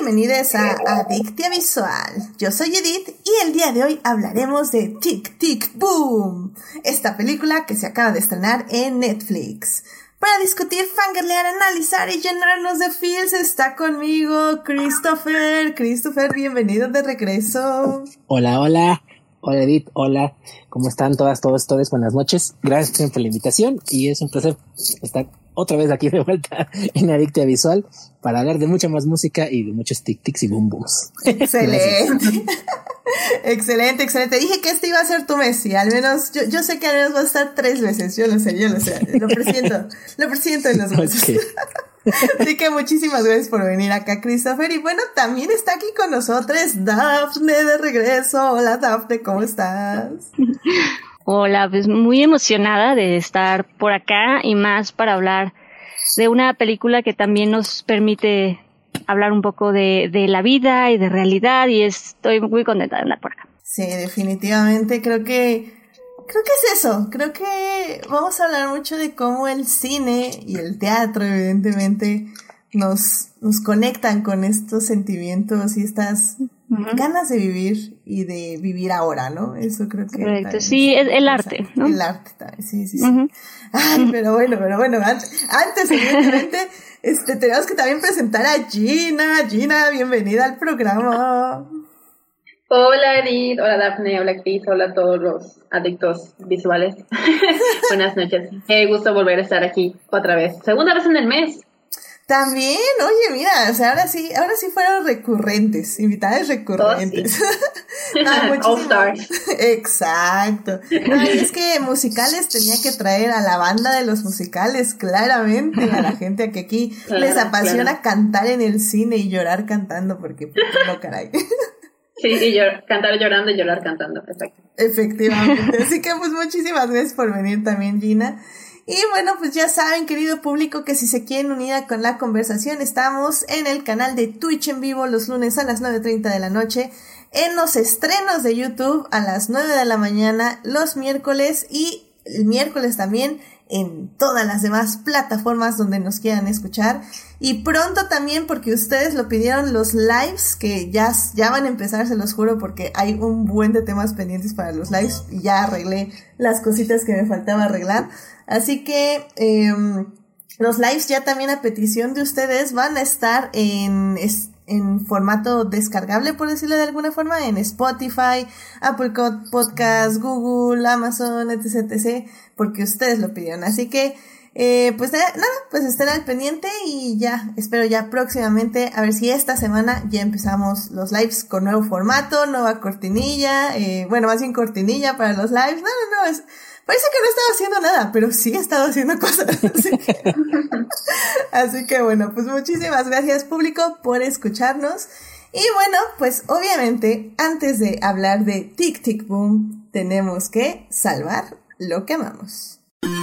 bienvenidos a Adictia Visual. Yo soy Edith y el día de hoy hablaremos de Tic Tic Boom, esta película que se acaba de estrenar en Netflix. Para discutir, fangirlear, analizar y llenarnos de feels está conmigo Christopher. Christopher, bienvenido de regreso. Hola, hola. Hola Edith, hola. ¿Cómo están todas, todos? Buenas noches. Gracias por la invitación y es un placer estar otra vez aquí de vuelta en Adictia Visual para hablar de mucha más música y de muchos tic-tics y boom-booms. Excelente. Excelente. Dije que este iba a ser tu mes y al menos, yo sé que al menos va a estar 3 veces. Yo lo sé. Lo presiento en los huesos. Okay. Así que muchísimas gracias por venir acá, Christopher. Y bueno, también está aquí con nosotros Dafne de regreso. Hola, Dafne, ¿cómo estás? Hola, pues muy emocionada de estar por acá y más para hablar de una película que también nos permite hablar un poco de la vida y de realidad y estoy muy contenta de andar por acá. Sí, definitivamente, creo que es eso. Creo que vamos a hablar mucho de cómo el cine y el teatro, evidentemente, nos conectan con estos sentimientos y estas ganas de vivir y de vivir ahora, ¿no? Eso creo que... Correcto, sí, es el arte, ¿no? El arte también, sí. Ay, pero bueno, antes evidentemente, tenemos que también presentar a Gina. Gina, bienvenida al programa. Hola Edith, hola Dafne, hola Cris, hola a todos los adictos visuales. Buenas noches. Qué gusto volver a estar aquí otra vez. Segunda vez en el mes. También, oye, mira, o sea, ahora sí fueron recurrentes, invitadas recurrentes. Sí. All Stars. Exacto. Ay, es que musicales tenía que traer a la banda de los musicales, claramente, a la gente a que aquí les apasiona cantar en el cine y llorar cantando, porque no, caray. Sí, y cantar llorando y llorar cantando, exacto. Efectivamente, así que pues muchísimas gracias por venir también, Gina. Y bueno, pues ya saben, querido público, que si se quieren unir con la conversación, estamos en el canal de Twitch en vivo los lunes a las 9:30 de la noche, en los estrenos de YouTube a las 9 de la mañana, los miércoles y el miércoles también en todas las demás plataformas donde nos quieran escuchar. Y pronto también, porque ustedes lo pidieron, los lives, que ya van a empezar, se los juro, porque hay un buen de temas pendientes para los lives y ya arreglé las cositas que me faltaba arreglar. Así que los lives ya también a petición de ustedes van a estar en formato descargable, por decirlo de alguna forma, en Spotify, Apple Podcast, Google, Amazon, etc, porque ustedes lo pidieron. Así que, pues estén al pendiente y ya, espero ya próximamente, a ver si esta semana ya empezamos los lives con nuevo formato, nueva cortinilla, más bien cortinilla para los lives. Parece que no he estado haciendo nada, pero sí he estado haciendo cosas. Así que bueno, pues muchísimas gracias, público, por escucharnos. Y bueno, pues obviamente, antes de hablar de Tic Tic Boom, tenemos que salvar lo que amamos.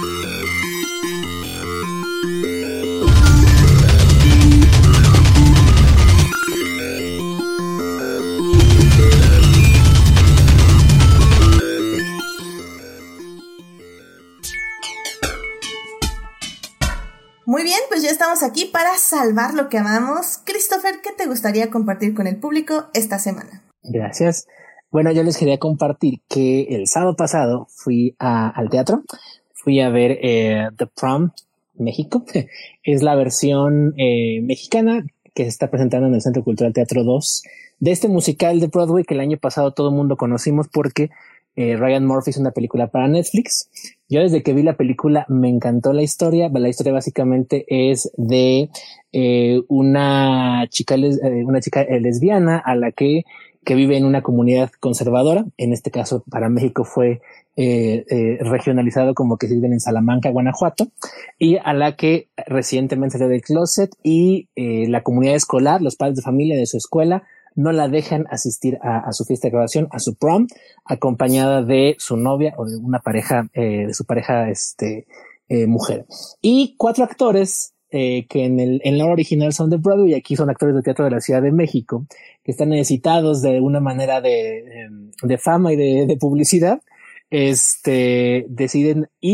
Muy bien, pues ya estamos aquí para salvar lo que amamos. Christopher, ¿qué te gustaría compartir con el público esta semana? Gracias. Bueno, yo les quería compartir que el sábado pasado fui al teatro. Fui a ver The Prom México. Es la versión mexicana que se está presentando en el Centro Cultural Teatro 2 de este musical de Broadway que el año pasado todo el mundo conocimos porque Ryan Murphy hizo una película para Netflix. Yo desde que vi la película me encantó la historia. La historia básicamente es de una chica lesbiana a la que vive en una comunidad conservadora. En este caso para México fue regionalizado como que viven en Salamanca, Guanajuato, y a la que recientemente salió del closet y la comunidad escolar, los padres de familia de su escuela, no la dejan asistir a su fiesta de graduación, a su prom, acompañada de su novia o de una pareja, de su pareja, mujer. Y 4 actores, que en la original son de Broadway y aquí son actores de teatro de la Ciudad de México, que están necesitados de una manera de fama y de publicidad, deciden ir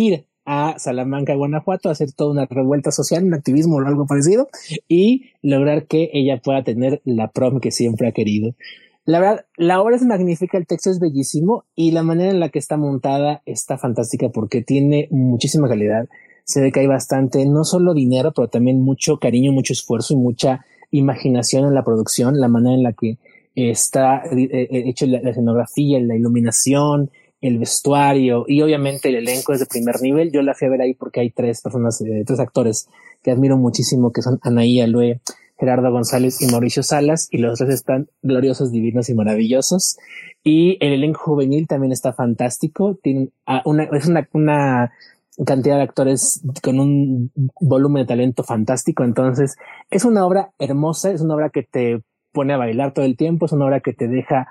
a Salamanca, Guanajuato, a hacer toda una revuelta social, un activismo o algo parecido, y lograr que ella pueda tener la prom que siempre ha querido. La verdad, la obra es magnífica, el texto es bellísimo y la manera en la que está montada está fantástica porque tiene muchísima calidad. Se ve que hay bastante, no solo dinero, pero también mucho cariño, mucho esfuerzo y mucha imaginación en la producción, la manera en la que está hecho la escenografía, la iluminación, el vestuario y obviamente el elenco es de primer nivel. Yo la fui a ver ahí porque hay tres actores que admiro muchísimo, que son Anaí Alue, Gerardo González y Mauricio Salas, y los tres están gloriosos, divinos y maravillosos. Y el elenco juvenil también está fantástico. Tiene una cantidad de actores con un volumen de talento fantástico. Entonces, es una obra hermosa, es una obra que te pone a bailar todo el tiempo, es una obra que te deja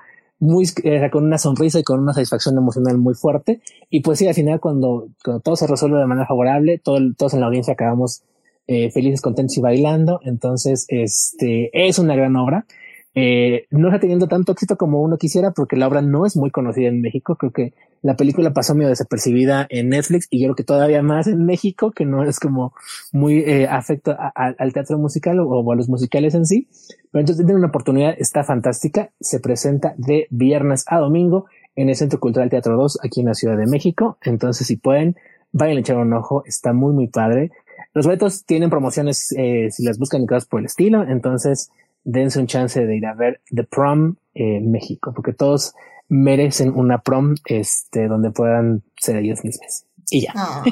con una sonrisa y con una satisfacción emocional muy fuerte. Y pues sí, al final, cuando todo se resuelve de manera favorable, todos en la audiencia acabamos felices, contentos y bailando. Entonces, es una gran obra. No está teniendo tanto éxito como uno quisiera porque la obra no es muy conocida en México. Creo que la película pasó medio desapercibida en Netflix y yo creo que todavía más en México, que no es como muy afecto al teatro musical o a los musicales en sí. Pero entonces tienen una oportunidad, está fantástica. Se presenta de viernes a domingo en el Centro Cultural Teatro 2 aquí en la Ciudad de México. Entonces, si pueden, vayan a echar un ojo. Está muy, muy padre. Los boletos tienen promociones si las buscan y cosas por el estilo. Entonces, dense un chance de ir a ver The Prom México, porque todos merecen una prom donde puedan ser ellos mismos. Y ya. No,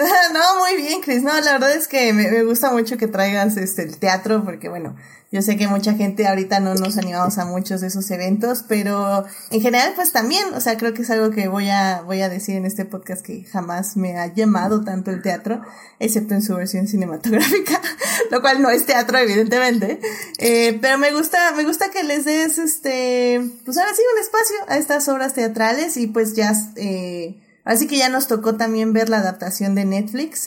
muy bien, Chris. No, la verdad es que me gusta mucho que traigas el teatro, porque bueno, yo sé que mucha gente ahorita no nos animamos a muchos de esos eventos, pero en general pues también, o sea, creo que es algo que voy a decir en este podcast, que jamás me ha llamado tanto el teatro, excepto en su versión cinematográfica, lo cual no es teatro evidentemente, pero me gusta que les des pues ahora sí un espacio a estas obras teatrales. Y pues ya así que ya nos tocó también ver la adaptación de Netflix,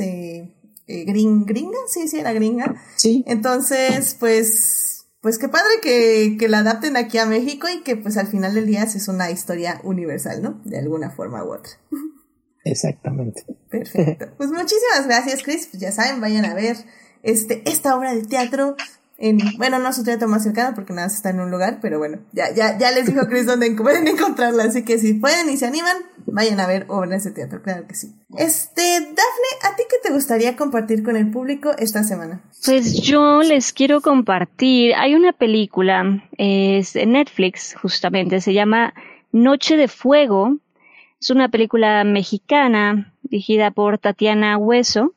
gringa, sí, era gringa. Sí. Entonces, pues qué padre que la adapten aquí a México y que pues al final del día es una historia universal, ¿no? De alguna forma u otra. Exactamente. Perfecto. Pues muchísimas gracias, Chris. Pues ya saben, vayan a ver esta obra de teatro no su teatro más cercano porque nada más está en un lugar, pero bueno, ya les dijo Chris dónde pueden encontrarla, así que si pueden y se animan, vayan a ver obras de teatro, claro que sí. Dafne, ¿a ti qué te gustaría compartir con el público esta semana? Pues yo les quiero compartir, hay una película, es en Netflix justamente, se llama Noche de Fuego, es una película mexicana dirigida por Tatiana Hueso.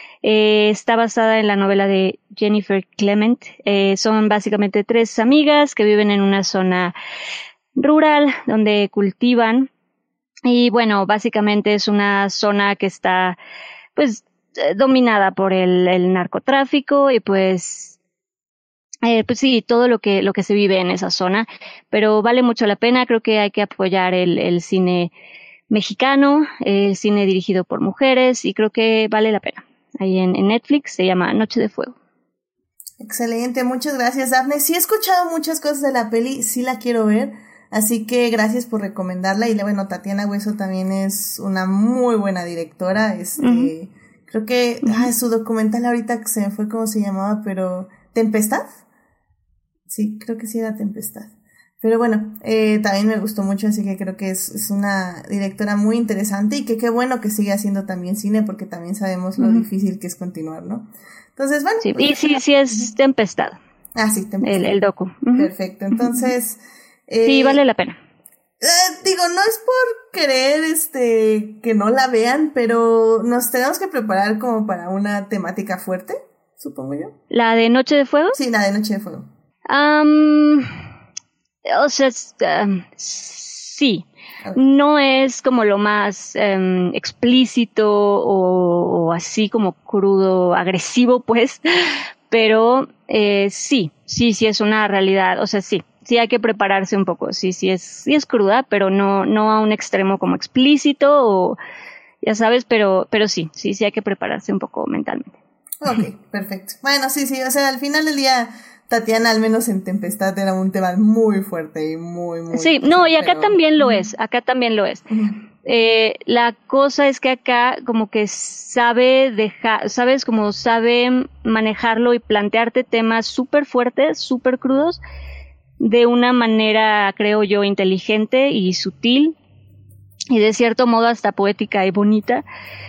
Está basada en la novela de Jennifer Clement. Son básicamente 3 amigas que viven en una zona rural donde cultivan. Y bueno, básicamente es una zona que está pues dominada por el narcotráfico y pues sí, todo lo que se vive en esa zona. Pero vale mucho la pena, creo que hay que apoyar el cine mexicano, el cine dirigido por mujeres, y creo que vale la pena. Ahí en Netflix se llama Noche de Fuego. Excelente, muchas gracias, Dafne. Sí he escuchado muchas cosas de la peli, sí la quiero ver, así que gracias por recomendarla. Y bueno, Tatiana Hueso también es una muy buena directora. Creo que su documental ahorita se me fue cómo se llamaba, pero ¿Tempestad? Sí, creo que sí era Tempestad. Pero bueno, también me gustó mucho, así que creo que es una directora muy interesante y que qué bueno que sigue haciendo también cine, porque también sabemos lo difícil que es continuar, ¿no? Entonces, bueno. Sí, y sí es Tempestad. Ah, sí, Tempestad. El docu. Perfecto, entonces. Sí, vale la pena. No es por querer que no la vean, pero nos tenemos que preparar como para una temática fuerte, supongo yo. ¿La de Noche de Fuego? Sí, la de Noche de Fuego. O sea, sí, no es como lo más explícito o así como crudo, agresivo, pues, pero sí es una realidad, o sea, sí hay que prepararse un poco, sí es cruda, pero no a un extremo como explícito o ya sabes, pero sí hay que prepararse un poco mentalmente. Ok, perfecto. Bueno, sí, o sea, al final del día Tatiana, al menos en Tempestad, era un tema muy fuerte y muy sí, no, y acá también lo es, La cosa es que acá como que sabe manejarlo y plantearte temas súper fuertes, súper crudos, de una manera, creo yo, inteligente y sutil, y de cierto modo hasta poética y bonita,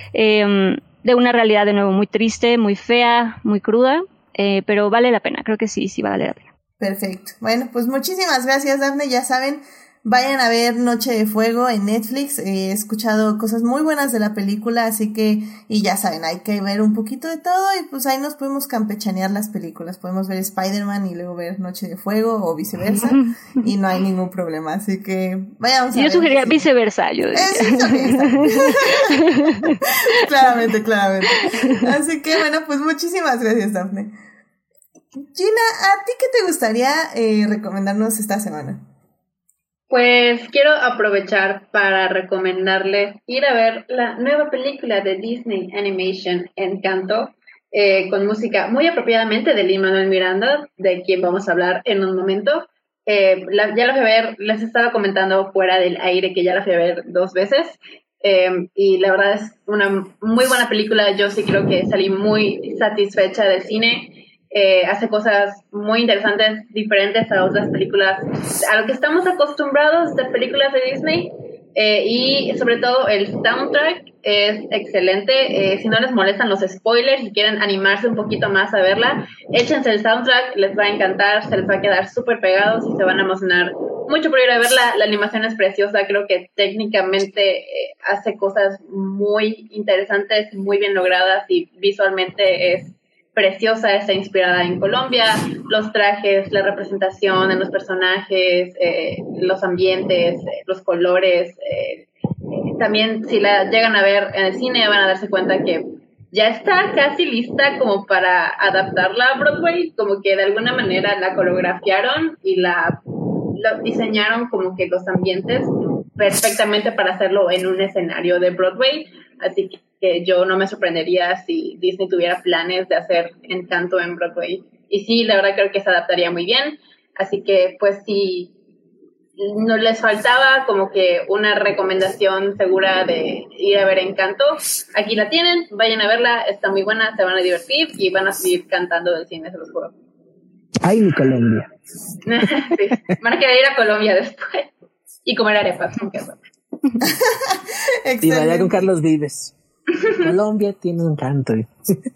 de una realidad de nuevo muy triste, muy fea, muy cruda, pero vale la pena, creo que sí vale la pena. Perfecto. Bueno, pues muchísimas gracias, Dafne. Ya saben, vayan a ver Noche de Fuego en Netflix. He escuchado cosas muy buenas de la película, así que, y ya saben, hay que ver un poquito de todo y pues ahí nos podemos campechanear las películas. Podemos ver Spider-Man y luego ver Noche de Fuego o viceversa y no hay ningún problema. Así que vayamos a ver. Yo sugeriría viceversa, yo diría. Claramente. Así que bueno, pues muchísimas gracias, Dafne. Gina, ¿a ti qué te gustaría recomendarnos esta semana? Pues quiero aprovechar para recomendarles ir a ver la nueva película de Disney Animation, Encanto, con música muy apropiadamente de Lin-Manuel Miranda, de quien vamos a hablar en un momento. Ya la fui a ver, les estaba comentando fuera del aire que ya la fui a ver 2 veces, y la verdad es una muy buena película. Yo sí creo que salí muy satisfecha del cine. Hace cosas muy interesantes, diferentes a otras películas, a lo que estamos acostumbrados de películas de Disney, y sobre todo el soundtrack es excelente. Si no les molestan los spoilers y quieren animarse un poquito más a verla, échense el soundtrack, les va a encantar, se les va a quedar súper pegados y se van a emocionar mucho por ir a verla. La animación es preciosa, creo que técnicamente hace cosas muy interesantes, muy bien logradas, y visualmente es preciosa, está inspirada en Colombia. Los trajes, la representación de los personajes, los ambientes, los colores. También si la llegan a ver en el cine van a darse cuenta que ya está casi lista como para adaptarla a Broadway, como que de alguna manera la coreografiaron y lo diseñaron como que los ambientes perfectamente para hacerlo en un escenario de Broadway. Así que yo no me sorprendería si Disney tuviera planes de hacer Encanto en Broadway. Y sí, la verdad creo que se adaptaría muy bien. Así que, pues, si no les faltaba como que una recomendación segura de ir a ver Encanto, aquí la tienen, vayan a verla, está muy buena, se van a divertir y van a seguir cantando del cine, se los juro. ¡Ay, mi Colombia! Sí, van a querer ir a Colombia después y comer arepas con queso. Y vaya con Carlos Vives. Colombia tiene un encanto. Muy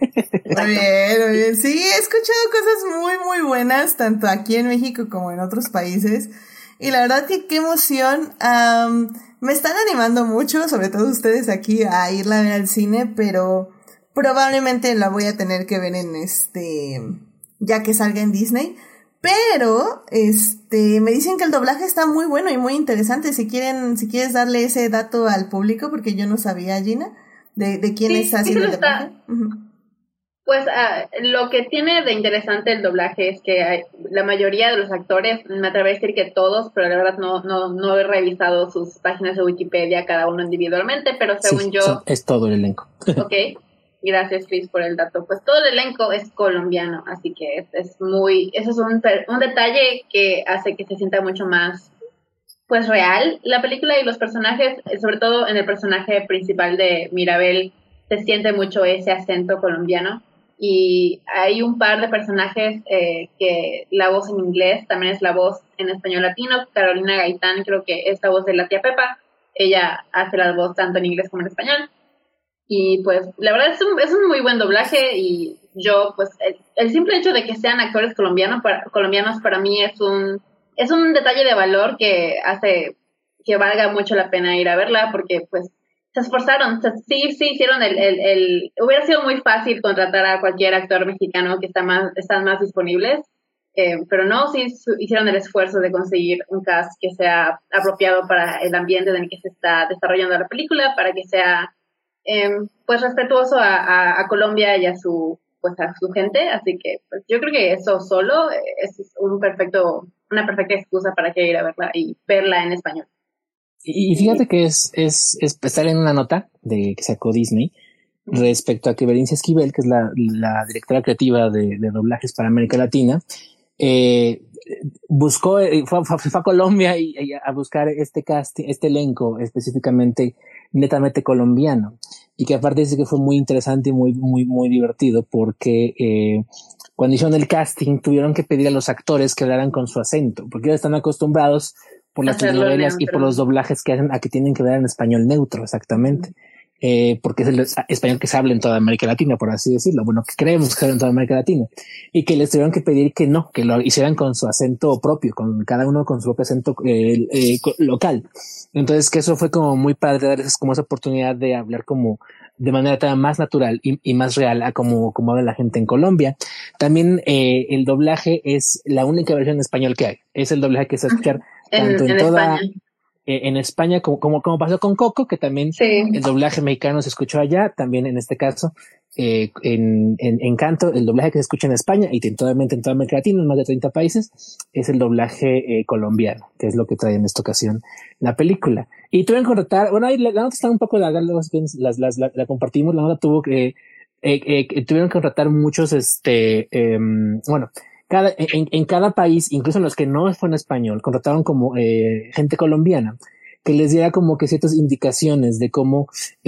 bien. Sí, he escuchado cosas muy, muy buenas, tanto aquí en México como en otros países. Y la verdad que qué emoción. Me están animando mucho, sobre todo ustedes aquí, a irla a ver al cine, pero probablemente la voy a tener que ver ya que salga en Disney. Pero, me dicen que el doblaje está muy bueno y muy interesante. Si quieres darle ese dato al público, porque yo no sabía, Gina, de quién está haciendo el doblaje. Pues lo que tiene de interesante el doblaje es que la mayoría de los actores, me atrevo a decir que todos, pero la verdad no he revisado sus páginas de Wikipedia cada uno individualmente, pero según yo... es todo el elenco. Ok. Gracias, Chris, por el dato. Pues todo el elenco es colombiano, así que eso es un detalle que hace que se sienta mucho más, pues, real la película, y los personajes, sobre todo en el personaje principal de Mirabel, se siente mucho ese acento colombiano. Y hay un par de personajes que la voz en inglés también es la voz en español latino. Carolina Gaitán creo que es la voz de la tía Pepa. Ella hace la voz tanto en inglés como en español. Y pues la verdad es un muy buen doblaje, y yo pues el simple hecho de que sean actores colombianos para mí es un detalle de valor que hace que valga mucho la pena ir a verla, porque pues se esforzaron, sí hicieron hubiera sido muy fácil contratar a cualquier actor mexicano que están más disponibles, pero no, sí hicieron el esfuerzo de conseguir un cast que sea apropiado para el ambiente en el que se está desarrollando la película, para que sea pues respetuoso a Colombia y a su gente. Así que pues yo creo que eso solo es una perfecta excusa para que ir a verla y verla en español. Y fíjate que es estar en una nota que sacó Disney respecto a que Berenice Esquivel, que es la directora creativa de doblajes para América Latina, buscó, fue a Colombia y a buscar este casting, este elenco específicamente netamente colombiano, y que aparte dice que fue muy interesante y muy divertido porque cuando hicieron el casting tuvieron que pedir a los actores que hablaran con su acento, porque ellos están acostumbrados por las telenovelas y por los doblajes que hacen a que tienen que hablar en español neutro, exactamente. Porque es el español que se habla en toda América Latina, por así decirlo. Bueno, que creemos que se habla en toda América Latina. Y que les tuvieron que pedir que no, que lo hicieran con su acento propio, con cada uno con su propio acento local. Entonces, que eso fue como muy padre, darles como esa oportunidad de hablar como de manera tan más natural y más real a como habla la gente en Colombia. También el doblaje es la única versión en español que hay. Es el doblaje que se va a escuchar tanto en toda... España. En España, como pasó con Coco, que también el doblaje mexicano se escuchó allá, también en este caso, en Encanto, el doblaje que se escucha en España y en toda América Latina, en más de 30 países, es el doblaje colombiano, que es lo que trae en esta ocasión la película. Y tuvieron que contratar, bueno, ahí la nota está un poco larga, la compartimos, la nota tuvo que, tuvieron que contratar muchos, bueno, en cada país, incluso en los que no fue en español, contrataron como gente colombiana que les diera como que ciertas indicaciones de cómo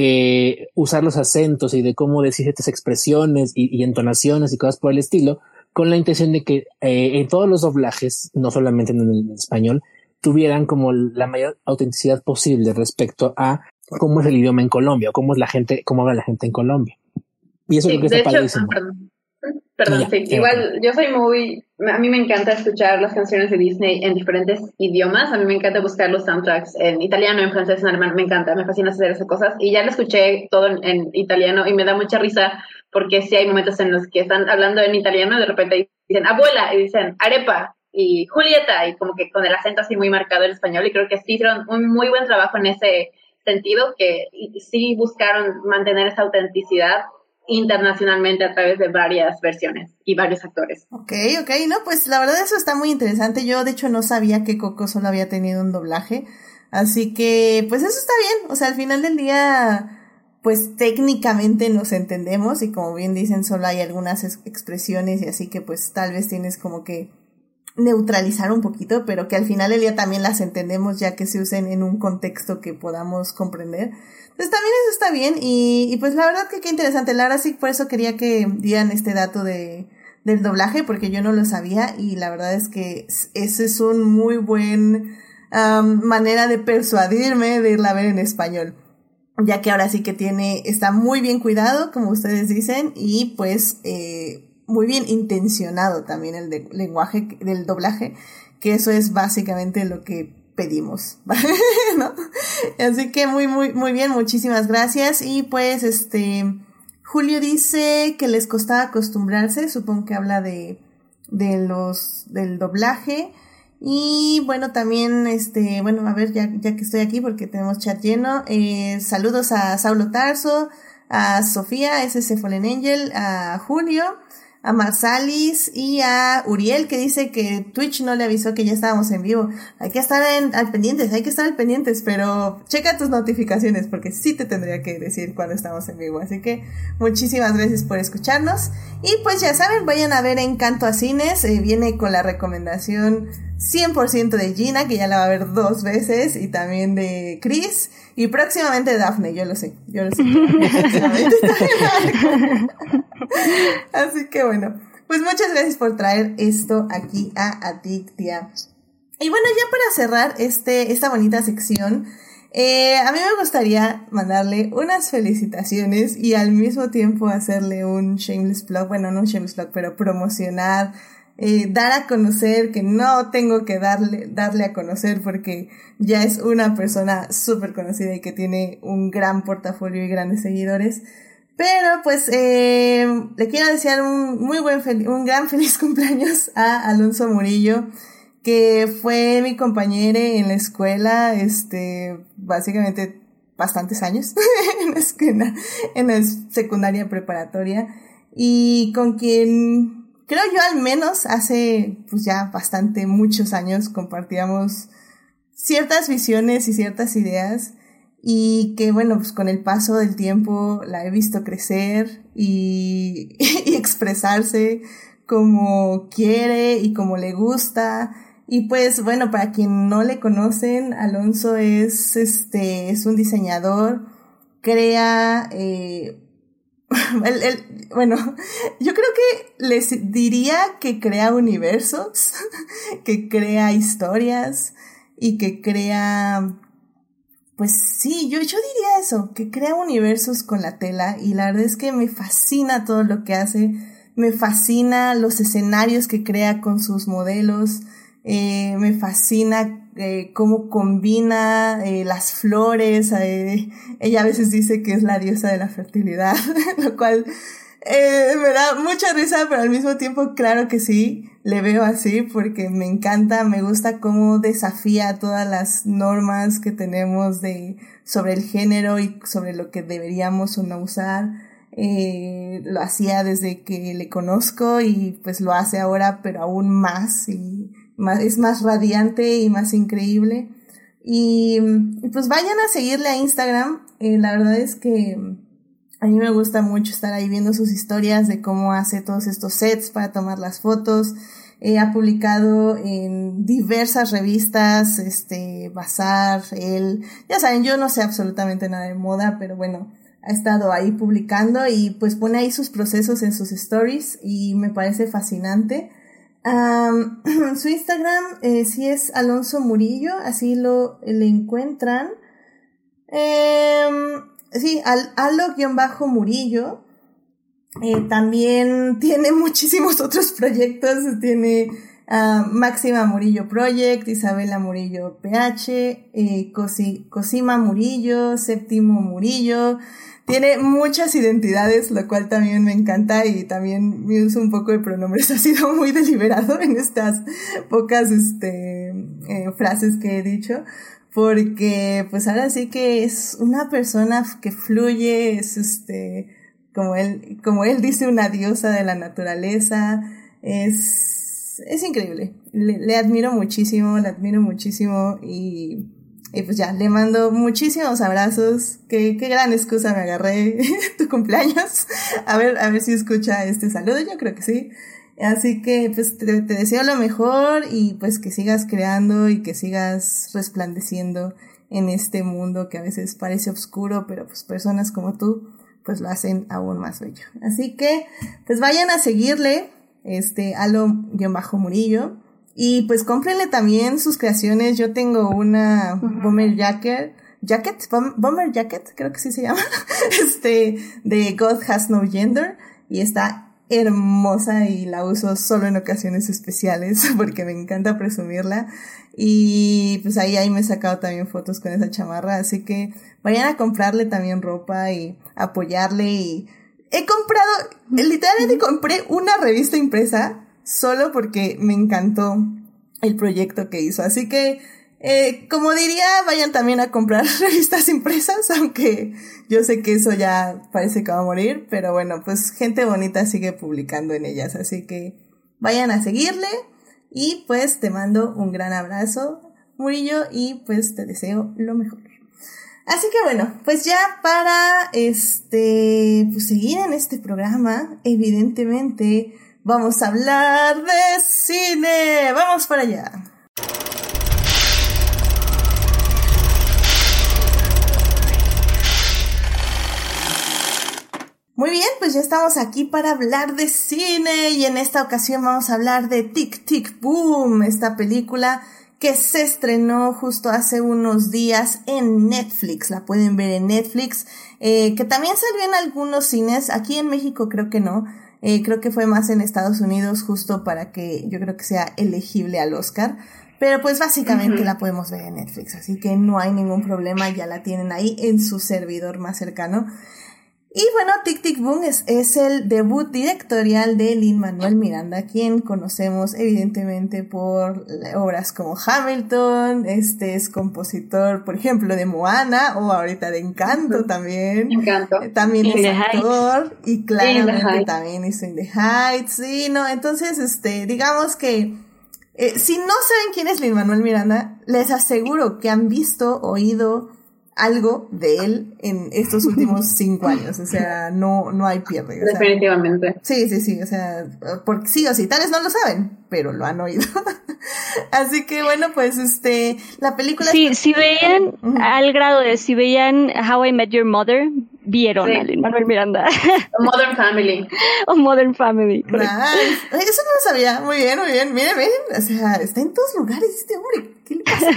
usar los acentos y de cómo decir ciertas expresiones y entonaciones y cosas por el estilo, con la intención de que en todos los doblajes, no solamente en el español, tuvieran como la mayor autenticidad posible respecto a cómo es el idioma en Colombia o cómo habla la gente en Colombia. Y eso creo que está padrísimo. Perdón, sí. Igual yo soy a mí me encanta escuchar las canciones de Disney en diferentes idiomas. A mí me encanta buscar los soundtracks en italiano, en francés, en alemán. Me encanta, me fascina hacer esas cosas. Y ya lo escuché todo en italiano y me da mucha risa porque sí hay momentos en los que están hablando en italiano y de repente dicen abuela y dicen arepa y Julieta y como que con el acento así muy marcado en español. Y creo que sí hicieron un muy buen trabajo en ese sentido, que sí buscaron mantener esa autenticidad internacionalmente a través de varias versiones y varios actores. Ok, no, pues la verdad eso está muy interesante. Yo de hecho no sabía que Coco solo había tenido un doblaje, así que pues eso está bien. O sea, al final del día pues técnicamente nos entendemos y como bien dicen solo hay algunas expresiones y así que pues tal vez tienes como que neutralizar un poquito, pero que al final del día también las entendemos ya que se usen en un contexto que podamos comprender. Entonces también eso está bien y pues la verdad que qué interesante. La verdad sí, por eso quería que dieran este dato del doblaje porque yo no lo sabía y la verdad es que ese es un muy buen manera de persuadirme de irla a ver en español, ya que ahora sí que está muy bien cuidado como ustedes dicen y pues muy bien intencionado también el lenguaje del doblaje, que eso es básicamente lo que pedimos, ¿no? Así que muy bien, muchísimas gracias. Y pues Julio dice que les costaba acostumbrarse, supongo que habla del doblaje. Y bueno, también bueno, a ver, ya que estoy aquí porque tenemos chat lleno, saludos a Saulo Tarso, a Sofía, SS Fallen Angel, a Julio, a Marsalis y a Uriel, que dice que Twitch no le avisó que ya estábamos en vivo. Hay que estar al pendientes, pero checa tus notificaciones porque sí te tendría que decir cuando estamos en vivo. Así que muchísimas gracias por escucharnos. Y pues ya saben, vayan a ver Encanto a cines. Viene con la recomendación 100% de Gina, que ya la va a ver 2 veces, y también de Chris, y próximamente de Daphne, yo lo sé. Así que bueno, pues muchas gracias por traer esto aquí a Adictia. Y bueno, ya para cerrar esta bonita sección, a mí me gustaría mandarle unas felicitaciones y al mismo tiempo hacerle un shameless plug, bueno, no un shameless plug, pero promocionar, dar a conocer, que no tengo que darle a conocer porque ya es una persona súper conocida y que tiene un gran portafolio y grandes seguidores. Pero pues le quiero desear un gran feliz cumpleaños a Alonso Murillo, que fue mi compañero en la escuela, básicamente bastantes años en la secundaria preparatoria, y con quien creo yo al menos hace pues ya muchos años compartíamos ciertas visiones y ciertas ideas, y que bueno, pues con el paso del tiempo la he visto crecer y expresarse como quiere y como le gusta. Y pues bueno, para quien no le conocen, Alonso es un diseñador, crea, bueno, yo creo que les diría que crea universos, que crea historias y que crea, pues sí, yo diría eso, que crea universos con la tela, y la verdad es que me fascina todo lo que hace, me fascina los escenarios que crea con sus modelos, me fascina cómo combina las flores, ella a veces dice que es la diosa de la fertilidad, lo cual me da mucha risa, pero al mismo tiempo claro que sí, le veo así porque me encanta, me gusta cómo desafía todas las normas que tenemos sobre el género y sobre lo que deberíamos o no usar. Lo hacía desde que le conozco y pues lo hace ahora, pero aún más, y es más radiante y más increíble. Y pues vayan a seguirle a Instagram. La verdad es que a mí me gusta mucho estar ahí viendo sus historias de cómo hace todos estos sets para tomar las fotos. Ha publicado en diversas revistas, Bazar, ya saben, yo no sé absolutamente nada de moda, pero bueno, ha estado ahí publicando y pues pone ahí sus procesos en sus stories y me parece fascinante. Su Instagram sí es Alonso Murillo, así le encuentran. Sí, alo-murillo. También tiene muchísimos otros proyectos, tiene Máxima Murillo Project, Isabela Murillo PH, Cosima Murillo, Séptimo Murillo. Tiene muchas identidades, lo cual también me encanta, y también mi uso un poco de pronombres ha sido muy deliberado en estas pocas frases que he dicho, porque pues ahora sí que es una persona que fluye, es como él dice, una diosa de la naturaleza. Es increíble, le admiro muchísimo, y pues ya, le mando muchísimos abrazos. Qué gran excusa me agarré tu cumpleaños. A ver si escucha este saludo, yo creo que sí. Así que pues te deseo lo mejor, y pues que sigas creando y que sigas resplandeciendo en este mundo que a veces parece oscuro, pero pues personas como tú pues lo hacen aún más bello. Así que pues vayan a seguirle, alo-murillo. Y pues cómprenle también sus creaciones. Yo tengo una bomber jacket, creo que sí se llama, de God Has No Gender, y está hermosa y la uso solo en ocasiones especiales porque me encanta presumirla. Y pues ahí me he sacado también fotos con esa chamarra, así que vayan a comprarle también ropa y apoyarle. Y literalmente compré una revista impresa solo porque me encantó el proyecto que hizo. Así que, como diría, vayan también a comprar revistas impresas, aunque yo sé que eso ya parece que va a morir, pero bueno, pues gente bonita sigue publicando en ellas. Así que vayan a seguirle, y pues te mando un gran abrazo, Murillo, y pues te deseo lo mejor. Así que bueno, pues ya para pues seguir en este programa, evidentemente vamos a hablar de cine. ¡Vamos para allá! Muy bien, pues ya estamos aquí para hablar de cine, y en esta ocasión vamos a hablar de Tic Tic Boom, esta película que se estrenó justo hace unos días en Netflix. La pueden ver en Netflix, que también salió en algunos cines. Aquí en México creo que no. Creo que fue más en Estados Unidos, justo para que yo creo que sea elegible al Oscar. Pero pues básicamente la podemos ver en Netflix, así que no hay ningún problema, ya la tienen ahí en su servidor más cercano. Y bueno, Tic Tic Boom es el debut directorial de Lin-Manuel Miranda, quien conocemos evidentemente por obras como Hamilton, es compositor, por ejemplo, de Moana, o ahorita de Encanto también. Encanto. También es actor, y claramente también hizo In the Heights. Sí, no, entonces, digamos que, si no saben quién es Lin-Manuel Miranda, les aseguro que han visto, oído algo de él en estos últimos 5 años, o sea, no hay pierde. O sea, definitivamente. Sí, o sea, porque sí o sí, tal vez no lo saben, pero lo han oído. Así que bueno, pues la película... Sí, si veían, al grado de si veían How I Met Your Mother, vieron a Lin-Manuel Miranda. Modern Family. O Modern Family. Nice. Eso no lo sabía. Muy bien. Miren. O sea, está en todos lugares este hombre. ¿Qué le pasa?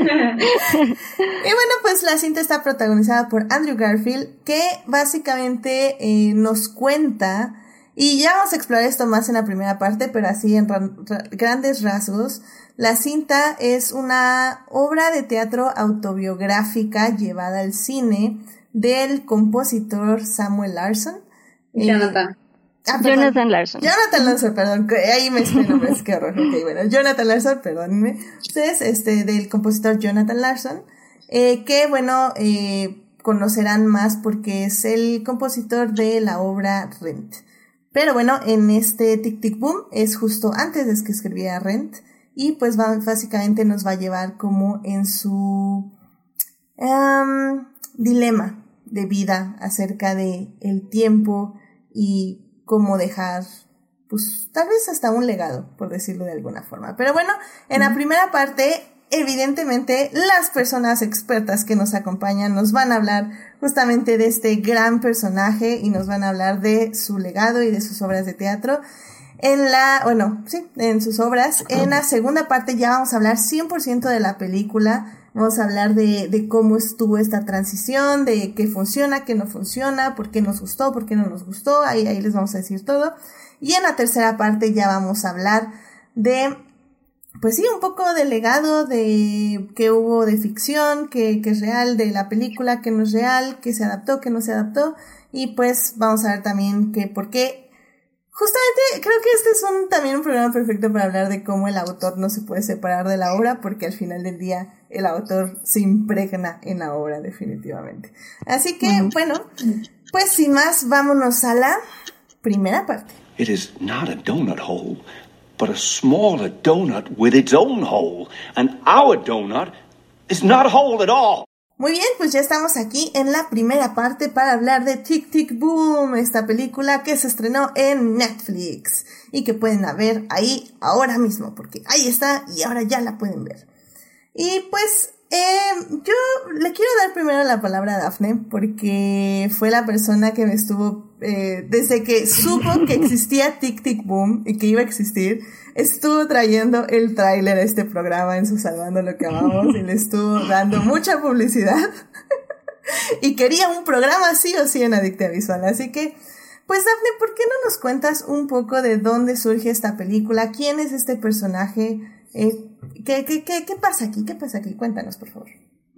Y bueno, pues la cinta está protagonizada por Andrew Garfield, que básicamente nos cuenta, y ya vamos a explorar esto más en la primera parte, pero así en grandes rasgos. La cinta es una obra de teatro autobiográfica llevada al cine del compositor Samuel Larson. Jonathan Larson. Jonathan Larson, perdón, ahí me estoy nombres, qué horror. Okay, bueno, Jonathan Larson, perdónenme. Entonces, del compositor Jonathan Larson, que bueno, conocerán más porque es el compositor de la obra Rent. Pero bueno, en Tic Tic Boom es justo antes de que escribiera Rent, y pues básicamente nos va a llevar como en su dilema de vida acerca de el tiempo y cómo dejar, pues tal vez hasta un legado, por decirlo de alguna forma. Pero bueno, en la primera parte, evidentemente, las personas expertas que nos acompañan nos van a hablar justamente de este gran personaje y nos van a hablar de su legado y de sus obras de teatro. En sus obras. En la segunda parte ya vamos a hablar 100% de la película. Vamos a hablar de cómo estuvo esta transición, de qué funciona, qué no funciona, por qué nos gustó, por qué no nos gustó. Ahí les vamos a decir todo. Y en la tercera parte ya vamos a hablar de, pues sí, un poco del legado, de qué hubo de ficción, qué es real de la película, qué no es real, qué se adaptó, qué no se adaptó. Y pues vamos a ver también por qué. Justamente creo que este es también un programa perfecto para hablar de cómo el autor no se puede separar de la obra, porque al final del día el autor se impregna en la obra definitivamente. Así que, bueno, pues sin más, vámonos a la primera parte. It is not a donut hole, but a smaller donut with its own hole. And our donut is not a hole at all. Muy bien, pues ya estamos aquí en la primera parte para hablar de Tic Tic Boom, esta película que se estrenó en Netflix y que pueden ver ahí ahora mismo, porque ahí está y ahora ya la pueden ver. Y pues yo le quiero dar primero la palabra a Dafne, porque fue la persona que me estuvo, desde que supo que existía Tic Tic Boom y que iba a existir, estuvo trayendo el tráiler a este programa en su Salvando lo que amamos y le estuvo dando mucha publicidad y quería un programa sí o sí en Adictia Visual. Así que, pues Dafne, ¿por qué no nos cuentas un poco de dónde surge esta película? ¿Quién es este personaje? ¿Qué pasa aquí? ¿Qué pasa aquí? Cuéntanos, por favor.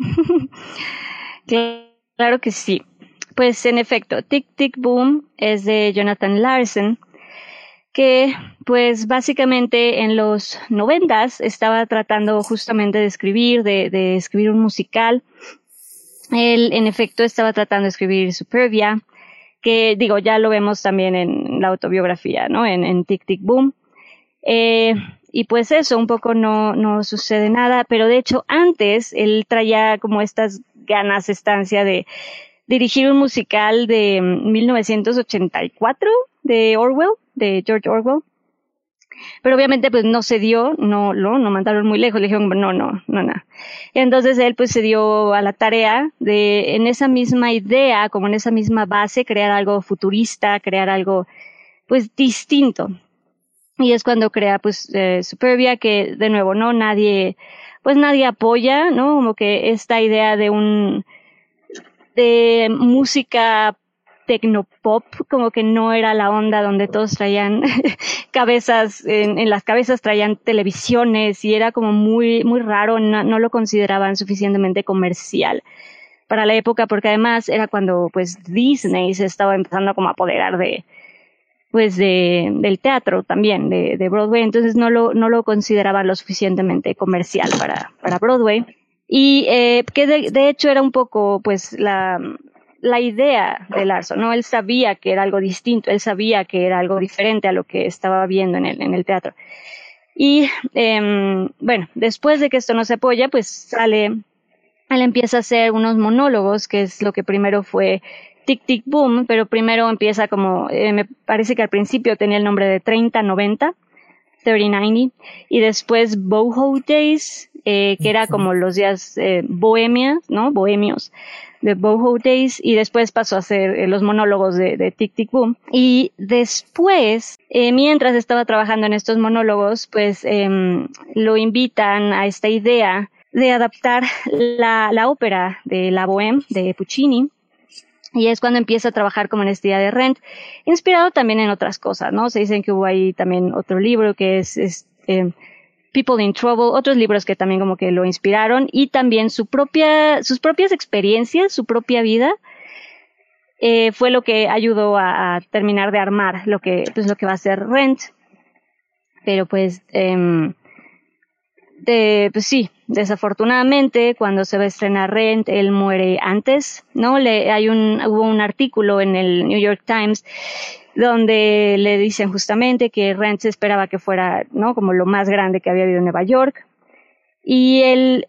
Claro que sí. Pues en efecto, Tic Tic Boom es de Jonathan Larson, que pues básicamente en los 90s estaba tratando justamente de escribir, de escribir un musical. Él en efecto estaba tratando de escribir Superbia, que digo, ya lo vemos también en la autobiografía, ¿no? En Tic Tic Boom. Y pues eso, un poco no sucede nada, pero de hecho antes él traía como estas ganas, esta ansia de dirigir un musical de 1984 de Orwell, de George Orwell. Pero obviamente pues no se dio, no mandaron muy lejos, le dijeron no. Entonces él pues se dio a la tarea de, en esa misma idea, como en esa misma base, crear algo futurista, crear algo pues distinto. Y es cuando crea pues Superbia, que de nuevo nadie apoya, ¿no? Como que esta idea de música tecnopop, como que no era la onda donde todos traían cabezas, en las cabezas traían televisiones y era como muy raro, no lo consideraban suficientemente comercial para la época, porque además era cuando pues Disney se estaba empezando como a apoderar del teatro también, de Broadway, entonces no lo consideraban lo suficientemente comercial para Broadway. Y que de hecho era un poco pues la idea de Larson, ¿no? Él sabía que era algo distinto, él sabía que era algo diferente a lo que estaba viendo en el teatro. Y bueno, después de que esto no se apoya, pues sale él empieza a hacer unos monólogos, que es lo que primero fue Tic Tic Boom, pero primero empieza como, me parece que al principio tenía el nombre de 3090, y después Boho Days, que era como los días bohemios de Boho Days, y después pasó a hacer los monólogos de Tic Tic Boom. Y después, mientras estaba trabajando en estos monólogos, pues lo invitan a esta idea de adaptar la ópera de La Bohème de Puccini. Y es cuando empieza a trabajar como en esta idea de Rent, inspirado también en otras cosas, ¿no? Se dicen que hubo ahí también otro libro que es People in Trouble, otros libros que también como que lo inspiraron, y también sus propias experiencias, su propia vida, fue lo que ayudó a terminar de armar lo que va a ser Rent. Pero pues sí, desafortunadamente, cuando se va a estrenar Rent, él muere antes, ¿no? Hubo un artículo en el New York Times donde le dicen justamente que Rent se esperaba que fuera, ¿no?, como lo más grande que había habido en Nueva York. Y él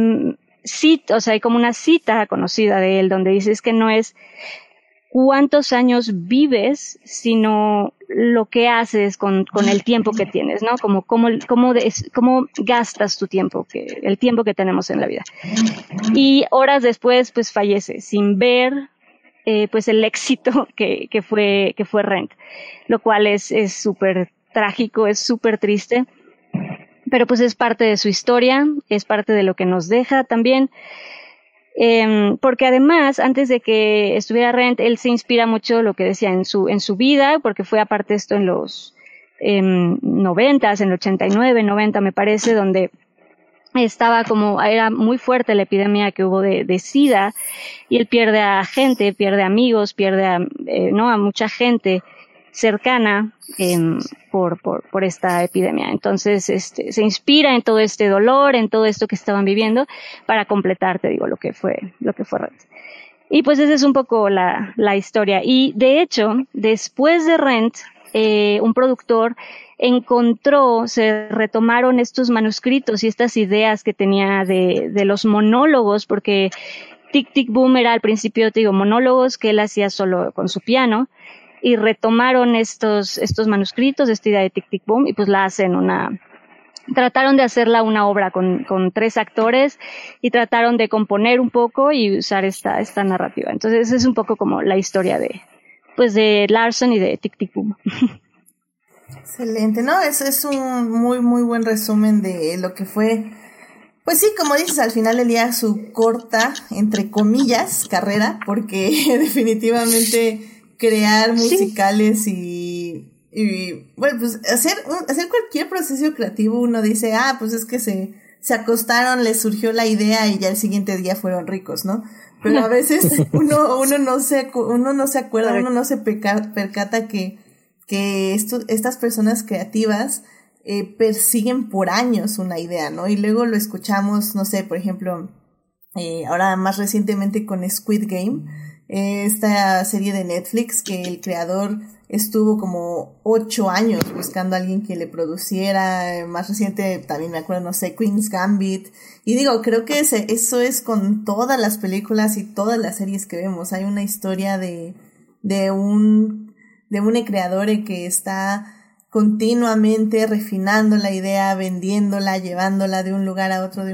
hay como una cita conocida de él donde dice, es que no es cuántos años vives, sino lo que haces con el tiempo que tienes, ¿no? Como cómo gastas tu tiempo, el tiempo que tenemos en la vida. Y horas después, pues fallece, sin ver, pues el éxito que fue Rent, lo cual es súper trágico, es súper triste, pero pues es parte de su historia, es parte de lo que nos deja también. Porque además, antes de que estuviera Rent, él se inspira mucho, lo que decía, en su vida, porque fue aparte esto en los 90s, en el 89, 90 me parece, donde era muy fuerte la epidemia que hubo de SIDA, y él pierde a gente, pierde amigos, pierde a mucha gente cercana por esta epidemia. Entonces se inspira en todo este dolor, en todo esto que estaban viviendo, para completar, te digo, lo que fue Rent. Y pues esa es un poco la historia. Y de hecho, después de Rent, un productor se retomaron estos manuscritos y estas ideas que tenía de los monólogos, porque Tic Tic Boom era al principio, te digo, monólogos que él hacía solo con su piano, y retomaron estos manuscritos, esta idea de Tic Tic Boom, y pues trataron de hacerla una obra con 3 actores, y trataron de componer un poco y usar esta narrativa. Entonces es un poco como la historia de Larson y de Tic Tic Boom. Excelente, ¿no? Es un muy, muy buen resumen de lo que fue, pues sí, como dices, al final del día su corta, entre comillas, carrera, porque definitivamente crear musicales y bueno, pues hacer cualquier proceso creativo, uno dice, pues es que se acostaron, les surgió la idea y ya el siguiente día fueron ricos, ¿no? Pero a veces uno no se acuerda, uno no se percata que estas personas creativas persiguen por años una idea, ¿no? Y luego lo escuchamos, no sé, por ejemplo, ahora más recientemente con Squid Game, esta serie de Netflix, que el creador estuvo como 8 años buscando a alguien que le produciera. Más reciente también me acuerdo, no sé, Queen's Gambit. Y digo, creo que eso es con todas las películas y todas las series que vemos. Hay una historia de un creador que está continuamente refinando la idea, vendiéndola, llevándola de un lugar a otro,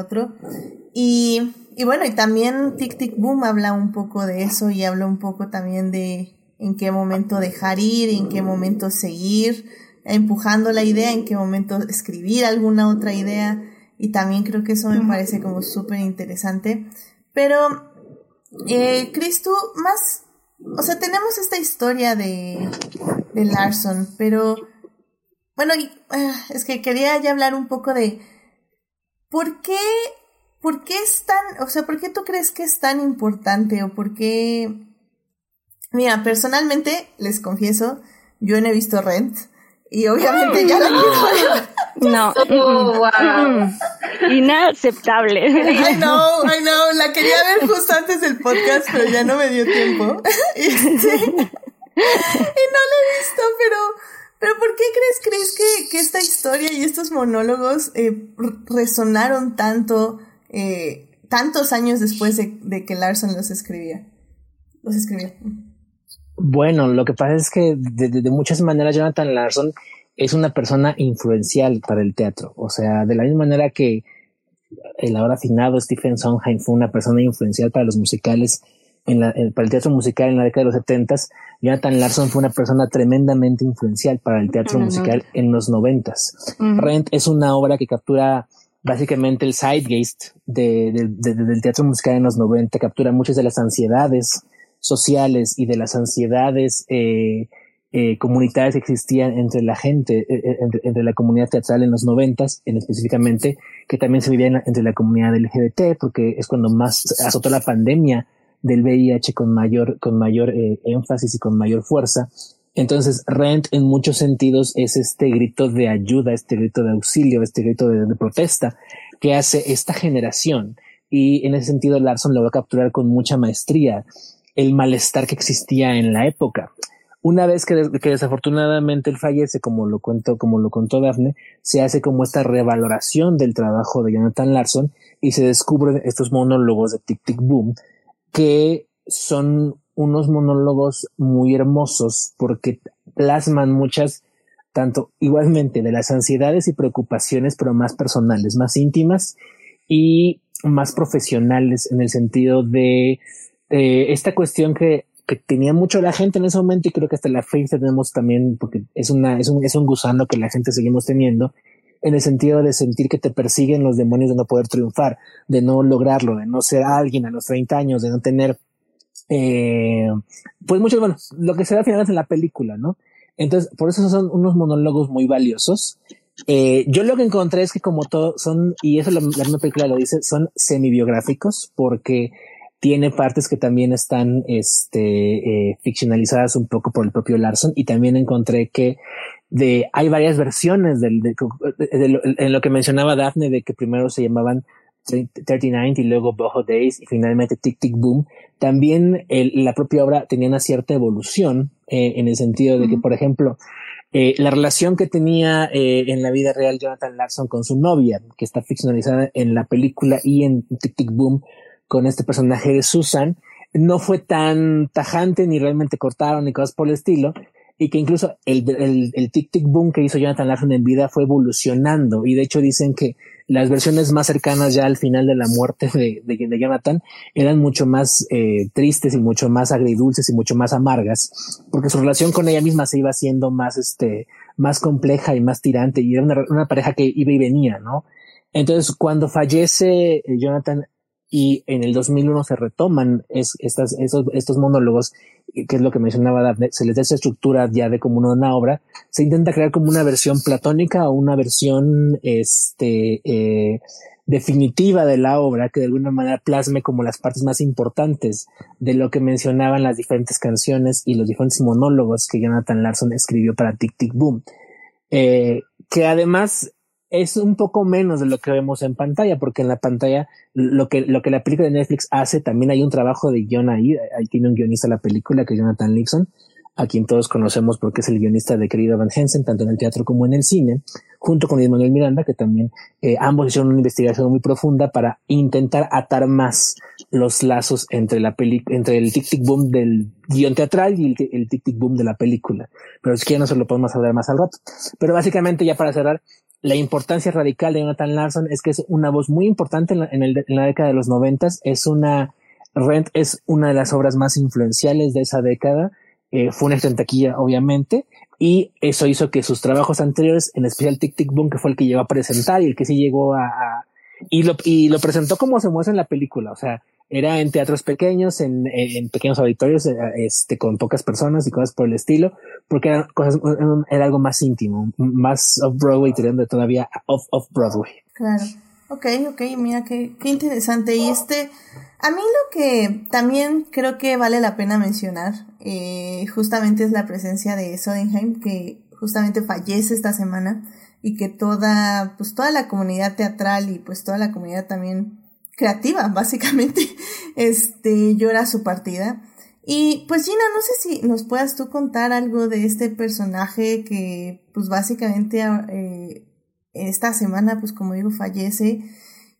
Y bueno, y también Tic Tic Boom habla un poco de eso, y habla un poco también de en qué momento dejar ir, en qué momento seguir empujando la idea, en qué momento escribir alguna otra idea, y también creo que eso me parece como súper interesante. Pero, Chris, tú más, o sea, tenemos esta historia de Larson, pero bueno, es que quería ya hablar un poco de ¿por qué es tan, o sea, por qué tú crees que es tan importante, o por qué? Mira, personalmente, les confieso, yo no he visto Rent, y obviamente ya la quiero ver. No. Wow. Inaceptable. I know, la quería ver justo antes del podcast, pero ya no me dio tiempo. Y no la he visto, pero ¿por qué crees que esta historia y estos monólogos resonaron tanto tantos años después de que Larson los escribió. Bueno, lo que pasa es que de muchas maneras Jonathan Larson es una persona influencial para el teatro. O sea, de la misma manera que el ahora afinado Stephen Sondheim fue una persona influencial para los musicales, para el teatro musical en la década de los 70s, Jonathan Larson fue una persona tremendamente influencial para el teatro musical en los 90s. Rent es una obra que captura básicamente el zeitgeist del teatro musical en los 90, captura muchas de las ansiedades sociales y de las ansiedades comunitarias que existían entre la gente, entre la comunidad teatral en los 90s, específicamente, que también se vivía entre la comunidad LGBT, porque es cuando más azotó la pandemia del VIH con mayor énfasis y con mayor fuerza. Entonces, Rent en muchos sentidos es este grito de ayuda, este grito de auxilio, este grito de protesta que hace esta generación. Y en ese sentido, Larson logró capturar con mucha maestría el malestar que existía en la época. Una vez que desafortunadamente él fallece, como lo contó Daphne, se hace como esta revaloración del trabajo de Jonathan Larson y se descubren estos monólogos de Tic Tic Boom, que son unos monólogos muy hermosos porque plasman muchas, tanto igualmente de las ansiedades y preocupaciones, pero más personales, más íntimas y más profesionales, en el sentido de esta cuestión que tenía mucho la gente en ese momento, y creo que hasta la fecha tenemos también, porque es un gusano que la gente seguimos teniendo, en el sentido de sentir que te persiguen los demonios de no poder triunfar, de no lograrlo, de no ser alguien a los 30 años, de no tener pues muchos, bueno, lo que se ve al final es en la película, ¿no? Entonces, por eso son unos monólogos muy valiosos. Yo lo que encontré es que como todo son, y eso la misma película lo dice, son semi-biográficos, porque tiene partes que también están ficcionalizadas un poco por el propio Larson, y también encontré que hay varias versiones en lo que mencionaba Daphne, de que primero se llamaban 39 y luego Boho Days y finalmente Tic Tic Boom. También la propia obra tenía una cierta evolución en el sentido de que, por ejemplo, la relación que tenía en la vida real Jonathan Larson con su novia, que está ficcionalizada en la película y en Tic Tic Boom con este personaje de Susan, no fue tan tajante, ni realmente cortaron ni cosas por el estilo, y que incluso el Tic Tic Boom que hizo Jonathan Larson en vida fue evolucionando, y de hecho dicen que las versiones más cercanas ya al final de la muerte de Jonathan eran mucho más tristes y mucho más agridulces y mucho más amargas, porque su relación con ella misma se iba haciendo más compleja y más tirante, y era una pareja que iba y venía, ¿no? Entonces, cuando fallece Jonathan y en el 2001 se retoman estos monólogos, que es lo que mencionaba Daphne, se les da esa estructura ya de como una obra, se intenta crear como una versión platónica o una versión definitiva de la obra, que de alguna manera plasme como las partes más importantes de lo que mencionaban las diferentes canciones y los diferentes monólogos que Jonathan Larson escribió para Tic Tic Boom, que además es un poco menos de lo que vemos en pantalla, porque en la pantalla lo que la película de Netflix hace, también hay un trabajo de guión ahí tiene un guionista la película que es Jonathan Livingston, a quien todos conocemos porque es el guionista de Querido Van Hensen, tanto en el teatro como en el cine, junto con Lin-Manuel Miranda, que también ambos hicieron una investigación muy profunda para intentar atar más los lazos entre el Tic Tic Boom del guión teatral y el Tic Tic Boom de la película. Pero si quieren, eso lo podemos hablar más al rato. Pero básicamente, ya para cerrar, la importancia radical de Jonathan Larson es que es una voz muy importante en la década de los 90s. Rent es una de las obras más influenciales de esa década. Fue una éxito en taquilla, obviamente, y eso hizo que sus trabajos anteriores, en especial Tic Tic Boom, que fue el que llegó a presentar y el que sí llegó y lo presentó como se muestra en la película. O sea, era en teatros pequeños, en pequeños auditorios, con pocas personas y cosas por el estilo, porque era algo más íntimo, más off-Broadway, tirando todavía off-Broadway. Claro. Ok, mira, qué interesante. Y a mí lo que también creo que vale la pena mencionar, justamente es la presencia de Sondheim, que justamente fallece esta semana, y que toda la comunidad teatral y pues toda la comunidad también creativa, básicamente, llora su partida. Y pues Gina, no sé si nos puedas tú contar algo de este personaje que pues básicamente esta semana, pues como digo, fallece,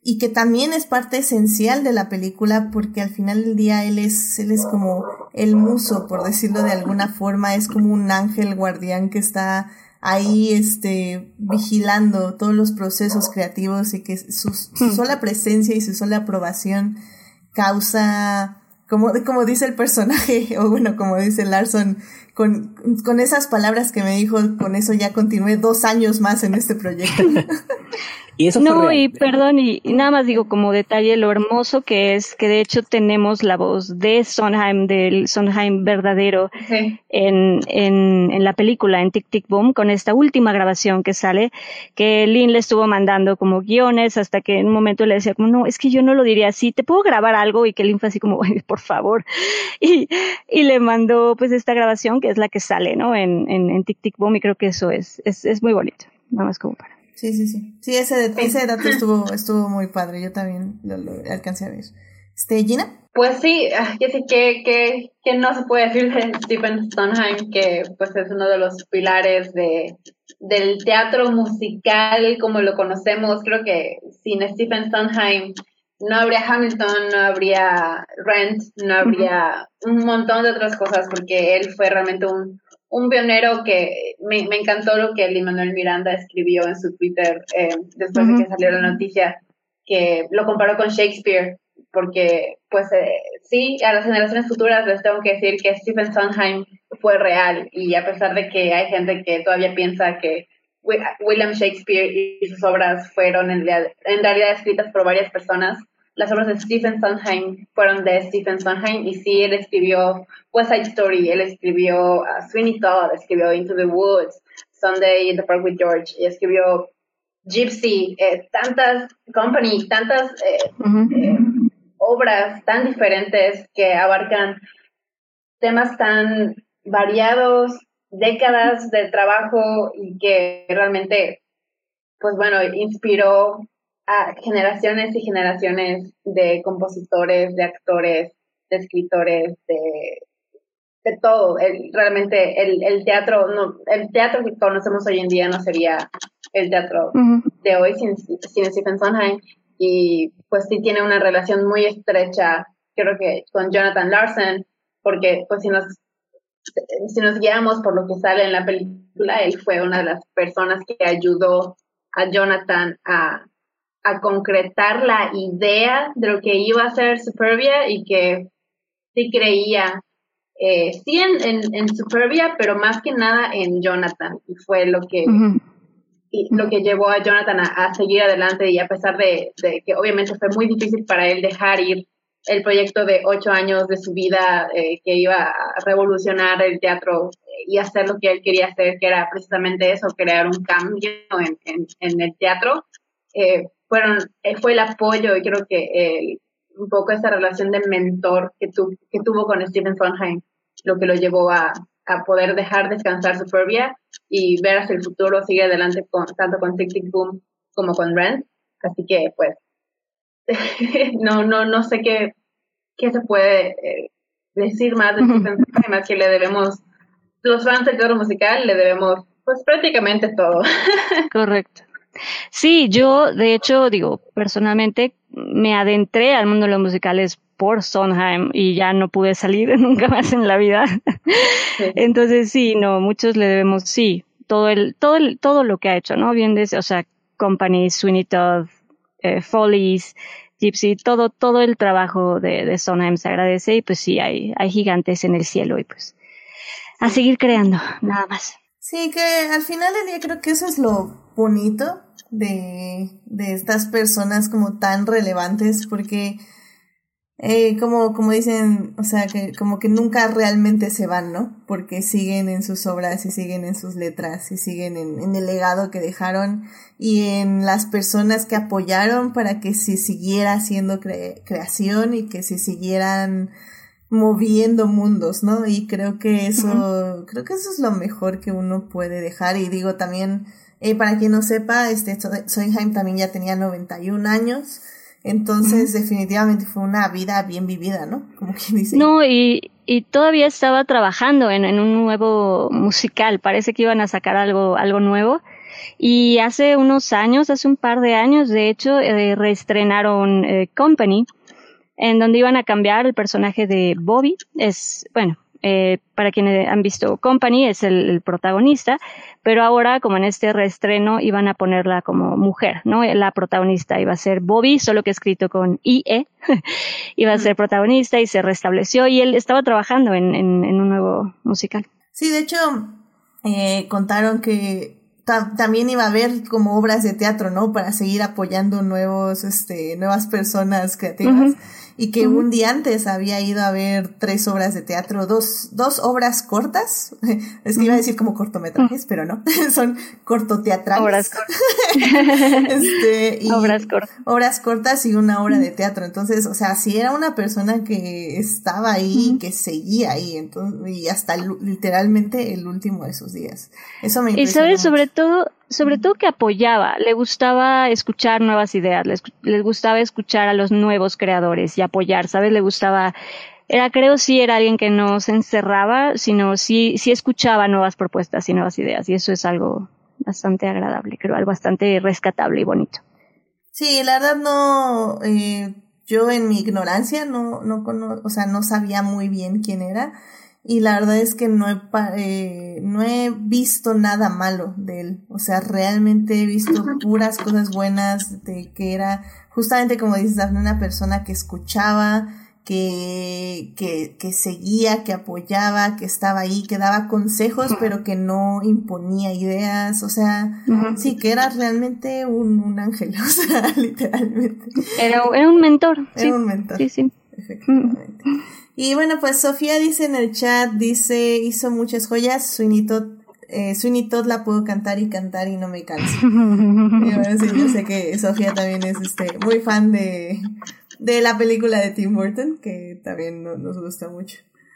y que también es parte esencial de la película, porque al final del día él es como el muso, por decirlo de alguna forma, es como un ángel guardián que está ahí vigilando todos los procesos creativos, y que su sola presencia y su sola aprobación causa, como dice el personaje, o bueno, como dice Larson, con esas palabras que me dijo, con eso ya continué 2 años más en este proyecto. Y eso fue real. Y perdón, y nada más digo como detalle lo hermoso que es que de hecho tenemos la voz de Sondheim, del Sondheim verdadero, Sí. en la película, en Tic Tic Boom, con esta última grabación que sale, que Lin le estuvo mandando como guiones hasta que en un momento le decía como, no, es que yo no lo diría así, ¿te puedo grabar algo? Y que Lin fue así como, ay, por favor. Y le mandó pues esta grabación que es la que sale, ¿no? En Tic Tic Boom, y creo que eso es muy bonito, nada más como para. Sí. Sí, ese dato estuvo muy padre. Yo también lo alcancé a ver. ¿Gina? Pues sí, que no se puede decir de Stephen Sondheim, que pues es uno de los pilares del teatro musical como lo conocemos. Creo que sin Stephen Sondheim no habría Hamilton, no habría Rent, no habría un montón de otras cosas, porque él fue realmente un pionero. Que me encantó lo que Lin-Manuel Miranda escribió en su Twitter después de que salió la noticia, que lo comparó con Shakespeare, porque pues sí, a las generaciones futuras les tengo que decir que Stephen Sondheim fue real, y a pesar de que hay gente que todavía piensa que William Shakespeare y sus obras fueron en realidad escritas por varias personas, las obras de Stephen Sondheim fueron de Stephen Sondheim. Y sí, él escribió West Side Story, él escribió Sweeney Todd, escribió Into the Woods, Sunday in the Park with George, y escribió Gypsy, tantas obras tan diferentes que abarcan temas tan variados, décadas de trabajo, y que realmente, pues bueno, inspiró a generaciones y generaciones de compositores, de actores, de escritores, de todo. Realmente el teatro que conocemos hoy en día no sería el teatro de hoy sin Stephen Sondheim. Y pues sí tiene una relación muy estrecha, creo que con Jonathan Larson, porque pues si nos guiamos por lo que sale en la película, él fue una de las personas que ayudó a Jonathan a concretar la idea de lo que iba a ser Superbia, y que sí creía sí en Superbia, pero más que nada en Jonathan, y fue lo que lo que llevó a Jonathan a seguir adelante. Y a pesar de que obviamente fue muy difícil para él dejar ir el proyecto de 8 años de su vida, que iba a revolucionar el teatro y hacer lo que él quería hacer, que era precisamente eso, crear un cambio en el teatro, fue el apoyo, y creo que un poco esa relación de mentor que tuvo con Stephen Sondheim lo que lo llevó a poder dejar descansar Superbia y ver hacia el futuro, seguir adelante tanto con Tic Tic Boom como con Rent. Así que pues no sé qué se puede decir más de Stephen Sondheim, más que le debemos, los fans del teatro musical le debemos pues prácticamente todo. Correcto. Sí, yo de hecho personalmente me adentré al mundo de los musicales por Sondheim y ya no pude salir nunca más en la vida. Sí. Entonces sí, muchos le debemos, sí, todo lo que ha hecho, ¿no? Bien desde, Company, Sweeney Todd, Follies, Gypsy, todo el trabajo de Sondheim se agradece, y pues sí, hay gigantes en el cielo, y pues a seguir creando, nada más. Sí, que al final del día creo que eso es lo bonito de estas personas como tan relevantes, porque como dicen, que como que nunca realmente se van, ¿no? Porque siguen en sus obras y siguen en sus letras y siguen en el legado que dejaron y en las personas que apoyaron para que se siguiera haciendo creación y que se siguieran moviendo mundos, ¿no? Y creo que eso es lo mejor que uno puede dejar. Y digo también, para quien no sepa, Sondheim también ya tenía 91 años. Entonces, definitivamente fue una vida bien vivida, ¿no? Como quien dice. No, y todavía estaba trabajando en un nuevo musical. Parece que iban a sacar algo nuevo. Y hace un par de años, de hecho, reestrenaron Company, en donde iban a cambiar el personaje de Bobby. Para quienes han visto Company, es el protagonista, pero ahora, como en este reestreno, iban a ponerla como mujer, ¿no? La protagonista iba a ser Bobby, solo que escrito con IE, iba a ser protagonista y se restableció, y él estaba trabajando en un nuevo musical. Sí, de hecho, contaron que también iba a haber como obras de teatro, ¿no? Para seguir apoyando nuevas personas creativas. Y que un día antes había ido a ver 3 obras de teatro, dos obras cortas. Es que iba a decir como cortometrajes, pero no. Son cortoteatrales. Obras cortas. Obras cortas y una obra de teatro. Entonces, o sea, si era una persona que estaba ahí, que seguía ahí, entonces, y hasta literalmente el último de sus días. Eso me impresionó. Y sabes, sobre todo que apoyaba, le gustaba escuchar nuevas ideas, les gustaba escuchar a los nuevos creadores y apoyar, ¿sabes? Le gustaba, era alguien que no se encerraba, sino sí escuchaba nuevas propuestas y nuevas ideas, y eso es algo bastante agradable, creo, algo bastante rescatable y bonito. Sí, la verdad no, yo en mi ignorancia no sabía muy bien quién era. Y la verdad es que no he visto nada malo de él. O sea, realmente he visto puras cosas buenas, de que era justamente, como dices, Dafne, una persona que escuchaba, que seguía, que apoyaba, que estaba ahí, que daba consejos, pero que no imponía ideas. O sea, sí, que era realmente un ángel, o sea, literalmente. Era un mentor. Era un mentor. Sí. Efectivamente. Y bueno, pues Sofía dice en el chat, hizo muchas joyas, Sweeney Todd la puedo cantar y no me canso. Y bueno, sí, yo sé que Sofía también es muy fan de la película de Tim Burton, que también nos gusta mucho.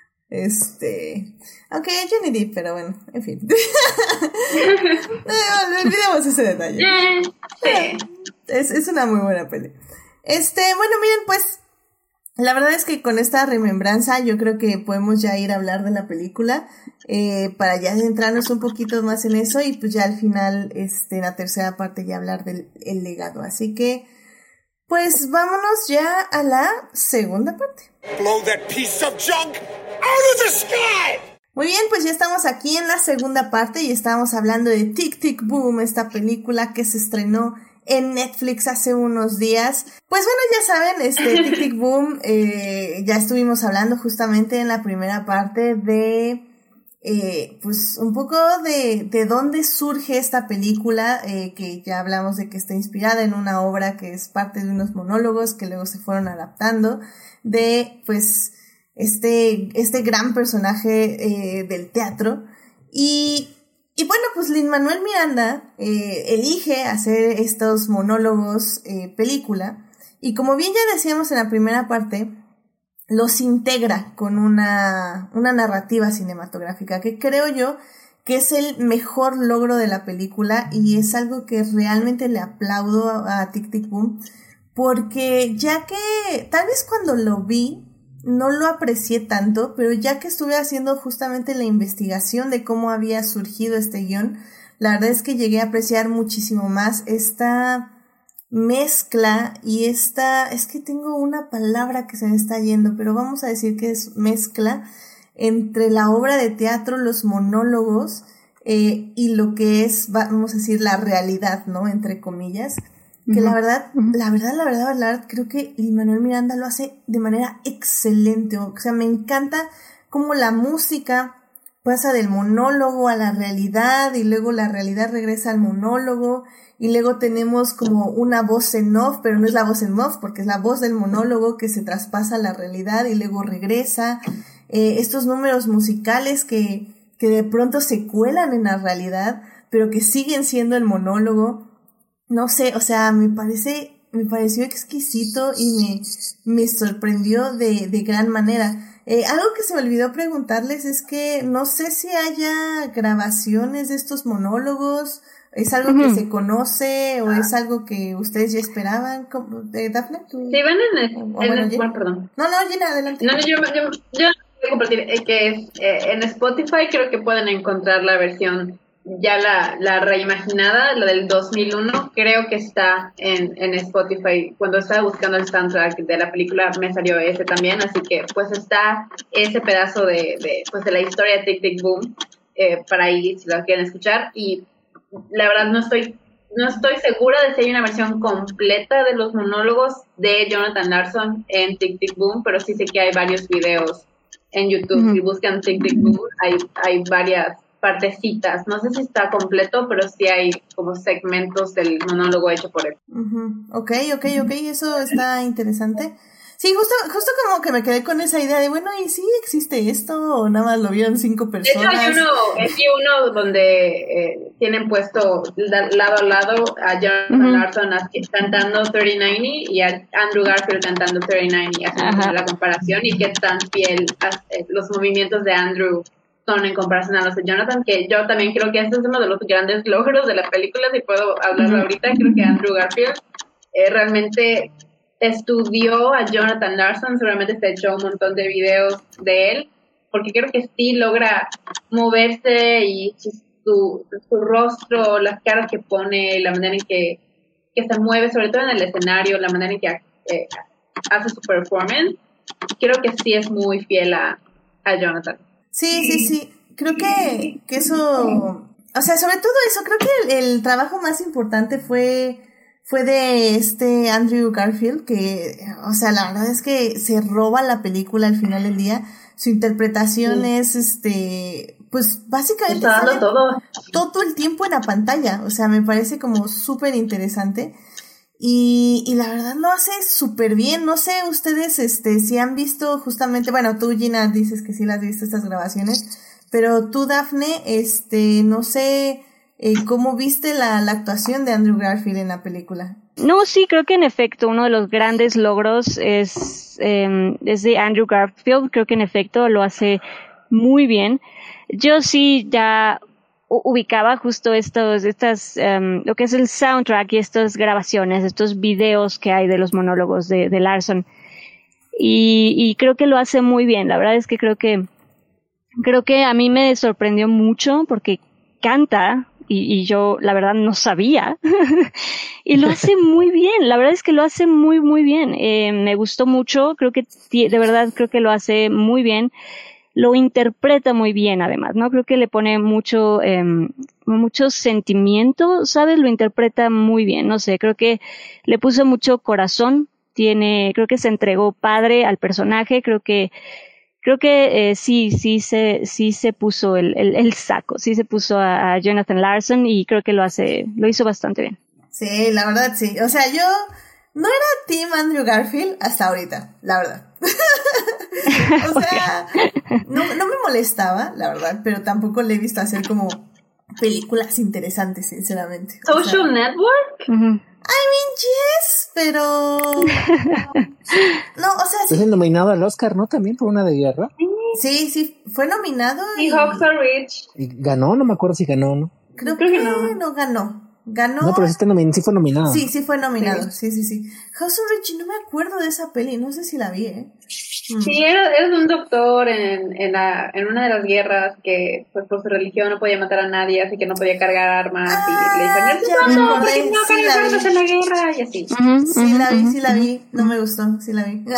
Aunque Johnny Depp, pero bueno, en fin. Olvidemos ese detalle. Es una muy buena peli. Bueno, miren, pues la verdad es que con esta remembranza yo creo que podemos ya ir a hablar de la película, para ya centrarnos un poquito más en eso, y pues ya al final, en la tercera parte ya hablar del legado. Así que, pues vámonos ya a la segunda parte. Blow that piece of junk out of the sky! Muy bien, pues ya estamos aquí en la segunda parte y estamos hablando de Tic Tic Boom, esta película que se estrenó en Netflix hace unos días. Pues bueno, ya saben, Tic Tic Boom, ya estuvimos hablando justamente en la primera parte de, pues un poco de dónde surge esta película, que ya hablamos de que está inspirada en una obra que es parte de unos monólogos que luego se fueron adaptando, de pues este gran personaje del teatro. Y bueno, pues Lin-Manuel Miranda elige hacer estos monólogos película, y como bien ya decíamos en la primera parte, los integra con una narrativa cinematográfica que creo yo que es el mejor logro de la película, y es algo que realmente le aplaudo a Tic Tic Boom, porque ya que tal vez cuando lo vi no lo aprecié tanto, pero ya que estuve haciendo justamente la investigación de cómo había surgido este guión, la verdad es que llegué a apreciar muchísimo más esta mezcla y es que tengo una palabra que se me está yendo, pero vamos a decir que es mezcla entre la obra de teatro, los monólogos, y lo que es, vamos a decir, la realidad, ¿no? Entre comillas. Que la verdad, creo que Lin-Manuel Miranda lo hace de manera excelente. O sea, me encanta cómo la música pasa del monólogo a la realidad, y luego la realidad regresa al monólogo, y luego tenemos como una voz en off, pero no es la voz en off, porque es la voz del monólogo que se traspasa a la realidad y luego regresa. Estos números musicales que de pronto se cuelan en la realidad, pero que siguen siendo el monólogo. No sé, o sea, me pareció exquisito y me sorprendió de gran manera. Algo que se me olvidó preguntarles es que no sé si haya grabaciones de estos monólogos. ¿Es algo que se conoce o es algo que ustedes ya esperaban? ¿Dafne? Sí, van bueno, perdón. No, Gina, adelante. No, yo voy a compartir que en Spotify creo que pueden encontrar la versión ya la reimaginada, la del 2001, creo que está en Spotify. Cuando estaba buscando el soundtrack de la película me salió ese también, así que pues está ese pedazo de la historia de Tic Tic Boom para ahí si lo quieren escuchar. Y la verdad no estoy segura de si hay una versión completa de los monólogos de Jonathan Larson en Tic Tic Boom, pero sí sé que hay varios videos en YouTube. Si buscan Tic Tic Boom, hay varias partecitas. No sé si está completo, pero sí hay como segmentos del monólogo hecho por él. Ok, eso está interesante. Sí, justo como que me quedé con esa idea de, bueno, ¿y sí existe esto o nada más lo vieron 5 personas? De hecho, hay uno donde tienen puesto lado a lado a Jonathan Larson cantando 3090 y a Andrew Garfield cantando 3090 y haciendo la comparación y qué tan fiel los movimientos de Andrew son en comparación a los de Jonathan, que yo también creo que este es uno de los grandes logros de la película, si puedo hablarlo ahorita. Creo que Andrew Garfield realmente estudió a Jonathan Larson, seguramente se echó un montón de videos de él, porque creo que sí logra moverse y su rostro, las caras que pone, la manera en que se mueve, sobre todo en el escenario, la manera en que hace su performance, creo que sí es muy fiel a Jonathan. Sí, creo que eso, o sea, sobre todo eso, creo que el trabajo más importante fue de Andrew Garfield, que, o sea, la verdad es que se roba la película al final del día. Su interpretación es, pues, básicamente está dando todo el tiempo en la pantalla. O sea, me parece como súper interesante. Y la verdad lo hace súper bien. No sé ustedes, si han visto justamente, bueno, tú, Gina, dices que sí las has visto estas grabaciones, pero tú, Dafne, no sé, ¿cómo viste la actuación de Andrew Garfield en la película? No, sí, creo que en efecto uno de los grandes logros es de Andrew Garfield. Creo que en efecto lo hace muy bien. Yo sí ya ubicaba justo lo que es el soundtrack y estas grabaciones, estos videos que hay de los monólogos de Larson. Y creo que lo hace muy bien. La verdad es que creo que a mí me sorprendió mucho porque canta y yo la verdad no sabía y lo hace muy bien. La verdad es que lo hace muy, muy bien. Me gustó mucho. De verdad creo que lo hace muy bien. Lo interpreta muy bien, además, ¿no? Creo que le pone mucho sentimiento, ¿sabes? Lo interpreta muy bien, no sé, creo que le puso mucho corazón, creo que se entregó padre al personaje, creo que sí se puso el saco, sí se puso a Jonathan Larson y creo que lo hizo bastante bien. Sí, la verdad sí, o sea, yo no era team Andrew Garfield hasta ahorita, la verdad. O sea, no me molestaba, la verdad, pero tampoco le he visto hacer como películas interesantes, sinceramente. Social Network? I mean, yes, pero no, o sea, sí. Es el nominado al Oscar, ¿no? También por una de guerra. Sí, fue nominado y Hawks Are Rich. Y ganó, no me acuerdo si ganó o no. Creo que no ganó. No, pero sí fue nominado. Sí fue nominado, sí. House of Rich, no me acuerdo de esa peli, no sé si la vi, Sí, era un doctor en una de las guerras que pues por su religión no podía matar a nadie, así que no podía cargar armas y le dijeron, no cargas armas en la guerra y así. Sí la vi, no me gustó, sí la vi. No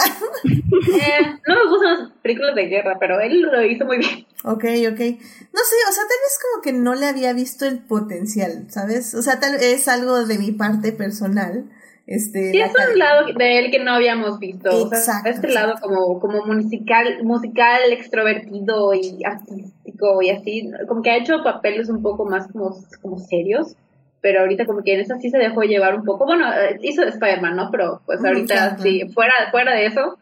me gustan las películas de guerra, pero él lo hizo muy bien. Ok. No sé, o sea, tal vez como que no le había visto el potencial, ¿sabes? O sea, tal vez es algo de mi parte personal. Sí, es un lado de él que no habíamos visto. Exacto, o sea, lado como musical extrovertido y artístico y así, como que ha hecho papeles un poco más como serios, pero ahorita como que en esa sí se dejó llevar un poco. Bueno, hizo de Spider-Man, ¿no? Pero pues ahorita sí, fuera de eso,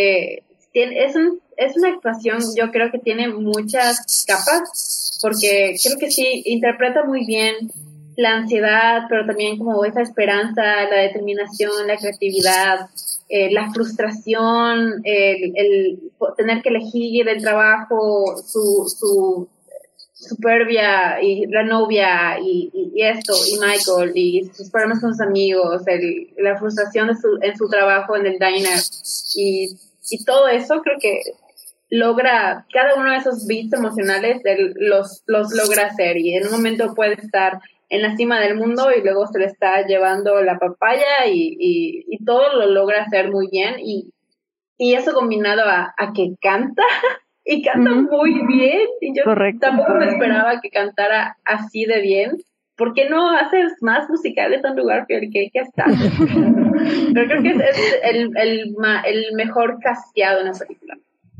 es una actuación, yo creo que tiene muchas capas, porque creo que sí interpreta muy bien la ansiedad, pero también como esa esperanza, la determinación, la creatividad, la frustración, el tener que elegir el trabajo, su superbia y la novia y esto, y Michael, y sus problemas con sus amigos, la frustración en su trabajo en el diner, y todo eso creo que logra, cada uno de esos beats emocionales, los logra hacer, y en un momento puede estar en la cima del mundo y luego se le está llevando la papaya y todo lo logra hacer muy bien, y eso combinado a que canta, y canta muy bien, y yo tampoco me esperaba que cantara así de bien. ¿Por qué no haces más musicales, Andrew Garfield? ¿Qué está? Pero creo que es el mejor casteado en la película.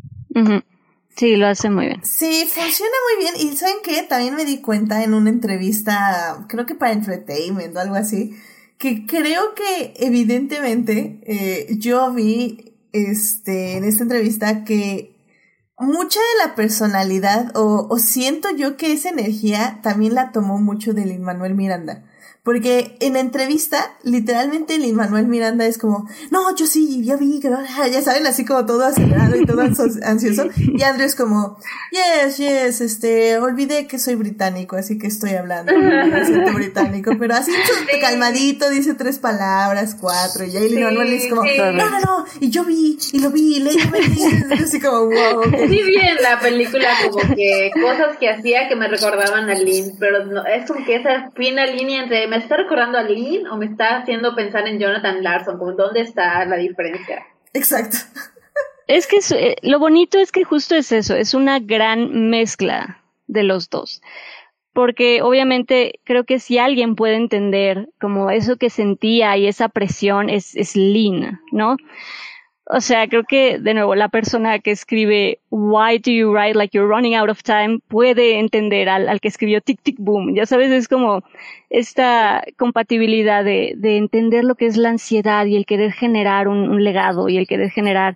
Sí, lo hace muy bien. Sí, funciona muy bien. Y ¿saben qué? También me di cuenta en una entrevista, creo que para Entertainment o algo así, que creo que evidentemente yo vi en esta entrevista que mucha de la personalidad o siento yo que esa energía también la tomó mucho de Lin-Manuel Miranda. Porque en la entrevista, literalmente Lin-Manuel Miranda es como, no, yo sí, ya vi, ya saben, así como todo acelerado y todo ansioso. Y Andrew es como, yes, olvidé que soy británico, así que estoy hablando con acento británico, pero así calmadito, dice 3 palabras, 4, y ahí Lin-Manuel es como, no, y yo vi, y lo vi, leí, así como, wow. Okay. Sí vi en la película como que cosas que hacía que me recordaban a Lin, pero no, es como que esa fina línea entre ¿me está recordando a Lin o me está haciendo pensar en Jonathan Larson? Como, ¿dónde está la diferencia? Exacto. Es que lo bonito es que justo es eso, es una gran mezcla de los dos. Porque obviamente creo que si alguien puede entender como eso que sentía y esa presión es Lin, ¿no? O sea, creo que, de nuevo, la persona que escribe Why do you write like you're running out of time puede entender al que escribió Tic Tic Boom. Ya sabes, es como esta compatibilidad de entender lo que es la ansiedad y el querer generar un legado y el querer generar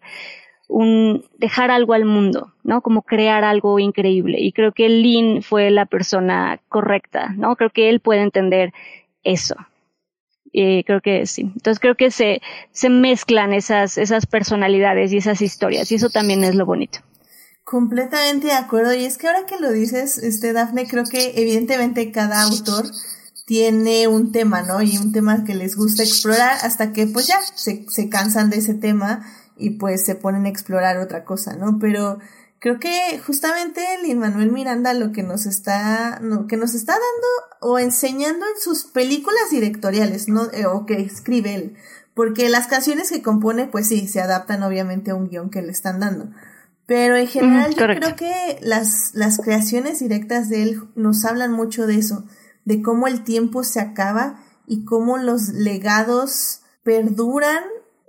dejar algo al mundo, ¿no? Como crear algo increíble. Y creo que Lin fue la persona correcta, ¿no? Creo que él puede entender eso. Creo que sí. Entonces creo que se mezclan esas personalidades y esas historias, y eso también es lo bonito. Completamente de acuerdo. Y es que ahora que lo dices, Dafne, creo que evidentemente cada autor tiene un tema, ¿no? Y un tema que les gusta explorar hasta que pues ya se cansan de ese tema y pues se ponen a explorar otra cosa, ¿no? Pero creo que justamente Lin-Manuel Miranda lo que nos está dando o enseñando en sus películas directoriales, ¿no? O que escribe él, porque las canciones que compone, pues sí, se adaptan obviamente a un guión que le están dando, pero en general yo creo que las creaciones directas de él nos hablan mucho de eso, de cómo el tiempo se acaba y cómo los legados perduran,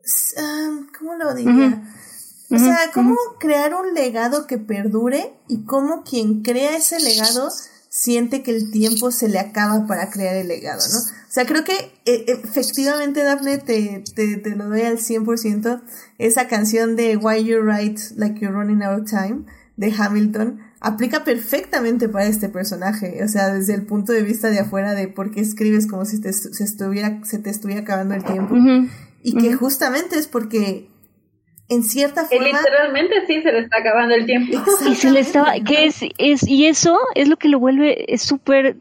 ¿cómo lo diría? O sea, cómo crear un legado que perdure y cómo quien crea ese legado siente que el tiempo se le acaba para crear el legado, ¿no? O sea, creo que efectivamente, Dafne, te lo doy al 100%. Esa canción de Why You Write Like You're Running Out of Time de Hamilton aplica perfectamente para este personaje. O sea, desde el punto de vista de afuera de por qué escribes como si se te estuviera acabando el tiempo. Y que justamente es porque en cierta forma literalmente sí se le está acabando el tiempo. Y se le estaba, y eso es lo que lo vuelve súper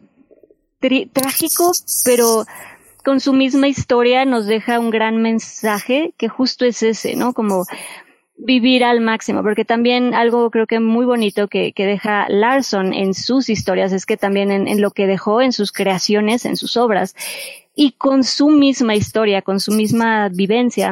trágico, pero con su misma historia nos deja un gran mensaje que justo es ese, ¿no? Como vivir al máximo, porque también algo creo que muy bonito que deja Larson en sus historias es que también en lo que dejó en sus creaciones, en sus obras, y con su misma historia, con su misma vivencia,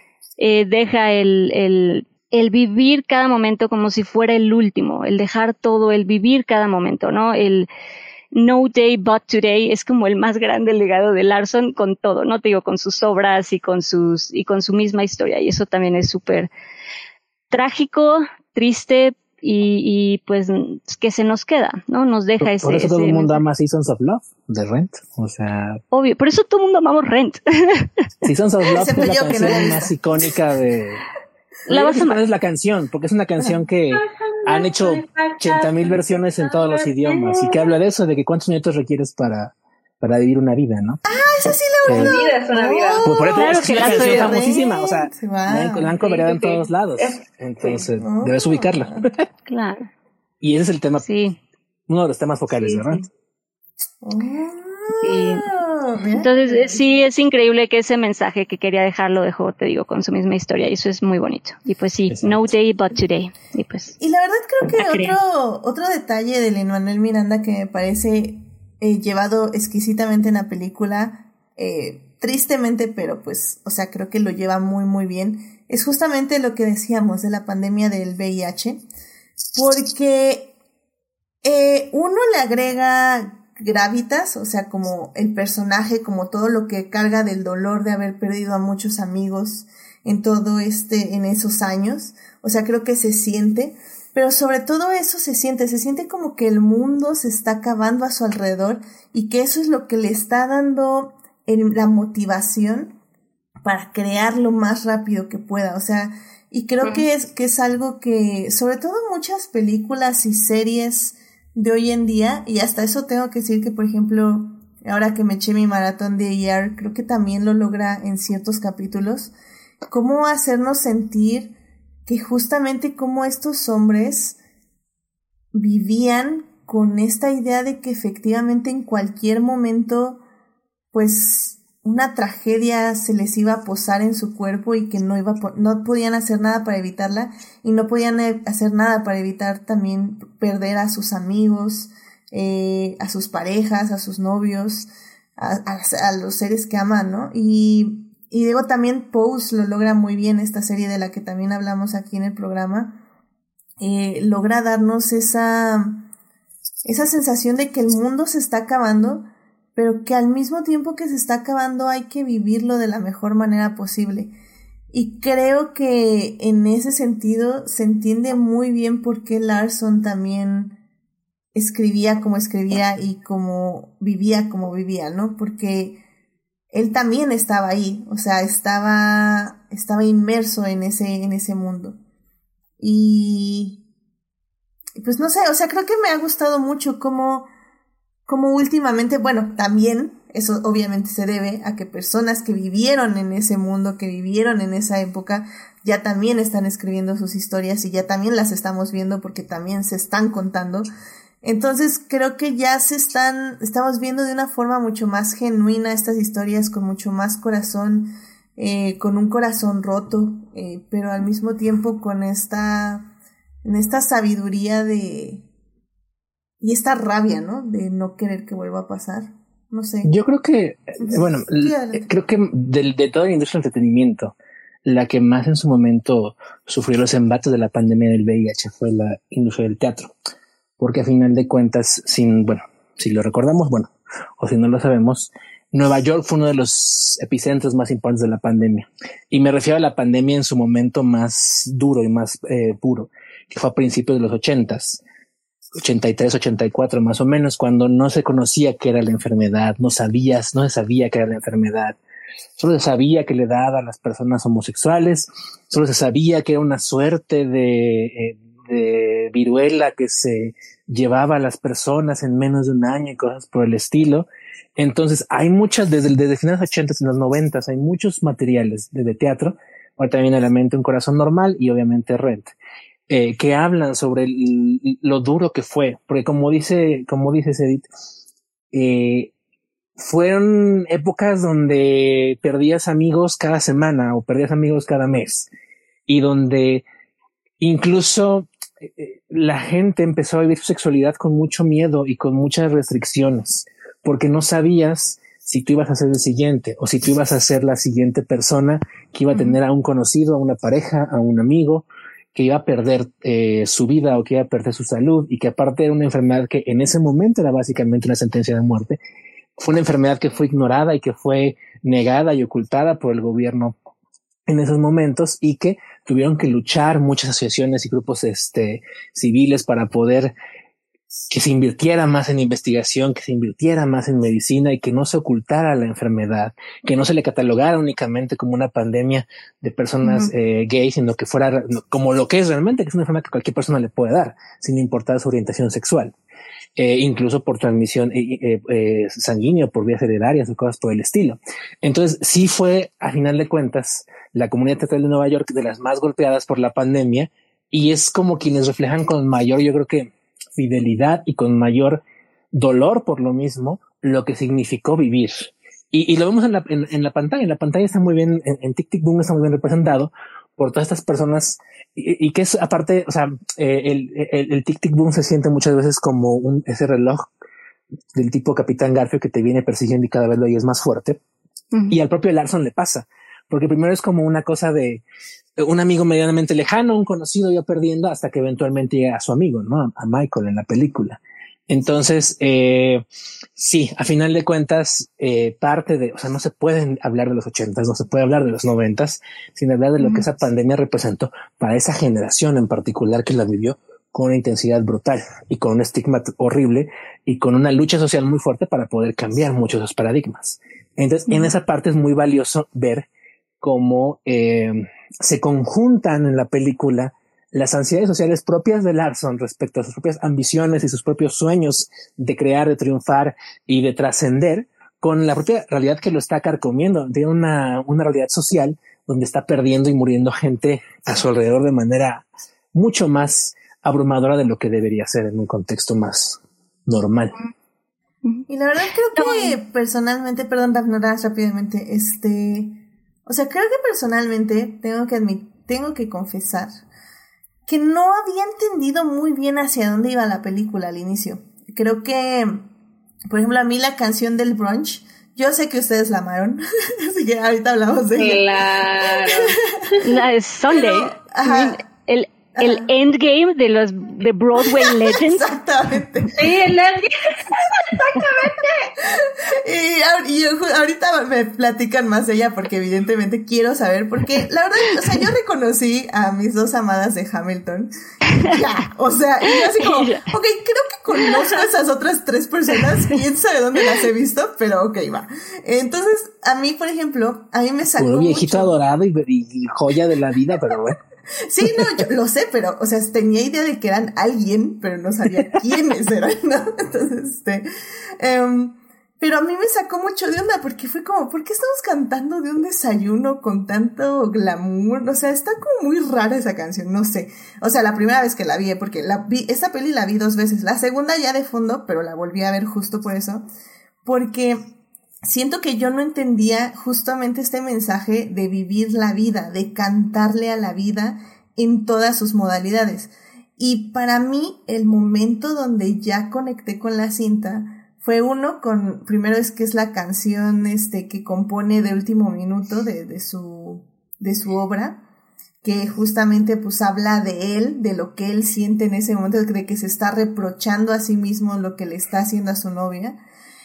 deja el vivir cada momento como si fuera el último, el dejar todo, el vivir cada momento, ¿no? El No Day But Today es como el más grande legado de Larson con todo, ¿no? Te digo, con sus obras y con su misma historia, y eso también es súper trágico, triste y pues que se nos queda, ¿no? Nos deja ese... Por eso todo el mundo ama Seasons of Love de Rent, o sea... Obvio, por eso todo el mundo amamos Rent. Seasons of Love es la canción más icónica de... La vas a amar. Es la canción, porque es una canción que han hecho 80,000 versiones en todos los idiomas y que habla de eso, de que cuántos minutos requieres para vivir una vida, ¿no? Esa sí la vida es una vida. Por eso claro es que una la canción soy. famosísima, o sea, la han coverado en todos lados, entonces debes ubicarla. Claro. Y ese es el tema, sí. uno de los temas focales, ¿verdad? Sí. mira. Entonces, sí, es increíble que ese mensaje que quería dejar lo dejó, te digo, con su misma historia, y eso es muy bonito. Y pues sí, exacto. No day but today. Y pues. Y la verdad creo que otro detalle de Lin-Manuel Miranda que me parece llevado exquisitamente en la película, tristemente, pero pues, o sea, creo que lo lleva muy, muy bien, es justamente lo que decíamos de la pandemia del VIH, porque uno le agrega gravitas, o sea, como el personaje, como todo lo que carga del dolor de haber perdido a muchos amigos en en esos años, o sea, creo que se siente, pero sobre todo eso se siente como que el mundo se está acabando a su alrededor y que eso es lo que le está dando la motivación para crear lo más rápido que pueda, o sea, y creo que es algo que, sobre todo muchas películas y series de hoy en día, y hasta eso tengo que decir que, por ejemplo, ahora que me eché mi maratón de ER, creo que también lo logra en ciertos capítulos, cómo hacernos sentir que justamente como estos hombres vivían con esta idea de que efectivamente en cualquier momento, pues, una tragedia se les iba a posar en su cuerpo y que no podían hacer nada para evitarla y no podían hacer nada para evitar también perder a sus amigos, a sus parejas, a sus novios, a los seres que aman, ¿no? Y digo, también Pose lo logra muy bien, esta serie de la que también hablamos aquí en el programa, logra darnos esa sensación de que el mundo se está acabando, pero que al mismo tiempo que se está acabando hay que vivirlo de la mejor manera posible. Y creo que en ese sentido se entiende muy bien por qué Larson también escribía como escribía y como vivía, ¿no? Porque él también estaba ahí, o sea, estaba inmerso en ese mundo. Y pues no sé, o sea, creo que me ha gustado mucho como últimamente, bueno, también eso obviamente se debe a que personas que vivieron en ese mundo, que vivieron en esa época, ya también están escribiendo sus historias y ya también las estamos viendo porque también se están contando. Entonces creo que ya estamos viendo de una forma mucho más genuina estas historias, con mucho más corazón, con un corazón roto, pero al mismo tiempo con esta sabiduría y esta rabia, ¿no? De no querer que vuelva a pasar. No sé. Yo creo que, bueno, creo que de toda la industria del entretenimiento, la que más en su momento sufrió los embates de la pandemia del VIH fue la industria del teatro. Porque a final de cuentas, si lo recordamos, o si no lo sabemos, Nueva York fue uno de los epicentros más importantes de la pandemia. Y me refiero a la pandemia en su momento más duro y más puro, que fue a principios de los 80s. 83, 84 más o menos, cuando no se conocía qué era la enfermedad, no se sabía qué era la enfermedad, solo se sabía que le daba a las personas homosexuales, solo se sabía que era una suerte de viruela que se llevaba a las personas en menos de un año y cosas por el estilo. Entonces hay muchas, desde finales 80 y los 90 hay muchos materiales de teatro, ahora también a la mente Un Corazón Normal y obviamente Rent, que hablan sobre lo duro que fue, porque como dice Edith, fueron épocas donde perdías amigos cada semana o perdías amigos cada mes y donde incluso la gente empezó a vivir su sexualidad con mucho miedo y con muchas restricciones, porque no sabías si tú ibas a ser el siguiente o si tú ibas a ser la siguiente persona que iba a tener a un conocido, a una pareja, a un amigo, que iba a perder su vida o que iba a perder su salud, y que aparte era una enfermedad que en ese momento era básicamente una sentencia de muerte. Fue una enfermedad que fue ignorada y que fue negada y ocultada por el gobierno en esos momentos, y que tuvieron que luchar muchas asociaciones y grupos civiles para poder que se invirtiera más en investigación, que se invirtiera más en medicina y que no se ocultara la enfermedad, que no se le catalogara únicamente como una pandemia de personas gays, sino que fuera como lo que es realmente, que es una enfermedad que cualquier persona le puede dar, sin importar su orientación sexual, incluso por transmisión sanguínea, por vías heredarias o cosas por el estilo. Entonces sí fue, a final de cuentas, la comunidad teatral de Nueva York de las más golpeadas por la pandemia, y es como quienes reflejan con mayor, yo creo que, fidelidad y con mayor dolor por lo mismo, lo que significó vivir Y lo vemos en la pantalla. En la pantalla está muy bien, en Tic Tic Boom está muy bien representado por todas estas personas y que es aparte, o sea, el Tic Tic Boom se siente muchas veces como ese reloj del tipo Capitán Garfio que te viene persiguiendo y cada vez lo oyes más fuerte. Y al propio Larson le pasa, porque primero es como una cosa de un amigo medianamente lejano, un conocido ya perdiendo, hasta que eventualmente llega a su amigo, ¿no? A Michael en la película. Entonces, sí, a final de cuentas, parte de, o sea, no se pueden hablar de los 80s, no se puede hablar de los 90s, sin hablar de lo que esa pandemia representó para esa generación en particular que la vivió con una intensidad brutal y con un estigma horrible y con una lucha social muy fuerte para poder cambiar muchos de esos paradigmas. Entonces, en esa parte es muy valioso ver cómo se conjuntan en la película las ansiedades sociales propias de Larson respecto a sus propias ambiciones y sus propios sueños de crear, de triunfar y de trascender con la propia realidad que lo está carcomiendo. Tiene una realidad social donde está perdiendo y muriendo gente a su alrededor de manera mucho más abrumadora de lo que debería ser en un contexto más normal. Y la verdad creo que personalmente, perdón, Ragnar, rápidamente, o sea, creo que personalmente tengo que confesar que no había entendido muy bien hacia dónde iba la película al inicio. Creo que, por ejemplo, a mí la canción del brunch, yo sé que ustedes la amaron, así que ahorita hablamos de ella. Claro. La de Sunday. Pero, ajá. El endgame de Broadway Legends. Exactamente. Sí, el endgame. Exactamente. Y ahorita me platican más de ella porque evidentemente quiero saber, porque la verdad, o sea, yo reconocí a mis dos amadas de Hamilton. Ya, o sea, y yo así como, ok, creo que conozco a esas otras tres personas, quién sabe dónde las he visto, pero ok, va. Entonces, a mí, por ejemplo, a mí me sacó un viejito mucho adorado y joya de la vida, pero bueno. Sí, no, yo lo sé, pero, o sea, tenía idea de que eran alguien, pero no sabía quiénes eran, ¿no? Entonces, pero a mí me sacó mucho de onda, porque fue como, ¿por qué estamos cantando de un desayuno con tanto glamour? O sea, está como muy rara esa canción, no sé. O sea, la primera vez que la vi, porque esta peli la vi 2 veces, la segunda ya de fondo, pero la volví a ver justo por eso, porque siento que yo no entendía justamente este mensaje de vivir la vida, de cantarle a la vida en todas sus modalidades. Y para mí, el momento donde ya conecté con la cinta fue primero es que es la canción que compone de último minuto de su obra, que justamente pues habla de él, de lo que él siente en ese momento, de que se está reprochando a sí mismo lo que le está haciendo a su novia.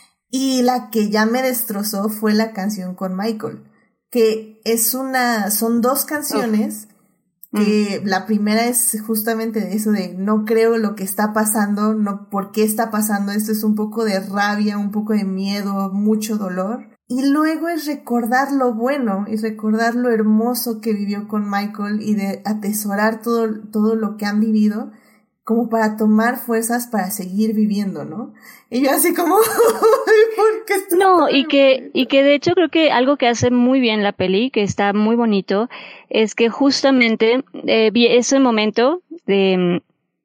Y la que ya me destrozó fue la canción con Michael, que son 2 canciones, que la primera es justamente de eso de no creo lo que está pasando, no por qué está pasando, esto es un poco de rabia, un poco de miedo, mucho dolor. Y luego es recordar lo bueno y recordar lo hermoso que vivió con Michael y de atesorar todo lo que han vivido, como para tomar fuerzas para seguir viviendo, ¿no? Y yo así como, ¿por qué? No, y que de hecho creo que algo que hace muy bien la peli, que está muy bonito, es que justamente ese momento de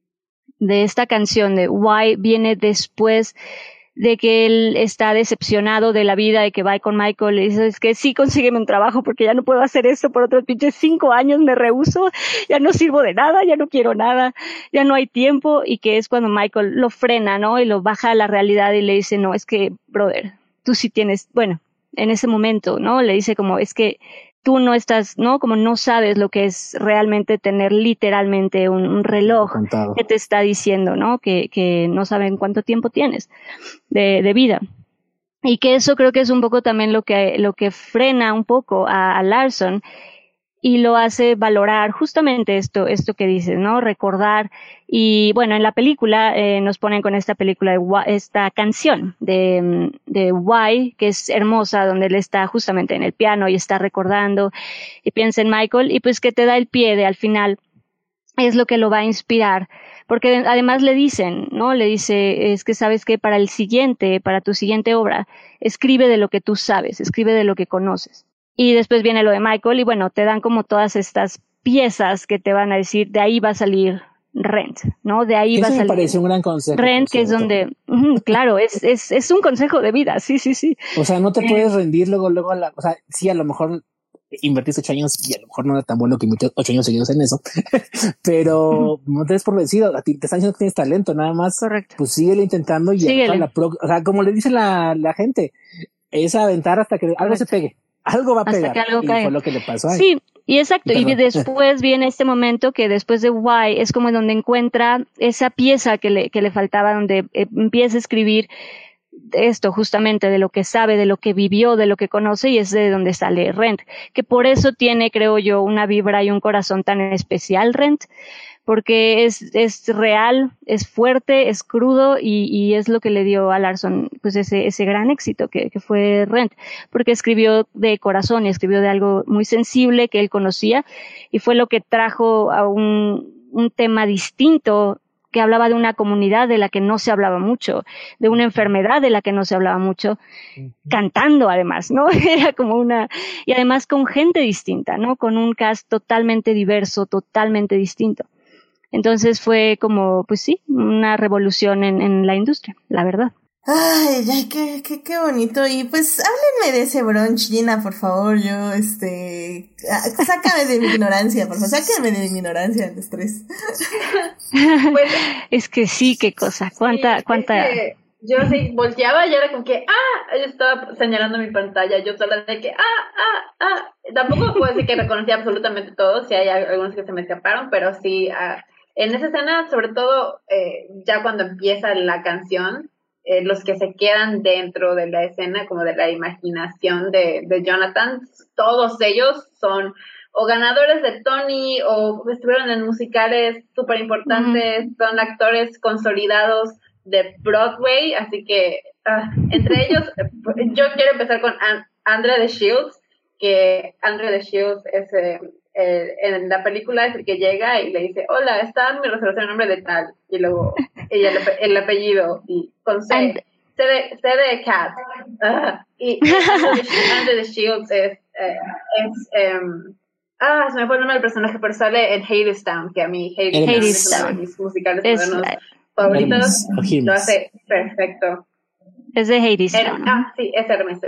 esta canción de Why viene después de que él está decepcionado de la vida, de que va con Michael y dice, es que sí, consígueme un trabajo porque ya no puedo hacer esto por otros pinches 5 años, me rehúso, ya no sirvo de nada, ya no quiero nada, ya no hay tiempo, y que es cuando Michael lo frena, ¿no? Y lo baja a la realidad y le dice, no, es que, brother, tú sí tienes, bueno, en ese momento, ¿no? Le dice como, es que tú no estás, ¿no? Como no sabes lo que es realmente tener literalmente un reloj que te está diciendo, ¿no? Que no saben cuánto tiempo tienes de vida. Y que eso creo que es un poco también lo que frena un poco a Larson y lo hace valorar justamente esto que dices, ¿no? Recordar. Y bueno, en la película nos ponen con esta película esta canción de Why, que es hermosa, donde él está justamente en el piano y está recordando y piensa en Michael, y pues que te da el pie de al final es lo que lo va a inspirar, porque además le dicen, ¿no? Le dice, es que sabes que para tu siguiente obra, escribe de lo que tú sabes, escribe de lo que conoces. Y después viene lo de Michael y bueno, te dan como todas estas piezas que te van a decir, de ahí va a salir Rent, ¿no? De ahí Eso va a me salir pareció un gran consejo. Rent, que es donde, claro, es un consejo de vida, sí. O sea, no te puedes rendir luego o sea, sí, a lo mejor invertiste 8 años y a lo mejor no era tan bueno que invirtió 8 años seguidos en eso, pero no te des por vencido, a ti te están diciendo que tienes talento, nada más. Correcto. Pues síguele intentando y o sea, como le dice la gente, es aventar hasta que algo se pegue, algo va a hasta pegar. Que algo y caiga. fue lo que le pasó a él. Sí, y exacto, Perdón. y después viene este momento que después de Why es como donde encuentra esa pieza que le faltaba, donde empieza a escribir esto justamente de lo que sabe, de lo que vivió, de lo que conoce, y es de donde sale Rent, que por eso tiene, creo yo, una vibra y un corazón tan especial Rent, porque es real, es fuerte, es crudo y es lo que le dio a Larson pues ese gran éxito que fue Rent, porque escribió de corazón y escribió de algo muy sensible que él conocía y fue lo que trajo a un tema distinto que hablaba de una comunidad de la que no se hablaba mucho, de una enfermedad de la que no se hablaba mucho, cantando además, ¿no? Era como y además con gente distinta, ¿no? Con un cast totalmente diverso, totalmente distinto. Entonces fue como, pues sí, una revolución en la industria, la verdad. Ay, qué bonito. Y pues háblenme de ese brunch, Gina, por favor. Yo, sácame de mi ignorancia, por favor. Sáquenme de mi ignorancia del estrés. Pues, es que sí, qué cosa. ¿Cuánta? Es que yo así volteaba y era como que, yo estaba señalando mi pantalla, yo sola de que, Tampoco puedo decir que reconocí absolutamente todo, si hay algunos que se me escaparon, pero sí, en esa escena, sobre todo, ya cuando empieza la canción, los que se quedan dentro de la escena, como de la imaginación de Jonathan, todos ellos son o ganadores de Tony o estuvieron en musicales súper importantes, son actores consolidados de Broadway, así que entre ellos, yo quiero empezar con Andre the Shields, que Andre the Shields es en la película es el que llega y le dice, hola, está en mi reservación el nombre de tal, y luego ella el apellido y con C de Cat, y Andre the Shields se me fue el nombre del personaje, pero sale en Hadestown, que a mí Hadestown es uno de mis musicales modernos favoritos, lo hace perfecto. Es de Hadestown. Sí, es Hermes.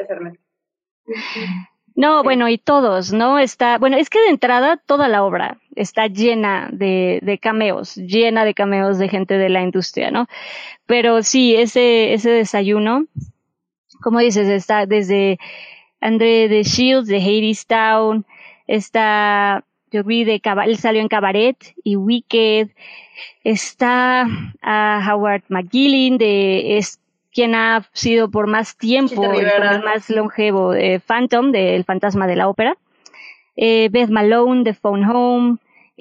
No, bueno, y todos, ¿no? Es que de entrada toda la obra está llena de cameos, llena de cameos de gente de la industria, ¿no? Pero sí, ese desayuno, como dices, está desde Andre the Shields, de Hadestown, yo vi él salió en Cabaret y Wicked, está Howard McGillin, es quien ha sido por más tiempo el más longevo, Phantom, del Fantasma de la Ópera, Beth Malone, de Phone Home,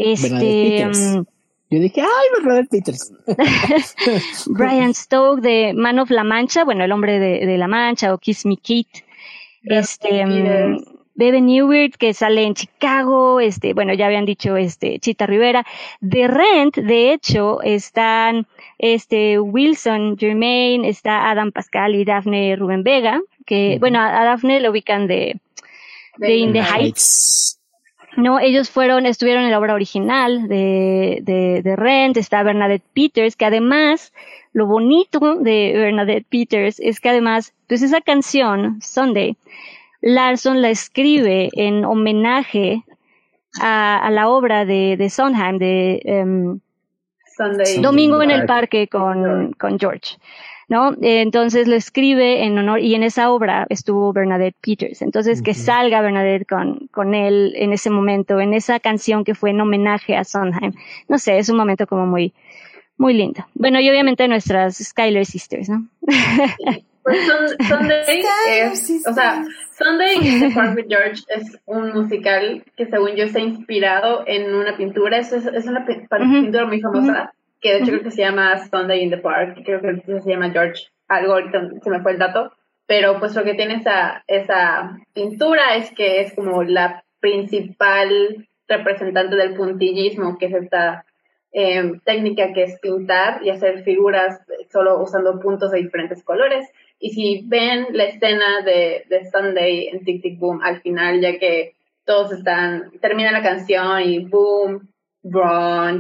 yo dije, Bernadette Peters. Brian Stoke, de Man of La Mancha, bueno, El Hombre de La Mancha, o Kiss Me Kate, Bebe Neuwirth, que sale en Chicago, bueno, ya habían dicho, Chita Rivera. De Rent, de hecho, están, Wilson Germain, está Adam Pascal y Daphne Rubén Vega, que, bueno, a Daphne lo ubican de In the Heights. No, ellos estuvieron en la obra original de Rent. Está Bernadette Peters, que además, lo bonito de Bernadette Peters es que además, pues esa canción, Sunday, Larson la escribe en homenaje a la obra de Sondheim, de Domingo en el Parque con George, ¿no? Entonces lo escribe en honor, y en esa obra estuvo Bernadette Peters. Entonces que salga Bernadette con él en ese momento, en esa canción que fue en homenaje a Sondheim. No sé, es un momento como muy, muy lindo. Bueno, y obviamente nuestras Schuyler Sisters, ¿no? Pues Sunday Sunday in the Park with George es un musical que según yo está inspirado en una pintura. Es una pintura muy famosa que de hecho creo que se llama Sunday in the Park, creo que se llama George, algo ahorita se me fue el dato, pero pues lo que tiene esa pintura es que es como la principal representante del puntillismo, que es esta técnica que es pintar y hacer figuras solo usando puntos de diferentes colores. Y si ven la escena de Sunday en Tic Tic Boom al final, ya que todos termina la canción y boom, brunch,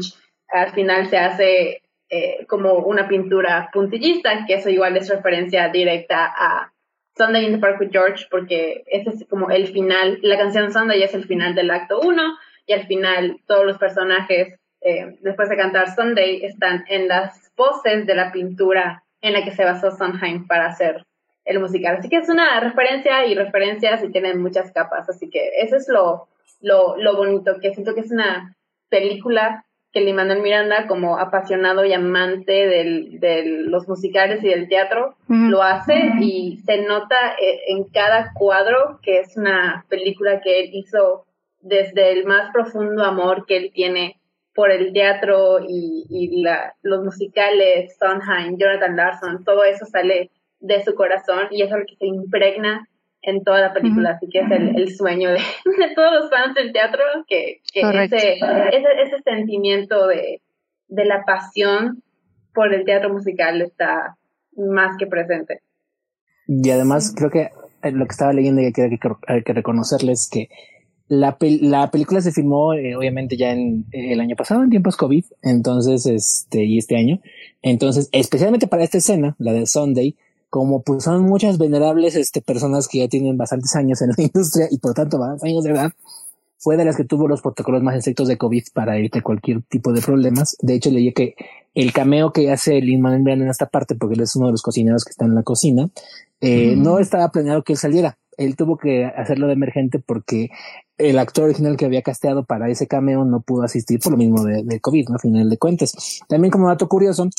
al final se hace como una pintura puntillista, que eso igual es referencia directa a Sunday in the Park with George, porque ese es como el final, la canción Sunday es el final del acto 1, y al final todos los personajes, después de cantar Sunday, están en las poses de la pintura en la que se basó Sondheim para hacer el musical. Así que es una referencia y referencias y tienen muchas capas, así que eso es lo bonito, que siento que es una película que Lin-Manuel Miranda, como apasionado y amante de los musicales y del teatro, lo hace, y se nota en cada cuadro que es una película que él hizo desde el más profundo amor que él tiene por el teatro y los musicales, Sondheim, Jonathan Larson, todo eso sale de su corazón y es algo que se impregna en toda la película, así que es el sueño de todos los fans del teatro, que ese sentimiento de la pasión por el teatro musical está más que presente. Y además creo que lo que estaba leyendo y hay que reconocerles que la película se filmó obviamente ya en el año pasado, en tiempos COVID, entonces y este año, entonces especialmente para esta escena, la de Sunday, como pues son muchas venerables personas que ya tienen bastantes años en la industria y por tanto bastantes años de edad, fue de las que tuvo los protocolos más estrictos de COVID para evitar cualquier tipo de problemas. De hecho, leí que el cameo que hace Lin-Manuel Miranda en esta parte, porque él es uno de los cocineros que está en la cocina, no estaba planeado que él saliera. Él tuvo que hacerlo de emergente porque el actor original que había casteado para ese cameo no pudo asistir por lo mismo de COVID, ¿no? A final de cuentas. También como dato curioso,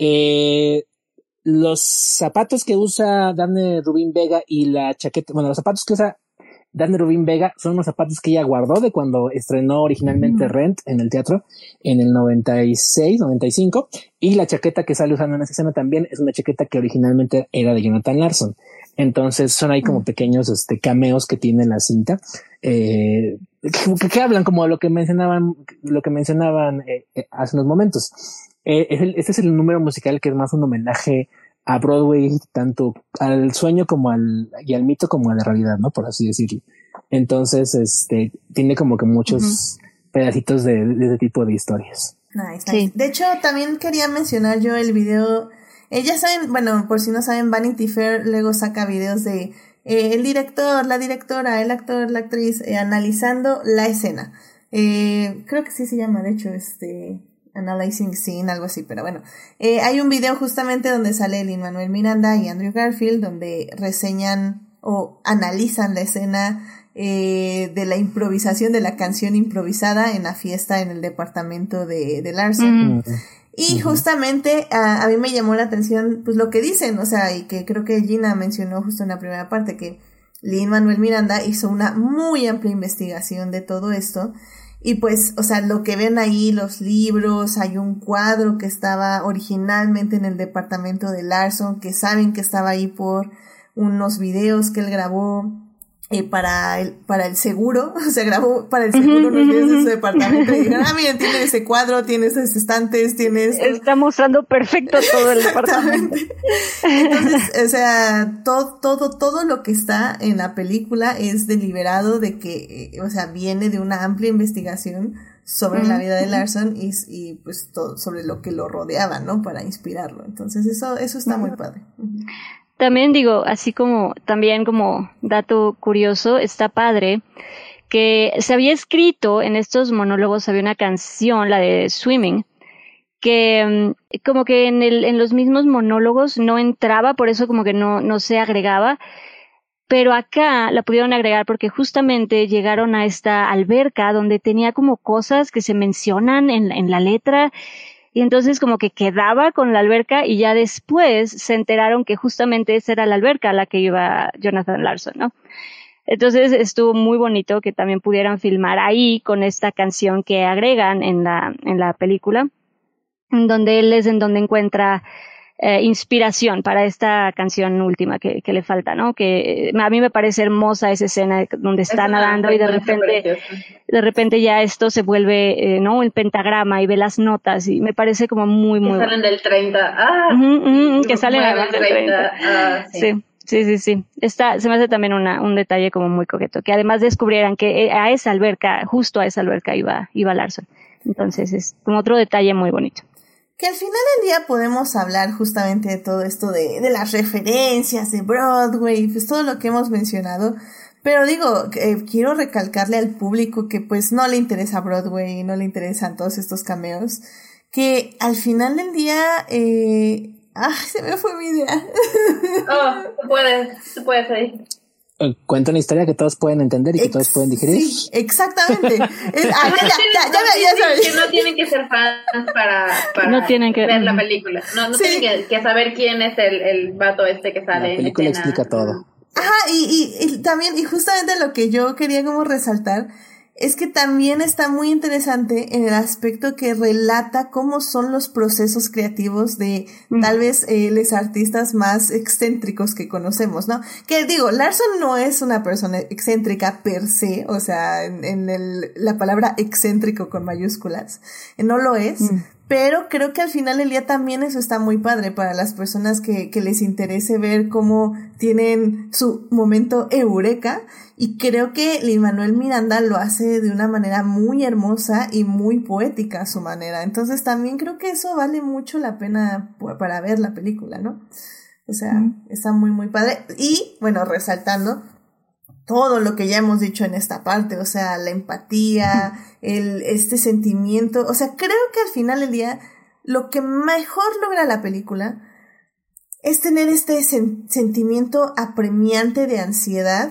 los zapatos que usa Daphne Rubin Vega y la chaqueta, bueno, los zapatos que usa Daphne Rubin Vega son unos zapatos que ella guardó de cuando estrenó originalmente Rent en el teatro en el 96, 95, y la chaqueta que sale usando en esa escena también es una chaqueta que originalmente era de Jonathan Larson. Entonces son ahí como pequeños cameos que tiene la cinta, que hablan como lo que mencionaban hace unos momentos. Este es el número musical que es más un homenaje a Broadway, tanto al sueño como al mito como a la realidad, ¿no? Por así decirlo. Entonces, tiene como que muchos pedacitos de ese tipo de historias. Nice. Sí. De hecho, también quería mencionar yo el video. Ya saben, bueno, por si no saben, Vanity Fair luego saca videos de el director, la directora, el actor, la actriz, analizando la escena. Creo que sí se llama, de hecho, Analyzing Scene, algo así, pero bueno. Hay un video justamente donde sale Lin-Manuel Miranda y Andrew Garfield, donde reseñan o analizan la escena de la improvisación de la canción improvisada en la fiesta en el departamento de Larson. Y justamente a mí me llamó la atención pues lo que dicen, o sea, y que creo que Gina mencionó justo en la primera parte, que Lin-Manuel Miranda hizo una muy amplia investigación de todo esto. Y pues, o sea, lo que ven ahí, los libros, hay un cuadro que estaba originalmente en el departamento de Larson, que saben que estaba ahí por unos videos que él grabó para el seguro, o sea, grabó para el seguro unos videos de su departamento y dijeron, miren, tiene ese cuadro, tiene esos estantes, tiene esto. Está mostrando perfecto todo el departamento. Entonces, o sea, todo lo que está en la película es deliberado de que, o sea, viene de una amplia investigación sobre la vida de Larson y pues todo sobre lo que lo rodeaba, ¿no? Para inspirarlo. Entonces, eso está muy padre. También digo, así como, también como dato curioso, está padre que se había escrito en estos monólogos, había una canción, la de Swimming, que como que en los mismos monólogos no entraba, por eso como que no se agregaba, pero acá la pudieron agregar porque justamente llegaron a esta alberca donde tenía como cosas que se mencionan en la letra. Y entonces como que quedaba con la alberca y ya después se enteraron que justamente esa era la alberca a la que iba Jonathan Larson, ¿no? Entonces estuvo muy bonito que también pudieran filmar ahí con esta canción que agregan en la película, donde él es en donde encuentra inspiración para esta canción última que le falta, ¿no? Que a mí me parece hermosa esa escena donde está nadando y de repente ya esto se vuelve, ¿no? El pentagrama y ve las notas y me parece como muy, muy... Que salen del 30. Que salen además del 30. Sí. Sí. Se me hace también un detalle como muy coqueto, que además descubrieran que a esa alberca, justo a esa alberca iba Larson. Entonces es como otro detalle muy bonito. Que al final del día podemos hablar justamente de todo esto de las referencias de Broadway, pues todo lo que hemos mencionado. Pero digo, quiero recalcarle al público que pues no le interesa Broadway, no le interesan todos estos cameos, que al final del día, se me fue mi idea. Tú puedes ahí. Cuenta una historia que todos pueden entender y que todos pueden digerir. Sí, exactamente. Ya sabes. Que no tienen que ser fans para no tienen que ver la película. No tienen que saber quién es el vato que sale. La película explica todo. Ajá, y también, y justamente lo que yo quería como resaltar es que también está muy interesante en el aspecto que relata cómo son los procesos creativos de tal vez los artistas más excéntricos que conocemos, ¿no? Que digo, Larson no es una persona excéntrica per se, o sea, la palabra excéntrico con mayúsculas, no lo es. Pero creo que al final del día también eso está muy padre para las personas que les interese ver cómo tienen su momento eureka. Y creo que Lin-Manuel Miranda lo hace de una manera muy hermosa y muy poética a su manera. Entonces también creo que eso vale mucho la pena para ver la película, ¿no? O sea, está muy, muy padre. Y, bueno, resaltando todo lo que ya hemos dicho en esta parte, o sea, la empatía, este sentimiento, o sea, creo que al final del día lo que mejor logra la película es tener este sentimiento apremiante de ansiedad,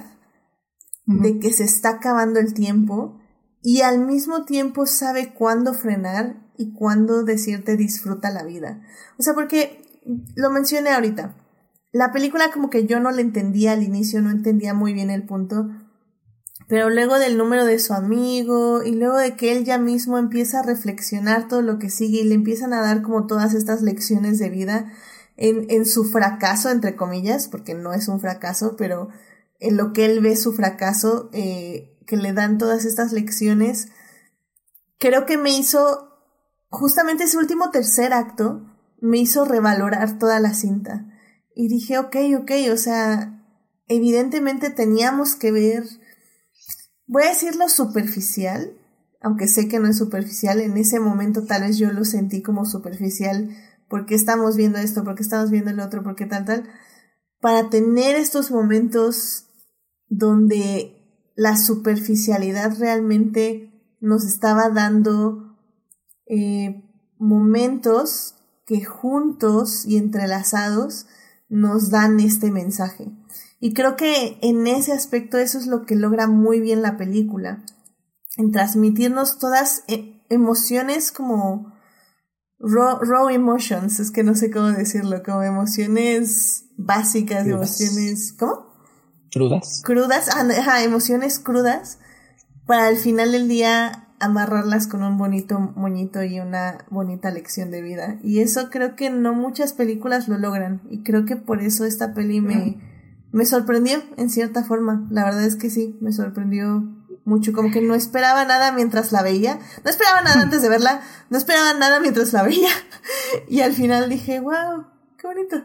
de que se está acabando el tiempo y al mismo tiempo sabe cuándo frenar y cuándo decirte disfruta la vida. O sea, porque lo mencioné ahorita, la película como que yo no la entendía al inicio, no entendía muy bien el punto, pero luego del número de su amigo y luego de que él ya mismo empieza a reflexionar todo lo que sigue y le empiezan a dar como todas estas lecciones de vida en su fracaso, entre comillas, porque no es un fracaso, pero en lo que él ve su fracaso, que le dan todas estas lecciones, creo que me hizo, justamente ese último tercer acto, me hizo revalorar toda la cinta. Y dije, ok, o sea, evidentemente teníamos que ver, voy a decirlo superficial, aunque sé que no es superficial, en ese momento tal vez yo lo sentí como superficial, porque estamos viendo esto, porque estamos viendo el otro, porque tal, para tener estos momentos donde la superficialidad realmente nos estaba dando momentos que juntos y entrelazados nos dan este mensaje. Y creo que en ese aspecto eso es lo que logra muy bien la película, en transmitirnos todas emociones como raw emotions, es que no sé cómo decirlo, como emociones básicas, emociones, ¿cómo? Crudas, emociones crudas, para al final del día amarrarlas con un bonito moñito y una bonita lección de vida. Y eso creo que no muchas películas lo logran, y creo que por eso esta peli me sorprendió en cierta forma. La verdad es que sí, me sorprendió mucho, como que no esperaba nada mientras la veía, no esperaba nada antes de verla, no esperaba nada mientras la veía, y al final dije, wow, qué bonito.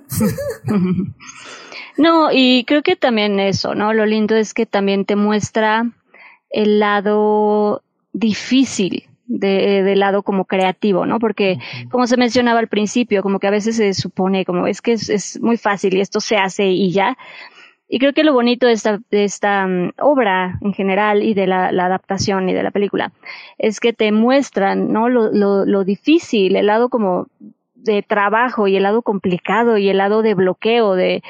No, y creo que también eso, ¿no? Lo lindo es que también te muestra el lado difícil del lado como creativo, ¿no? Porque, como se mencionaba al principio, como que a veces se supone como es que es muy fácil y esto se hace y ya. Y creo que lo bonito de esta obra en general y de la adaptación y de la película es que te muestran, ¿no? Lo difícil, el lado como de trabajo y el lado complicado y el lado de bloqueo de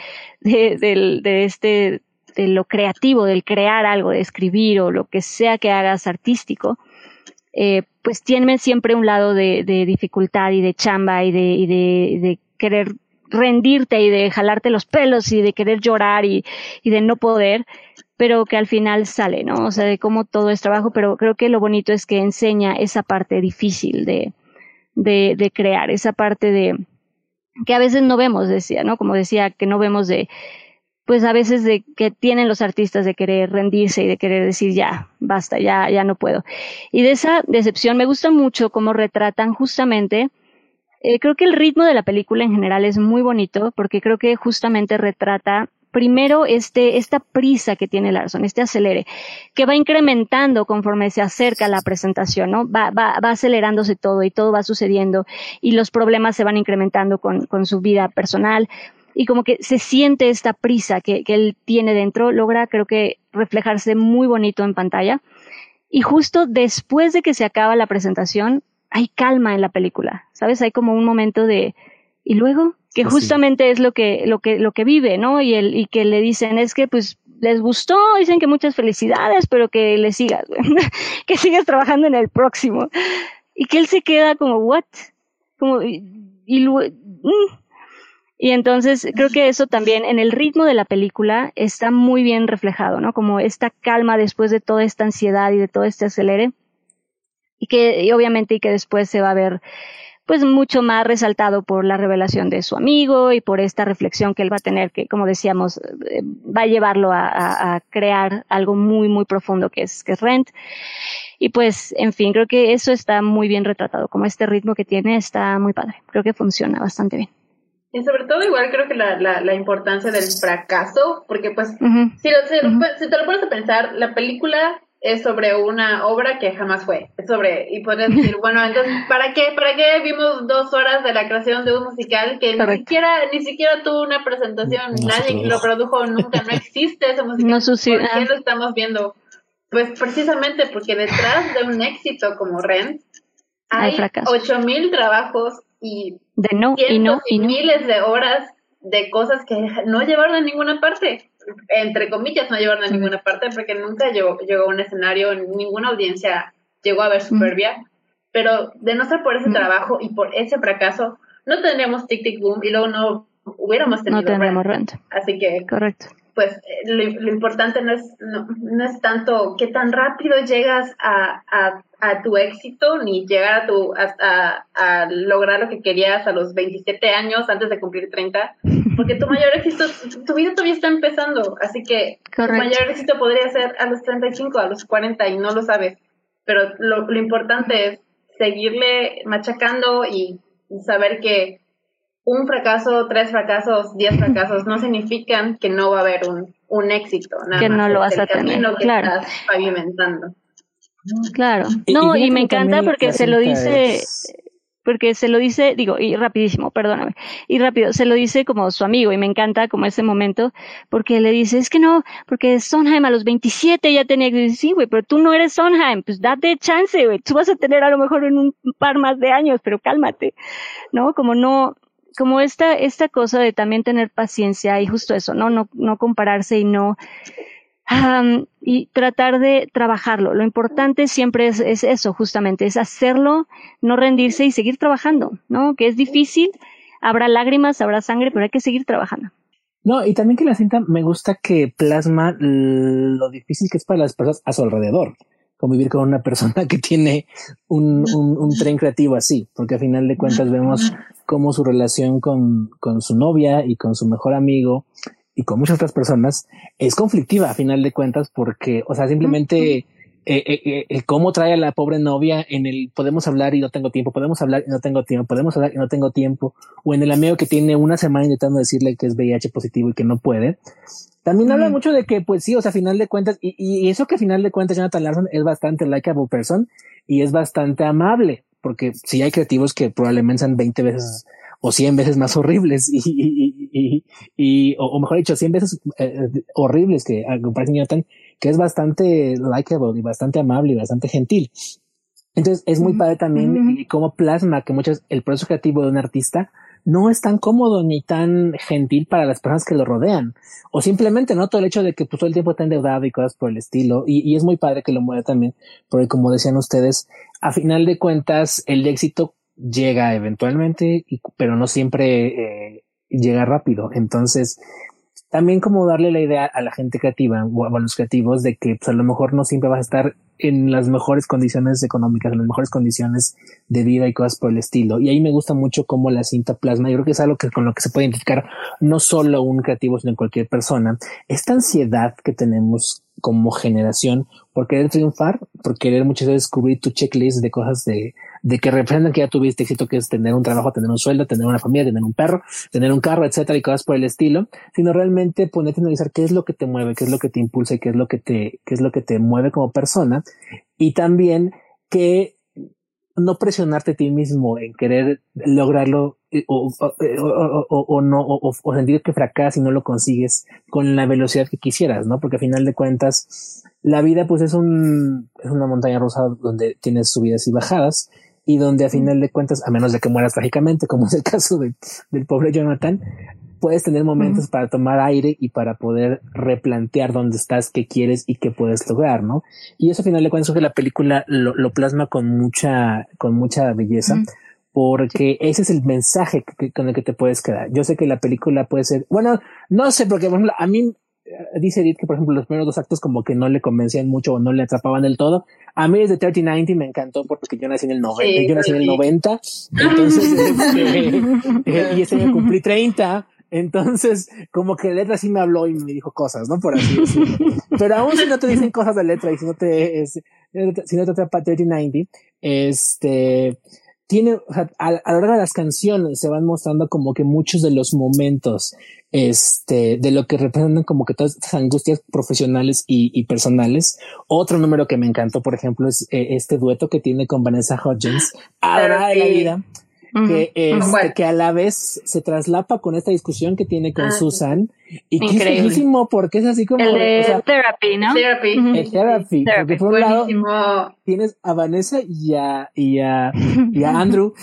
lo creativo, del crear algo, de escribir o lo que sea que hagas artístico, pues tiene siempre un lado de dificultad y de chamba y de querer rendirte y de jalarte los pelos y de querer llorar y de no poder, pero que al final sale, ¿no? O sea, de cómo todo es trabajo, pero creo que lo bonito es que enseña esa parte difícil de crear, esa parte de que a veces no vemos, decía, ¿no? Como decía, que no vemos pues a veces de que tienen los artistas de querer rendirse y de querer decir ya, basta, ya no puedo. Y de esa decepción me gusta mucho cómo retratan justamente, creo que el ritmo de la película en general es muy bonito porque creo que justamente retrata primero esta prisa que tiene Larson, este acelere, que va incrementando conforme se acerca la presentación, ¿no? Va acelerándose todo y todo va sucediendo y los problemas se van incrementando con su vida personal y como que se siente esta prisa que él tiene dentro, logra creo que reflejarse muy bonito en pantalla y justo después de que se acaba la presentación hay calma en la película, ¿sabes? Hay como un momento de ¿y luego? Que justamente es lo que vive, ¿no? Y que le dicen es que pues les gustó, dicen que muchas felicidades, pero que le sigas, que sigas trabajando en el próximo. Y que él se queda como, ¿what? Como, y entonces creo que eso también en el ritmo de la película está muy bien reflejado, ¿no? Como esta calma después de toda esta ansiedad y de todo este acelere. Y obviamente que después se va a ver pues mucho más resaltado por la revelación de su amigo y por esta reflexión que él va a tener que, como decíamos, va a llevarlo a crear algo muy, muy profundo que es Rent. Y pues, en fin, creo que eso está muy bien retratado, como este ritmo que tiene está muy padre. Creo que funciona bastante bien. Y sobre todo igual creo que la importancia del fracaso, porque pues si te lo pones a pensar, la película es sobre una obra que jamás fue, es sobre, y podrías decir, bueno, entonces, ¿para qué vimos 2 horas de la creación de un musical que ni siquiera tuvo una presentación, nadie lo produjo nunca, no existe ese musical, ¿por qué lo estamos viendo? Pues precisamente porque detrás de un éxito como Rent hay 8,000 trabajos y cientos y miles de horas de cosas que no llevaron a ninguna parte, entre comillas no llevaron a ninguna parte porque nunca llegó a un escenario, ninguna audiencia llegó a ver Superbia, pero de no ser por ese trabajo y por ese fracaso no tendríamos Tic Tic Boom y luego no hubiéramos tenido Rent. Así que correcto. Pues lo importante no es tanto qué tan rápido llegas a tu éxito, ni llegar a lograr lo que querías a los 27 años antes de cumplir 30, porque tu mayor éxito, tu vida todavía está empezando, así que tu mayor éxito podría ser a los 35, a los 40 y no lo sabes, pero lo importante es seguirle machacando y saber que un fracaso, 3 fracasos, 10 fracasos no significan que no va a haber un éxito, nada que más no lo vas a tener, que estás pavimentando. Claro, no, y me encanta porque se lo dice, digo, y rapidísimo, perdóname, y rápido, se lo dice como su amigo, y me encanta como ese momento, porque le dice, es que no, porque Sondheim a los 27 ya tenía que decir, sí, güey, pero tú no eres Sondheim, pues date chance, güey, tú vas a tener a lo mejor en un par más de años, pero cálmate, ¿no? Como esta cosa de también tener paciencia y justo eso, no compararse y no y tratar de trabajarlo. Lo importante siempre es eso, justamente, es hacerlo, no rendirse y seguir trabajando, ¿no? Que es difícil, habrá lágrimas, habrá sangre, pero hay que seguir trabajando. No, y también que la cinta me gusta que plasma lo difícil que es para las personas a su alrededor, convivir con una persona que tiene un tren creativo así, porque al final de cuentas vemos cómo su relación con su novia y con su mejor amigo y con muchas otras personas es conflictiva a final de cuentas porque, o sea, simplemente el cómo trae a la pobre novia en el podemos hablar y no tengo tiempo, podemos hablar y no tengo tiempo, podemos hablar y no tengo tiempo, o en el amigo que tiene una semana intentando decirle que es VIH positivo y que no puede. También habla mucho de que, pues sí, o sea, a final de cuentas, y eso que a final de cuentas Jonathan Larson es bastante likable person y es bastante amable, porque sí hay creativos que probablemente sean 20 veces o 100 veces más horribles o mejor dicho, 100 veces horribles que a comparación de Jonathan, que es bastante likable y bastante amable y bastante gentil. Entonces es muy padre también cómo plasma que el proceso creativo de un artista no es tan cómodo ni tan gentil para las personas que lo rodean, o simplemente no todo el hecho de que pues, todo el tiempo está endeudado y cosas por el estilo, y es muy padre que lo mueva también, porque como decían ustedes, a final de cuentas el éxito llega eventualmente, pero no siempre llega rápido. Entonces también como darle la idea a la gente creativa o a los creativos de que pues, a lo mejor no siempre vas a estar en las mejores condiciones económicas, en las mejores condiciones de vida y cosas por el estilo. Y ahí me gusta mucho cómo la cinta plasma. Yo creo que es algo con lo que se puede identificar no solo un creativo, sino cualquier persona. Esta ansiedad que tenemos como generación por querer triunfar, por querer muchas veces cubrir tu checklist de cosas de de que representan que ya tuviste éxito, que es tener un trabajo, tener un sueldo, tener una familia, tener un perro, tener un carro, etcétera, y cosas por el estilo, sino realmente ponerte a analizar qué es lo que te mueve, qué es lo que te impulsa y qué es lo que te mueve como persona, y también que no presionarte a ti mismo en querer lograrlo o sentir que fracasas y no lo consigues con la velocidad que quisieras, ¿no? Porque al final de cuentas la vida pues es una montaña rusa donde tienes subidas y bajadas, y donde a final de cuentas, a menos de que mueras trágicamente, como es el caso del pobre Jonathan, puedes tener momentos para tomar aire y para poder replantear dónde estás, qué quieres y qué puedes lograr, ¿no? Y eso, a final de cuentas, que la película lo plasma con mucha belleza, porque ese es el mensaje con el que te puedes quedar. Yo sé que la película puede ser, bueno, no sé, porque por ejemplo, a mí dice Edith que, por ejemplo, los primeros 2 actos como que no le convencían mucho o no le atrapaban del todo. A mí desde 3090 me encantó porque yo nací en el 90, sí, yo nací en el 90, entonces, y este año cumplí 30. Entonces, como que letra sí me habló y me dijo cosas, ¿no? Por así decirlo. Pero aún si no te dicen cosas de letra y si no te atrapa 3090, tiene, o sea, a lo largo de las canciones se van mostrando como que muchos de los momentos, de lo que representan como que todas estas angustias profesionales y personales. Otro número que me encantó, por ejemplo, es este dueto que tiene con Vanessa Hudgens, Ahora de la vida. Que a la vez se traslapa con esta discusión que tiene con Susan, y que es bellísimo porque es así como el de Therapy, ¿no? El Therapy, porque por un lado tienes a Vanessa y a Andrew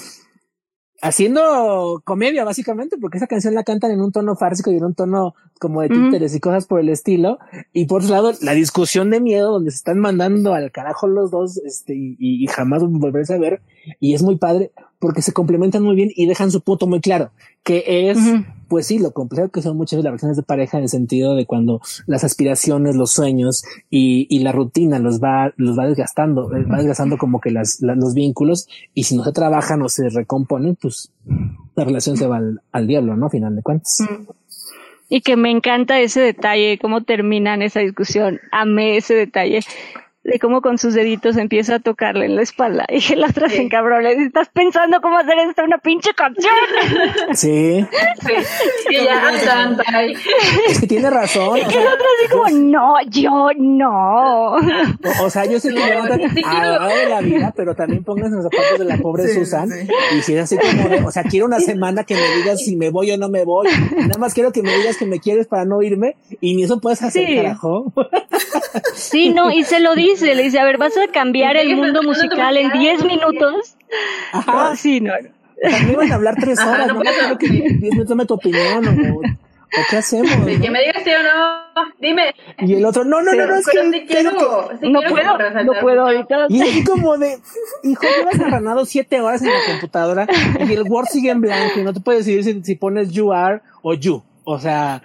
haciendo comedia básicamente, porque esa canción la cantan en un tono fársico y en un tono como de títeres y cosas por el estilo, y por otro lado la discusión de miedo donde se están mandando al carajo los dos, y jamás volverse a ver, y es muy padre porque se complementan muy bien y dejan su punto muy claro, que es pues sí, lo complejo que son muchas las relaciones de pareja, en el sentido de cuando las aspiraciones, los sueños y la rutina los va desgastando, como que los vínculos, y si no se trabajan o se recomponen, pues la relación se va al diablo, ¿no? A final de cuentas. Y que me encanta ese detalle, cómo terminan esa discusión. Amé ese detalle de cómo con sus deditos empieza a tocarle en la espalda y que la otra se encabrona. ¿Estás pensando cómo hacer esto una pinche canción? Sí. Y ya, es que tiene razón. Y que la otra así como, no, yo no. O sea, yo sé que a de la vida, pero también pónganse los zapatos de la pobre Susan. Sí. Y si es así como de, o sea, quiero una semana que me digas si me voy o no me voy. Nada más quiero que me digas que me quieres para no irme, y ni eso puedes hacer, carajo. Sí, no, y se lo dice. Le dice, a ver, ¿vas a cambiar el mundo musical en 10 minutos? Ajá. No, sí, no. También van a hablar 3 horas, no quiero que 10 minutos dame tu opinión, o qué hacemos. Sí, ¿no? Que me digas sí o no, dime. Y el otro, no, es que no puedo ahorita. Y así como de, hijo, llevas arranado 7 horas en la computadora y el Word sigue en blanco y no te puedes decidir si pones you are o you, o sea...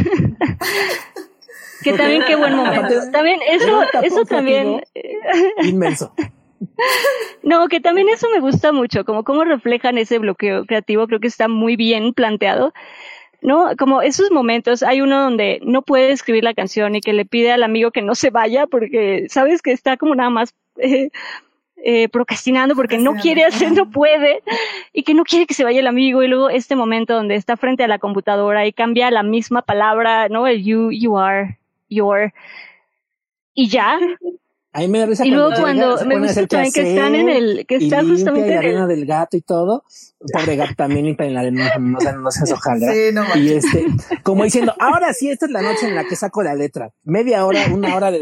Que también qué buen momento. También eso también inmenso. No, que también eso me gusta mucho, como cómo reflejan ese bloqueo creativo, creo que está muy bien planteado, ¿no? Como esos momentos, hay uno donde no puede escribir la canción y que le pide al amigo que no se vaya porque sabes que está como nada más procrastinando porque no quiere hacer, no puede, y que no quiere que se vaya el amigo, y luego este momento donde está frente a la computadora y cambia la misma palabra, ¿no? El you are, your, y ya. Ahí me da risa. Y luego cuando me gusta también que están que están justamente en la arena del gato y todo, pobre gato también limpia en la arena, no se ojalá. Sí, no y como diciendo, ahora sí, esta es la noche en la que saco la letra. Media hora, 1 hora de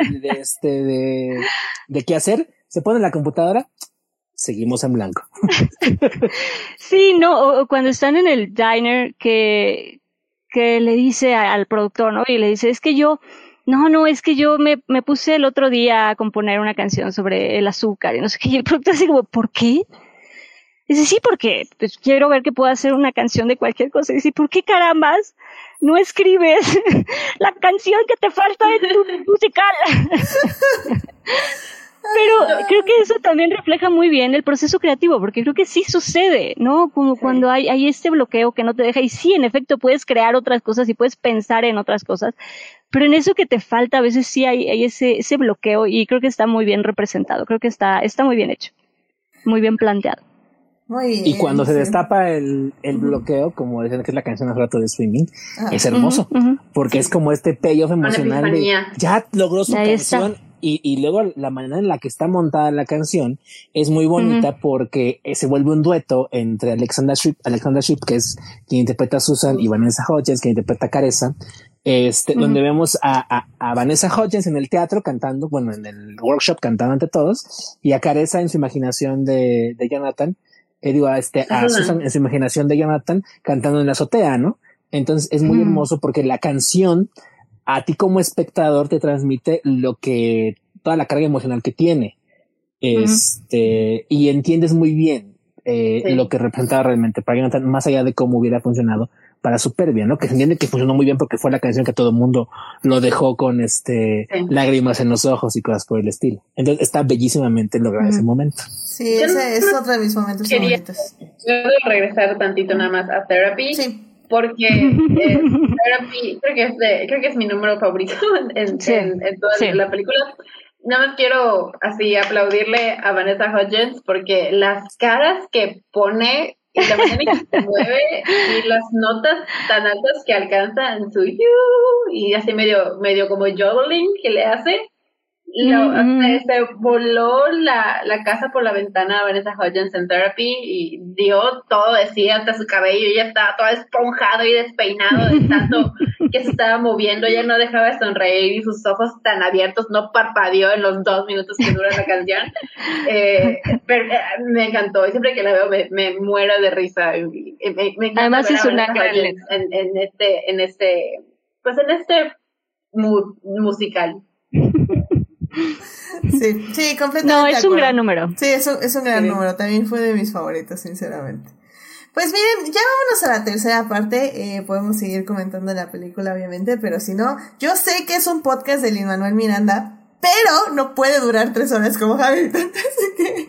qué hacer, se pone en la computadora, seguimos en blanco. Sí, no, o cuando están en el diner que le dice al productor, ¿no? Y le dice, es que yo me puse el otro día a componer una canción sobre el azúcar y no sé qué, y el productor así como, ¿por qué? Dice, sí, porque pues, quiero ver que puedo hacer una canción de cualquier cosa. Y dice, ¿por qué carambas no escribes la canción que te falta en tu musical? Pero creo que eso también refleja muy bien el proceso creativo, porque creo que sí sucede, ¿no? Como cuando hay este bloqueo que no te deja, y sí, en efecto, puedes crear otras cosas y puedes pensar en otras cosas, pero en eso que te falta, a veces sí hay ese bloqueo, y creo que está muy bien representado, creo que está muy bien hecho. muy bien planteado. Muy bien. Y cuando se destapa el bloqueo, como decían que es la canción hace rato de Swimming, es hermoso, porque es como este payoff emocional de ya logró su canción. Y luego la manera en la que está montada la canción es muy bonita porque se vuelve un dueto entre Alexandra Shipp, que es quien interpreta a Susan, y Vanessa Hudgens, quien interpreta a Caressa, donde vemos a Vanessa Hudgens en el teatro cantando, bueno, en el workshop cantando ante todos, y a Caressa en su imaginación de Jonathan, a Susan en su imaginación de Jonathan cantando en la azotea, ¿no? Entonces es muy hermoso porque la canción a ti como espectador te transmite toda la carga emocional que tiene. Y entiendes muy bien lo que representaba realmente para Jonathan, más allá de cómo hubiera funcionado para Superbia, ¿no? Que se entiende que funcionó muy bien porque fue la canción que todo el mundo lo dejó con lágrimas en los ojos y cosas por el estilo. Entonces está bellísimamente logrado ese momento. Sí, ese es otro de mis momentos favoritos. Puedo regresar tantito nada más a Therapy. Sí. Porque Therapy creo que es mi número favorito en toda la película. Nada más quiero así aplaudirle a Vanessa Hudgens porque las caras que pone y la manera en que se mueve y las notas tan altas que alcanza en su y así medio como yodeling que le hace. Se voló la casa por la ventana a Vanessa Hudgens en Therapy y dio todo de sí, hasta su cabello ya estaba todo esponjado y despeinado de tanto que se estaba moviendo, ya no dejaba de sonreír y sus ojos tan abiertos, no parpadeó en los 2 minutos que dura la canción. Pero me encantó y siempre que la veo me muero de risa. Me encanta. Además es una gran en este mood musical. Sí, completamente. No, es un gran número. Sí, es un gran número. También fue de mis favoritos, sinceramente. Pues miren, ya vámonos a la tercera parte. Podemos seguir comentando la película, obviamente, pero si no, yo sé que es un podcast de Lin-Manuel Miranda, pero no puede durar 3 horas como Hamilton. Así que...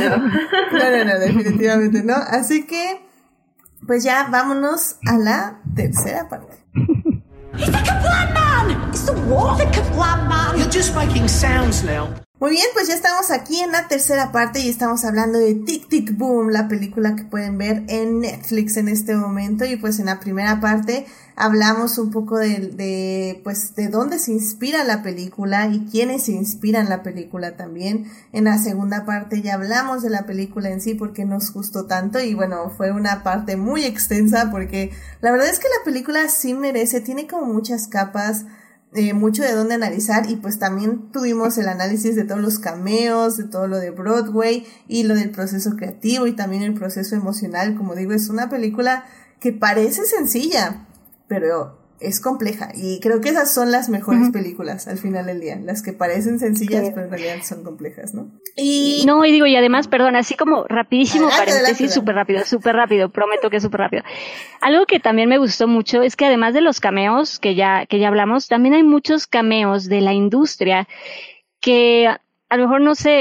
No, definitivamente no. Así que, pues ya vámonos a la tercera parte. He's the Kablam Man! It's the what? The Kablam Man! You're just making sounds now. Muy bien, pues ya estamos aquí en la tercera parte y estamos hablando de Tic Tic Boom, la película que pueden ver en Netflix en este momento. Y pues en la primera parte hablamos un poco de dónde se inspira la película y quiénes se inspiran la película también. En la segunda parte ya hablamos de la película en sí, porque nos gustó tanto y bueno, fue una parte muy extensa porque la verdad es que la película sí merece, tiene como muchas capas, mucho de dónde analizar y pues también tuvimos el análisis de todos los cameos, de todo lo de Broadway y lo del proceso creativo y también el proceso emocional. Como digo, es una película que parece sencilla, pero es compleja y creo que esas son las mejores películas al final del día, las que parecen sencillas pero en realidad son complejas, ¿no? Y además, perdón, así como rapidísimo, paréntesis, súper rápido, prometo que es súper rápido. Algo que también me gustó mucho es que además de los cameos que ya hablamos, también hay muchos cameos de la industria que a lo mejor no se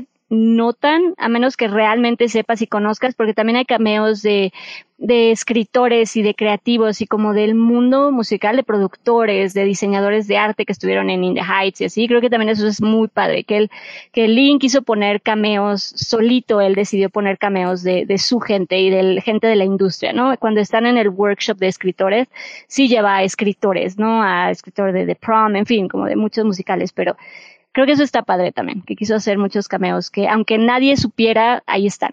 notan a menos que realmente sepas y conozcas, porque también hay cameos de escritores y de creativos y como del mundo musical, de productores, de diseñadores de arte que estuvieron en In the Heights y así. Creo que también eso es muy padre, que Lin quiso poner cameos solito, él decidió poner cameos de su gente y de gente de la industria, ¿no? Cuando están en el workshop de escritores, sí lleva a escritores, ¿no? A escritor de The Prom, en fin, como de muchos musicales, pero creo que eso está padre también, que quiso hacer muchos cameos que aunque nadie supiera, ahí están.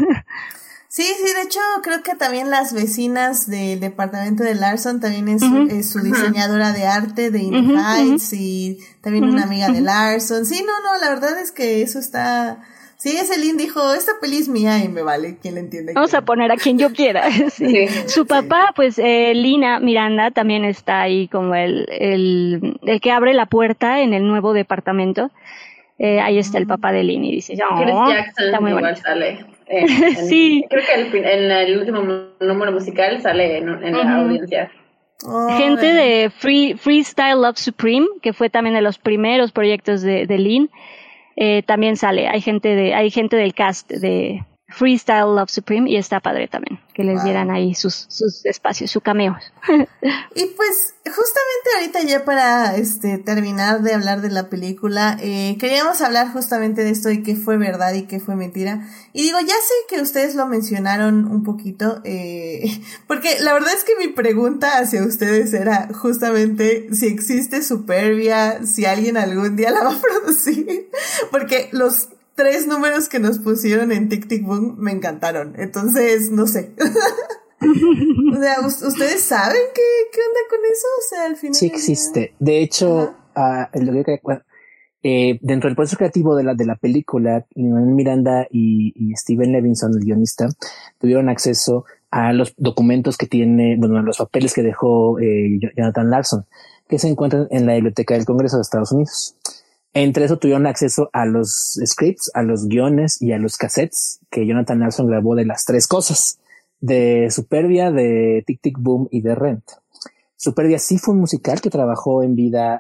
Sí, de hecho creo que también las vecinas del departamento de Larson también es su diseñadora de arte de In the Heights y también una amiga de Larson. Sí, no, la verdad es que eso está... Sí, ese Lin dijo, esta peli es mía y me vale, ¿quién la entiende? Vamos a poner a quien yo quiera. Sí. Su papá, pues Lina Miranda también está ahí como el que abre la puerta en el nuevo departamento. Ahí está el papá de Lin y dice, Chris Jackson está muy igual bonito. Sale. Sí. Creo que en el último número musical sale en la audiencia. Gente de Freestyle Love Supreme, que fue también de los primeros proyectos de Lin. También sale, hay gente del cast de Freestyle Love Supreme, y está padre también que les dieran ahí sus espacios, sus cameos. Y pues justamente ahorita ya para terminar de hablar de la película, queríamos hablar justamente de esto y qué fue verdad y qué fue mentira. Y digo, ya sé que ustedes lo mencionaron un poquito, porque la verdad es que mi pregunta hacia ustedes era justamente si existe Superbia, si alguien algún día la va a producir, porque los 3 números que nos pusieron en Tic Tic Boom me encantaron, entonces no sé. O sea, ¿ustedes saben qué onda con eso? O sea, al final... Sí existe. De hecho, dentro del proceso creativo de la película, Lin-Manuel Miranda y Steven Levinson, el guionista, tuvieron acceso a los documentos que tiene, bueno, a los papeles que dejó Jonathan Larson, que se encuentran en la Biblioteca del Congreso de Estados Unidos. Entre eso tuvieron acceso a los scripts, a los guiones y a los cassettes que Jonathan Larson grabó de las 3 cosas, de Superbia, de Tic Tic Boom y de Rent. Superbia sí fue un musical que trabajó en vida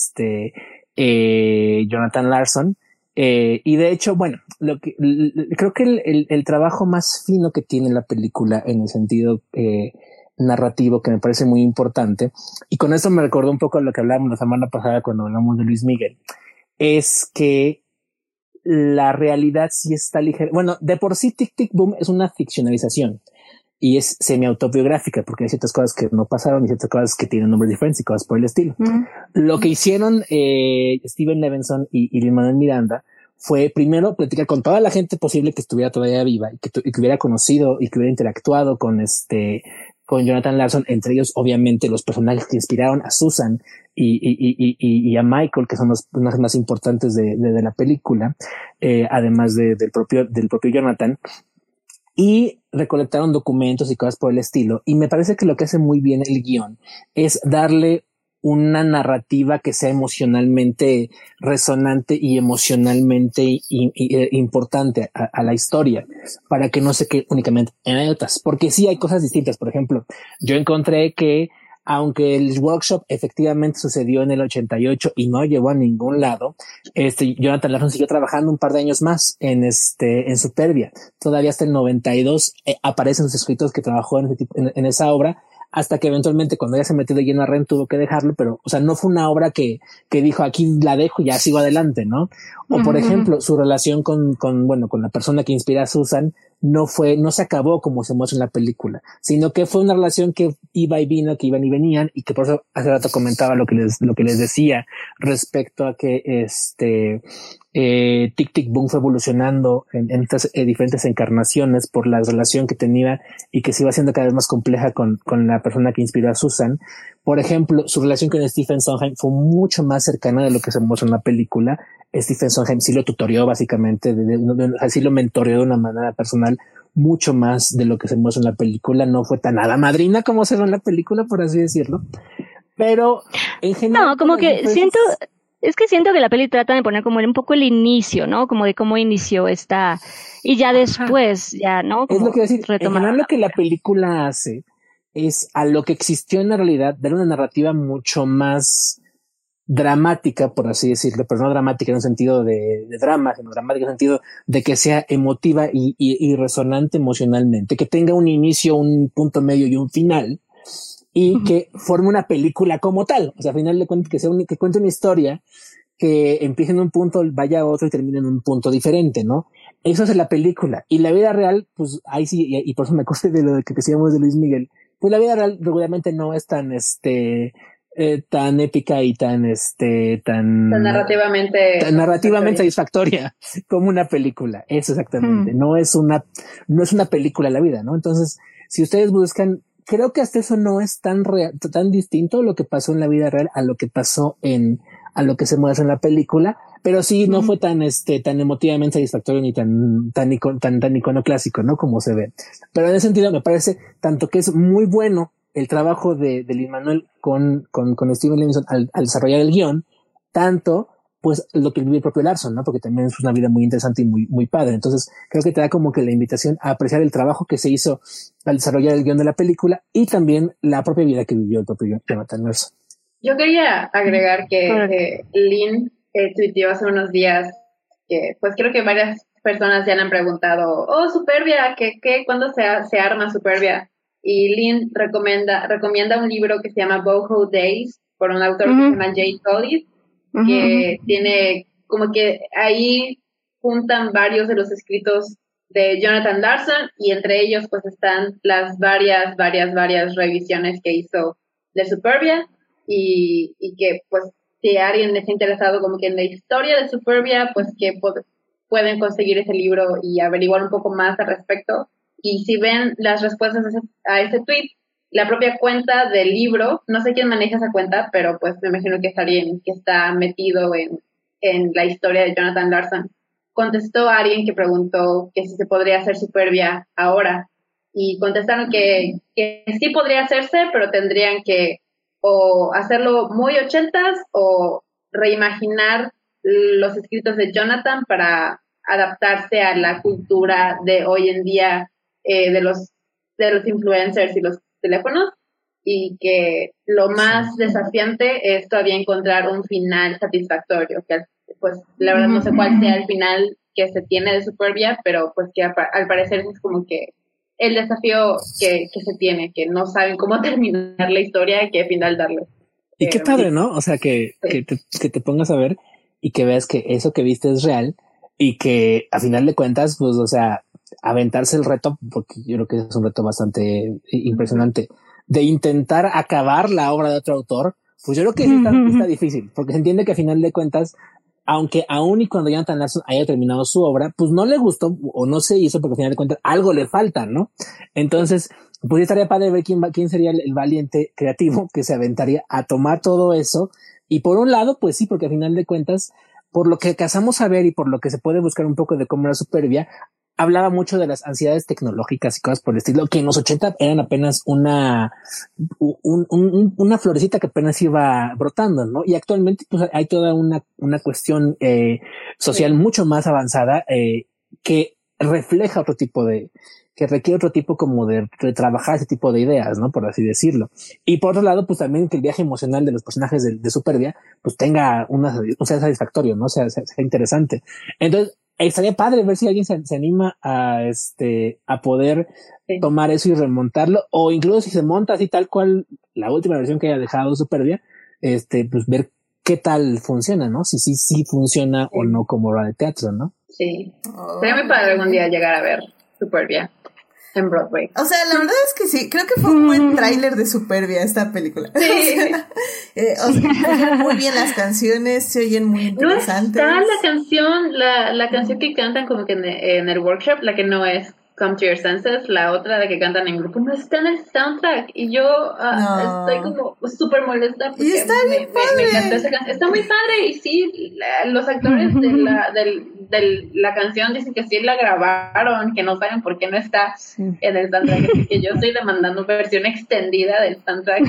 Jonathan Larson, y de hecho, bueno, creo que el trabajo más fino que tiene la película en el sentido narrativo, que me parece muy importante, y con eso me recordó un poco lo que hablábamos la semana pasada cuando hablamos de Luis Miguel, es que la realidad sí está ligera. Bueno, de por sí Tic Tic Boom es una ficcionalización y es semi-autobiográfica porque hay ciertas cosas que no pasaron y ciertas cosas que tienen nombres diferentes y cosas por el estilo. Lo que hicieron Steven Levinson y Lin-Manuel Miranda fue primero platicar con toda la gente posible que estuviera todavía viva y que hubiera conocido y que hubiera interactuado con Jonathan Larson, entre ellos obviamente los personajes que inspiraron a Susan y a Michael, que son los personajes más importantes de la película, además del propio Jonathan, y recolectaron documentos y cosas por el estilo. Y me parece que lo que hace muy bien el guión es darle una narrativa que sea emocionalmente resonante y emocionalmente importante a la historia, para que no se quede únicamente en anécdotas, porque sí hay cosas distintas. Por ejemplo, yo encontré que aunque el workshop efectivamente sucedió en el 88 y no llevó a ningún lado, Jonathan Larson siguió trabajando un par de años más en Superbia. Todavía hasta el 92 aparecen sus escritos que trabajó en esa obra, hasta que eventualmente cuando ya se metió de lleno a Rent tuvo que dejarlo, pero, o sea, no fue una obra que dijo aquí la dejo y ya sigo adelante, ¿no? O por ejemplo, su relación con la persona que inspira a Susan no se acabó como se muestra en la película, sino que fue una relación que iba y vino, que iban y venían, y que por eso hace rato comentaba lo que les decía respecto a que Tic Tic Boom fue evolucionando en estas diferentes encarnaciones por la relación que tenía y que se iba haciendo cada vez más compleja con la persona que inspiró a Susan. Por ejemplo, su relación con Stephen Sondheim fue mucho más cercana de lo que se muestra en la película. Stephen Sondheim sí lo tutorió básicamente, sí lo mentoreó de una manera personal mucho más de lo que se muestra en la película. No fue tan hada madrina como se ve en la película, por así decirlo. Pero en general... No, como que siento que la peli trata de poner como un poco el inicio, ¿no? Como de cómo inició esta... Y ya después, ya, ¿no? Como es lo que decir. En general lo que la película hace es a lo que existió en la realidad, dar una narrativa mucho más dramática, por así decirlo, pero no dramática en un sentido de drama, sino dramática en un sentido de que sea emotiva y resonante emocionalmente, que tenga un inicio, un punto medio y un final, y que forme una película como tal. O sea, al final de cuentas que cuente una historia que empiece en un punto, vaya a otro y termine en un punto diferente, ¿no? Eso es la película. Y la vida real, pues ahí sí, y por eso me acordé de lo que decíamos de Luis Miguel, pues la vida real regularmente no es tan tan épica y tan narrativamente satisfactoria como una película. Eso exactamente. No es una película la vida, ¿no? Entonces, si ustedes buscan, creo que hasta eso no es tan distinto lo que pasó en la vida real a lo que pasó a lo que se muestra en la película, pero sí no fue tan emotivamente satisfactorio ni tan iconoclásico, ¿no? Como se ve. Pero en ese sentido me parece tanto que es muy bueno el trabajo de Lin-Manuel con Steven Levinson al desarrollar el guión, tanto pues lo que vive el propio Larson, ¿no? Porque también es una vida muy interesante y muy, muy padre. Entonces creo que te da como que la invitación a apreciar el trabajo que se hizo al desarrollar el guión de la película y también la propia vida que vivió el propio Jonathan Larson. Yo quería agregar que Lin tuiteó hace unos días que pues creo que varias personas ya le han preguntado, Superbia, ¿cuándo se arma Superbia? Y Lynn recomienda un libro que se llama Boho Days, por un autor que se llama Jay Collins, que tiene como que ahí juntan varios de los escritos de Jonathan Larson, y entre ellos pues están las varias revisiones que hizo de Superbia, y que pues si alguien está interesado como que en la historia de Superbia, pues que pueden conseguir ese libro y averiguar un poco más al respecto. Y si ven las respuestas a ese tweet, la propia cuenta del libro, no sé quién maneja esa cuenta, pero pues me imagino que es alguien que está metido en la historia de Jonathan Larson, contestó a alguien que preguntó que si se podría hacer Superbia ahora, y contestaron que sí podría hacerse, pero tendrían que o hacerlo muy 80s o reimaginar los escritos de Jonathan para adaptarse a la cultura de hoy en día, de los influencers y los teléfonos, y que lo más desafiante es todavía encontrar un final satisfactorio, que pues la verdad no sé cuál sea el final que se tiene de Superbia, pero pues que al parecer es como que el desafío que se tiene, que no saben cómo terminar la historia y qué final darle. Y qué padre, ¿no? O sea, que te pongas a ver y que veas que eso que viste es real, y que a final de cuentas, pues, o sea, aventarse el reto, porque yo creo que es un reto bastante impresionante, de intentar acabar la obra de otro autor, pues yo creo que está difícil, porque se entiende que a final de cuentas, aunque aún y cuando Jonathan Larson haya terminado su obra, pues no le gustó o no se hizo, porque al final de cuentas algo le falta, ¿no? Entonces, pues estaría padre ver quién sería el valiente creativo que se aventaría a tomar todo eso. Y por un lado, pues sí, porque al final de cuentas, por lo que alcanzamos a ver y por lo que se puede buscar un poco de cómo era Superbia, hablaba mucho de las ansiedades tecnológicas y cosas por el estilo, que en los 80 eran apenas una florecita que apenas iba brotando, ¿no? Y actualmente pues hay toda una cuestión social mucho más avanzada, que refleja otro tipo que requiere otro tipo como de trabajar ese tipo de ideas, ¿no? Por así decirlo. Y por otro lado, pues también que el viaje emocional de los personajes de Superbia, pues tenga sea satisfactorio, ¿no? Sea interesante. Entonces, estaría padre ver si alguien se anima a poder tomar eso y remontarlo, o incluso si se monta así tal cual la última versión que haya dejado Superbia, pues ver qué tal funciona, ¿no? Si funciona o no como obra de teatro, ¿no? Sí. Sería muy padre algún día llegar a ver Superbia en Broadway. O sea, la verdad es que sí, creo que fue un buen tráiler de Superbia esta película. Sí. O sea, muy bien las canciones, se oyen muy interesantes. No está la canción que cantan como que en el workshop, la que no es Come to Your Senses, la otra de que cantan en grupo, no está en el soundtrack, y yo estoy como súper molesta porque y está bien me encantó esa canción. Está muy padre, y sí, los actores de la canción dicen que sí la grabaron, que no saben por qué no está en el soundtrack, así que yo estoy demandando versión extendida del soundtrack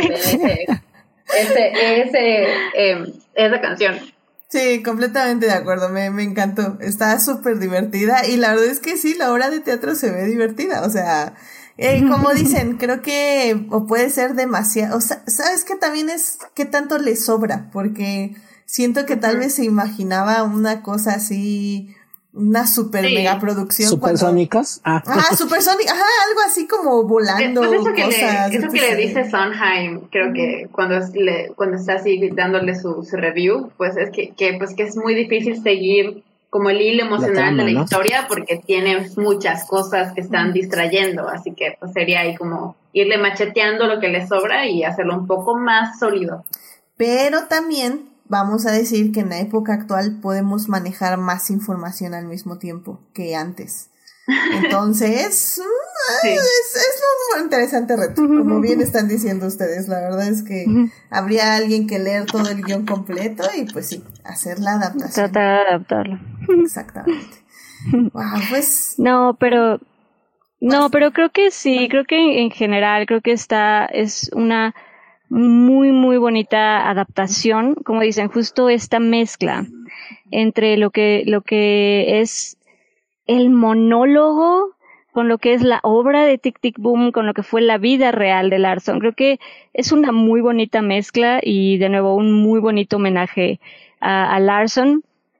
esa canción. Sí, completamente de acuerdo, me encantó, está súper divertida, y la verdad es que sí, la obra de teatro se ve divertida, o sea, como dicen, creo que o puede ser demasiado, o sea, ¿sabes qué también es qué tanto le sobra? Porque siento que tal vez se imaginaba una cosa así, una super mega producción. ¿Supersónicas? Supersónicas, algo así como volando, pues eso que le dice Sondheim, creo que cuando está así dándole su review, pues es que es muy difícil seguir como el hilo emocional de la historia, porque tiene muchas cosas que están distrayendo, así que pues sería ahí como irle macheteando lo que le sobra y hacerlo un poco más sólido. Pero también vamos a decir que en la época actual podemos manejar más información al mismo tiempo que antes. Entonces, es un interesante reto, como bien están diciendo ustedes. La verdad es que habría alguien que leer todo el guión completo y pues sí, hacer la adaptación. Tratar de adaptarlo. Exactamente. Wow, pues... No, pero creo que sí, creo que en general, creo que es una muy, muy bonita adaptación, como dicen, justo esta mezcla entre lo que es el monólogo con lo que es la obra de Tic Tic Boom, con lo que fue la vida real de Larson. Creo que es una muy bonita mezcla y de nuevo un muy bonito homenaje a Larson.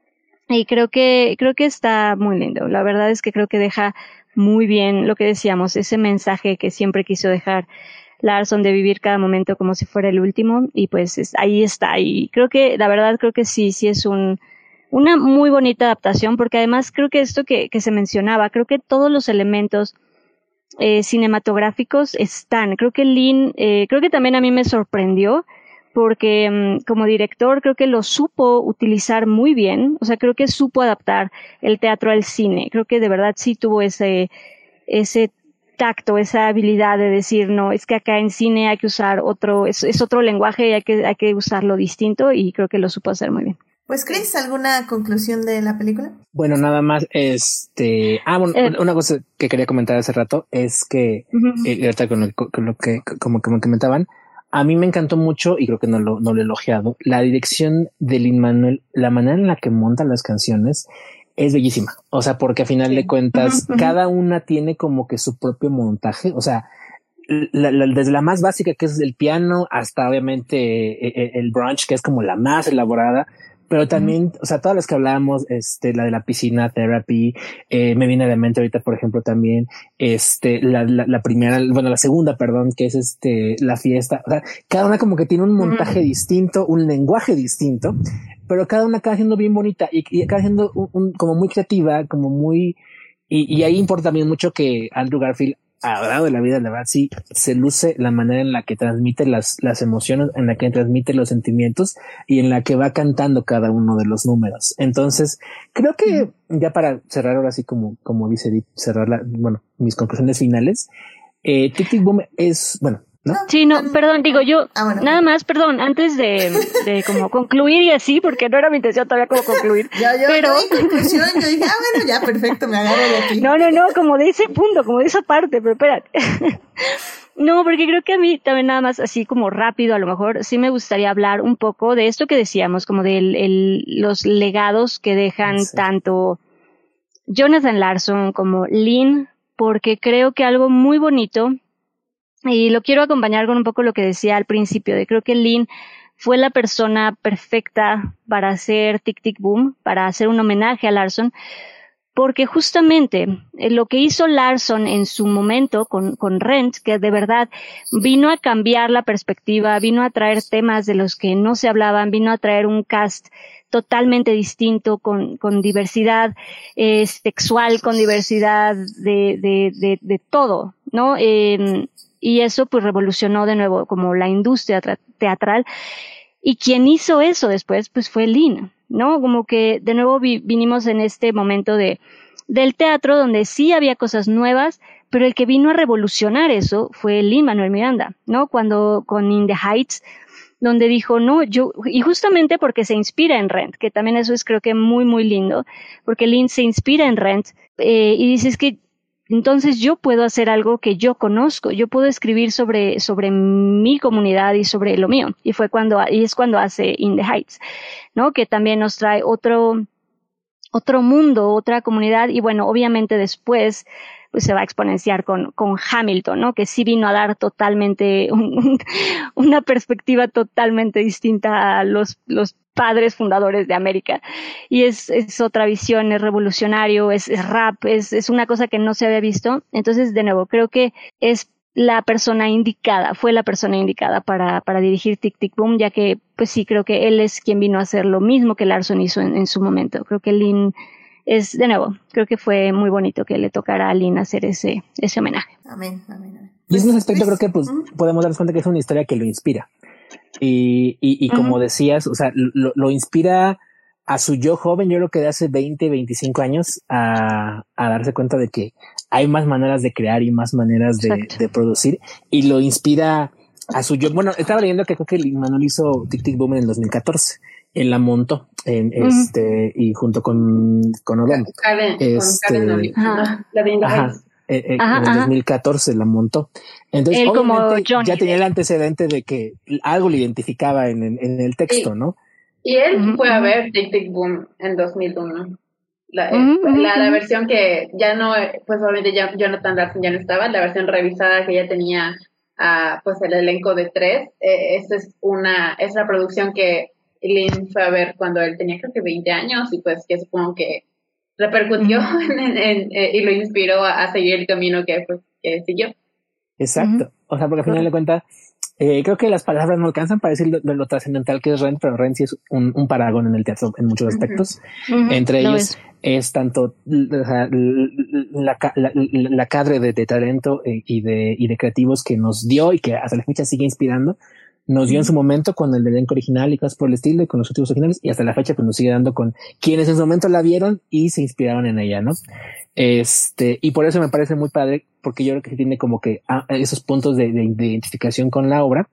Y creo que está muy lindo. La verdad es que creo que deja muy bien lo que decíamos, ese mensaje que siempre quiso dejar Larson de vivir cada momento como si fuera el último, y pues ahí está. Y la verdad creo que sí es una muy bonita adaptación, porque además creo que esto que se mencionaba, creo que todos los elementos cinematográficos están. Creo que Lin, creo que también a mí me sorprendió, porque como director creo que lo supo utilizar muy bien, o sea, creo que supo adaptar el teatro al cine. Creo que de verdad sí tuvo ese tacto, esa habilidad de decir, no, es que acá en cine hay que usar es otro lenguaje y hay que usarlo distinto, y creo que lo supo hacer muy bien. Pues, Chris, ¿alguna conclusión de la película? Bueno, nada más, una cosa que quería comentar hace rato es que, ahorita con lo que como comentaban, a mí me encantó mucho, y creo que no lo he elogiado, la dirección de Lin-Manuel, la manera en la que monta las canciones es bellísima. O sea, porque a final de cuentas, cada una tiene como que su propio montaje. O sea, desde la más básica, que es el piano, hasta obviamente el brunch, que es como la más elaborada. Pero también, o sea, todas las que hablábamos, la de la piscina therapy, me viene a la mente ahorita, por ejemplo, también, la primera, bueno, la segunda, perdón, que es la fiesta. O sea, cada una como que tiene un montaje distinto, un lenguaje distinto, pero cada una acaba siendo bien bonita y acaba siendo como muy creativa, como muy, y ahí importa también mucho que Andrew Garfield, a lo largo de la vida, la verdad, sí se luce la manera en la que transmite las emociones, en la que transmite los sentimientos y en la que va cantando cada uno de los números. Entonces, creo que ya para cerrar ahora sí, como dice Edith, mis conclusiones finales, Tic Tic Boom es, bueno, ¿no? Sí, no, perdón, digo yo, bueno. nada más, perdón, antes de como concluir y así, porque no era mi intención todavía como concluir. Pero en conclusión, yo dije, bueno, ya, perfecto, me agarro de aquí. No, como de ese punto, como de esa parte, pero espérate. No, porque creo que a mí también nada más así como rápido, a lo mejor sí me gustaría hablar un poco de esto que decíamos, como de los legados que dejan tanto Jonathan Larson como Lin, porque creo que algo muy bonito, y lo quiero acompañar con un poco lo que decía al principio, de creo que Lin fue la persona perfecta para hacer Tic Tic Boom, para hacer un homenaje a Larson, porque justamente lo que hizo Larson en su momento con Rent, que de verdad vino a cambiar la perspectiva, vino a traer temas de los que no se hablaban, vino a traer un cast totalmente distinto, con diversidad sexual, con diversidad de todo, ¿no? Y eso pues revolucionó de nuevo como la industria teatral. Y quien hizo eso después pues fue Lin, ¿no? Como que de nuevo vinimos en este momento del teatro donde sí había cosas nuevas, pero el que vino a revolucionar eso fue Lin-Manuel Miranda, ¿no? Cuando con In the Heights, donde dijo, no, y justamente porque se inspira en Rent, que también eso es creo que muy, muy lindo, porque Lin se inspira en Rent, y dice, es que entonces yo puedo hacer algo que yo conozco, yo puedo escribir sobre mi comunidad y sobre lo mío. Y es cuando hace In the Heights, ¿no? Que también nos trae otro mundo, otra comunidad, y bueno, obviamente después pues se va a exponenciar con Hamilton, ¿no? Que sí vino a dar totalmente una perspectiva totalmente distinta a los padres fundadores de América. Y es otra visión, es revolucionario, es rap, es una cosa que no se había visto. Entonces, de nuevo, creo que es la persona indicada, fue la persona indicada para dirigir Tic Tic Boom, ya que, pues sí, creo que él es quien vino a hacer lo mismo que Larson hizo en su momento. Creo que Lin de nuevo, creo que fue muy bonito que le tocara a Lin hacer ese homenaje. Amén. Y en ese aspecto creo que pues podemos darnos cuenta que es una historia que lo inspira. Y como decías, o sea, lo inspira a su yo joven, yo creo que de hace 20, 25 años, a darse cuenta de que hay más maneras de crear y más maneras de producir, y lo inspira a su yo. Bueno, estaba leyendo que creo que Lin-Manuel hizo Tic Tic Boom en el 2014. Él la montó y junto con Odom. Karen Oli. La de en el 2014 la montó. Entonces, él obviamente, como ya tenía el antecedente de que algo le identificaba en el texto, ¿no? Y él fue a ver Tic Tic Boom en 2001. La versión que ya no, pues obviamente ya Jonathan Larson ya no estaba, la versión revisada que ya tenía pues el elenco de 3, esta es la producción que Lynn fue a ver cuando él tenía creo que 20 años y pues que supongo que repercutió y lo inspiró a seguir el camino que siguió. Exacto. O sea, porque al final de cuentas, creo que las palabras no alcanzan para decir lo trascendental que es Rent, pero Rent sí es un paragón en el teatro en muchos aspectos. Entre ellos es tanto la cadre de talento y de creativos que nos dio y que hasta la fecha sigue inspirando. Nos dio en su momento con el elenco original y cosas por el estilo y con los últimos originales, y hasta la fecha pues nos sigue dando con quienes en su momento la vieron y se inspiraron en ella, ¿no? Y por eso me parece muy padre, porque yo creo que tiene como que esos puntos de identificación con la obra.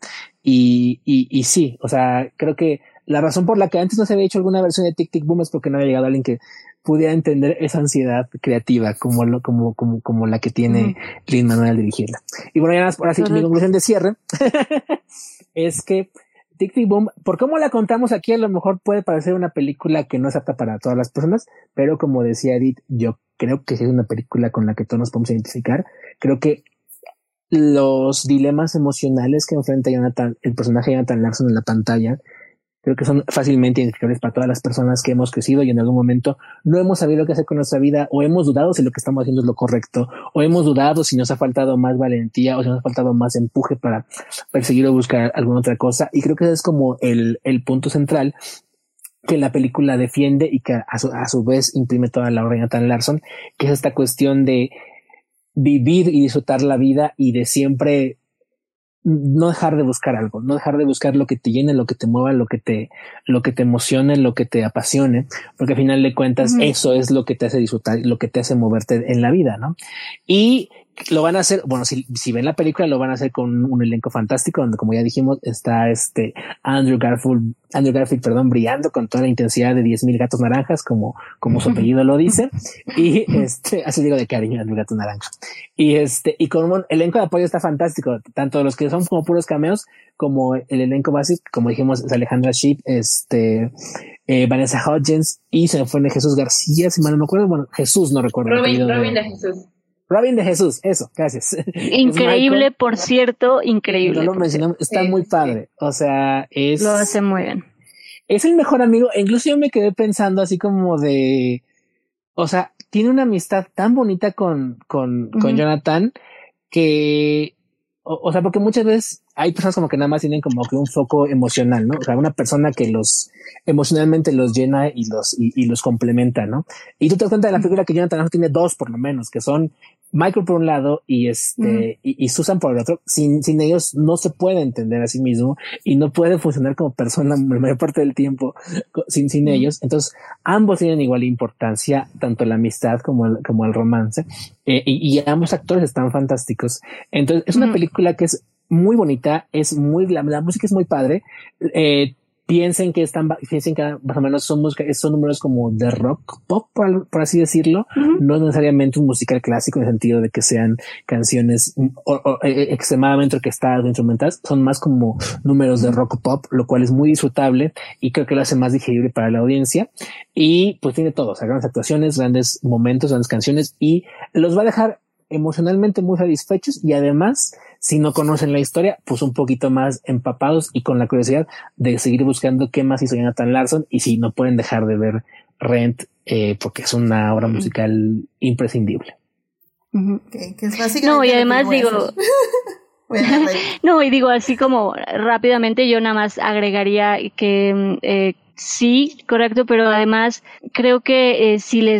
Y sí, o sea, creo que la razón por la que antes no se había hecho alguna versión de Tic Tic Boom es porque no había llegado alguien que pudiera entender esa ansiedad creativa como la que tiene Lin-Manuel al dirigirla. Y bueno, ya ahora sí, mi conclusión de cierre es que Tic Tic Boom, por cómo la contamos aquí, a lo mejor puede parecer una película que no es apta para todas las personas, pero como decía Edith, yo creo que sí es una película con la que todos nos podemos identificar. Creo que los dilemas emocionales que enfrenta el personaje de Jonathan Larson en la pantalla, creo que son fácilmente identificables para todas las personas que hemos crecido y en algún momento no hemos sabido qué hacer con nuestra vida, o hemos dudado si lo que estamos haciendo es lo correcto, o hemos dudado si nos ha faltado más valentía o si nos ha faltado más empuje para perseguir o buscar alguna otra cosa. Y creo que ese es como el punto central que la película defiende y que a su vez imprime toda la obra de Jonathan Larson, que es esta cuestión de vivir y disfrutar la vida y de siempre no dejar de buscar algo, no dejar de buscar lo que te llene, lo que te mueva, lo que te emocione, lo que te apasione, porque al final de cuentas eso es lo que te hace disfrutar, lo que te hace moverte en la vida, ¿no? Y lo van a hacer, bueno, si ven la película, lo van a hacer con un elenco fantástico, donde, como ya dijimos, está Andrew Garfield, brillando con toda la intensidad de 10,000 gatos naranjas, como su apellido lo dice, y así digo de cariño, Andrew Gato Naranja. Y con un elenco de apoyo está fantástico, tanto los que son como puros cameos, como el elenco básico, como dijimos, es Alejandra Shipp, Vanessa Hudgens, y se me fue de Jesús García, si mal no me acuerdo, bueno, Jesús, no recuerdo. Robin de Jesús, eso, gracias. Increíble, por cierto, increíble. No lo mencionamos, está muy padre. O sea, lo hace muy bien. Es el mejor amigo, e incluso yo me quedé pensando así como de, o sea, tiene una amistad tan bonita con Jonathan que, o sea, porque muchas veces hay personas como que nada más tienen como que un foco emocional, ¿no? O sea, una persona que emocionalmente los llena y los complementa, ¿no? Y tú te das cuenta de la película que Jonathan tiene dos por lo menos, que son Michael por un lado y y Susan por el otro. Sin ellos no se puede entender a sí mismo y no puede funcionar como persona la mayor parte del tiempo sin ellos. Entonces, ambos tienen igual importancia, tanto la amistad como el romance, y ambos actores están fantásticos. Entonces, es una película que es muy bonita, la música es muy padre. Piensen que más o menos son números como de rock pop, por así decirlo. No necesariamente un musical clásico en el sentido de que sean canciones extremadamente orquestadas o instrumentales. Son más como números de rock pop, lo cual es muy disfrutable y creo que lo hace más digerible para la audiencia. Y pues tiene todo, o sea, grandes actuaciones, grandes momentos, grandes canciones, y los va a dejar emocionalmente muy satisfechos, y además, si no conocen la historia, pues un poquito más empapados y con la curiosidad de seguir buscando qué más hizo Jonathan Larson, y si no pueden dejar de ver Rent, porque es una obra musical imprescindible. Que es básicamente no, y además digo no, y digo así como rápidamente, yo nada más agregaría que sí, correcto, pero además creo que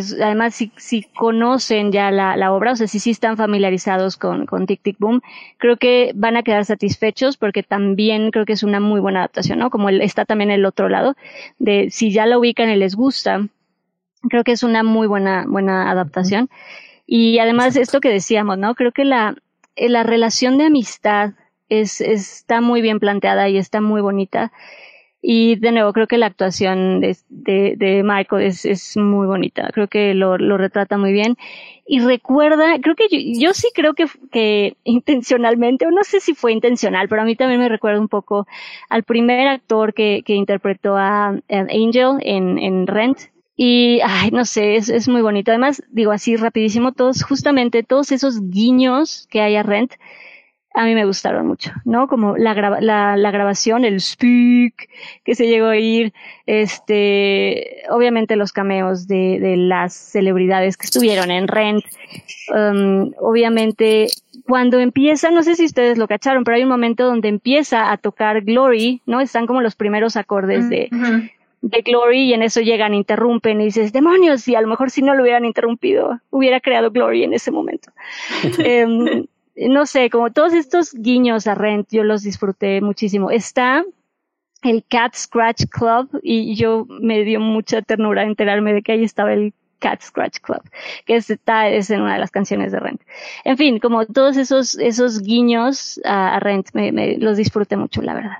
si conocen ya la obra, o sea, si sí están familiarizados con Tic Tic Boom, creo que van a quedar satisfechos, porque también creo que es una muy buena adaptación, ¿no? Como está también el otro lado, de si ya la ubican y les gusta, creo que es una muy buena adaptación. Y además esto que decíamos, ¿no? Creo que la relación de amistad está muy bien planteada y está muy bonita. Y de nuevo, creo que la actuación de Michael es muy bonita. Creo que lo retrata muy bien. Y recuerda, creo que yo sí creo que intencionalmente, o no sé si fue intencional, pero a mí también me recuerda un poco al primer actor que interpretó a Angel en Rent. Y, no sé, es muy bonito. Además, digo así rapidísimo, todos esos guiños que hay a Rent, a mí me gustaron mucho, ¿no? Como la grabación, el speak que se llegó a oír, obviamente los cameos de las celebridades que estuvieron en Rent, obviamente cuando empieza, no sé si ustedes lo cacharon, pero hay un momento donde empieza a tocar Glory, ¿no? Están como los primeros acordes de Glory y en eso llegan, interrumpen y dices, demonios, y a lo mejor si no lo hubieran interrumpido, hubiera creado Glory en ese momento. No sé, como todos estos guiños a Rent, yo los disfruté muchísimo. Está el Cat Scratch Club y yo me dio mucha ternura enterarme de que ahí estaba el Cat Scratch Club, que es en una de las canciones de Rent. En fin, como todos esos guiños a Rent, los disfruté mucho, la verdad.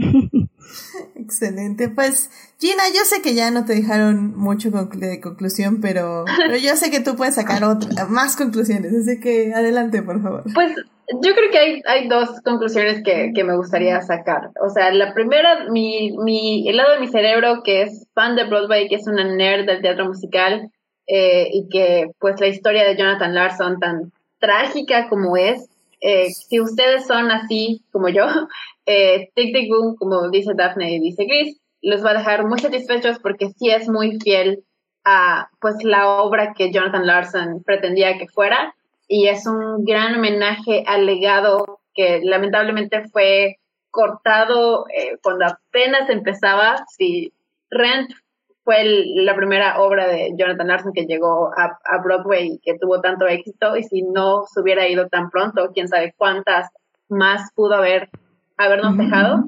Excelente, pues Gina, yo sé que ya no te dejaron mucho de conclusión, pero yo sé que tú puedes sacar más conclusiones, así que adelante, por favor. Pues yo creo que hay dos conclusiones que me gustaría sacar. O sea, la primera, el lado de mi cerebro que es fan de Broadway, que es una nerd del teatro musical, y que pues la historia de Jonathan Larson, tan trágica como es, si ustedes son así como yo, Tic Tic Boom, como dice Daphne y dice Chris, los va a dejar muy satisfechos porque sí es muy fiel a pues la obra que Jonathan Larson pretendía que fuera, y es un gran homenaje al legado que lamentablemente fue cortado cuando apenas empezaba. Si Rent fue la primera obra de Jonathan Larson que llegó a Broadway y que tuvo tanto éxito, y si no se hubiera ido tan pronto, quién sabe cuántas más pudo habernos dejado.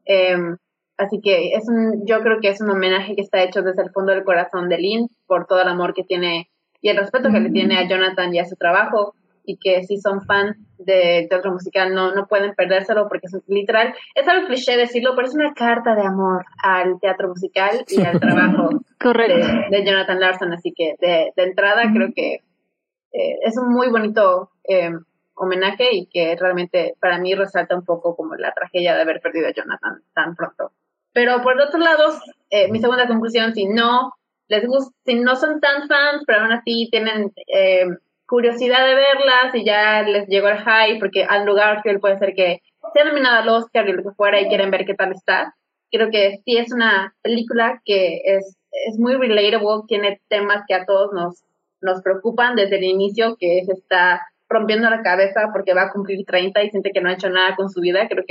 Así que yo creo que es un homenaje que está hecho desde el fondo del corazón de Lin, por todo el amor que tiene y el respeto que le tiene a Jonathan y a su trabajo, y que si son fan de teatro musical no pueden perdérselo, porque es literal, es algo cliché decirlo, pero es una carta de amor al teatro musical y al trabajo de Jonathan Larson. Así que de entrada creo que es un muy bonito homenaje, y que realmente para mí resalta un poco como la tragedia de haber perdido a Jonathan tan pronto. Pero por el otro lado, mi segunda conclusión, si no son tan fans, pero aún así tienen curiosidad de verlas y ya les llegó el hype, porque Andrew Garfield puede ser que sea nominado al Oscar y lo que fuera, y quieren ver qué tal está, creo que sí es una película que es muy relatable, tiene temas que a todos nos preocupan desde el inicio, que se está rompiendo la cabeza porque va a cumplir 30 y siente que no ha hecho nada con su vida. Creo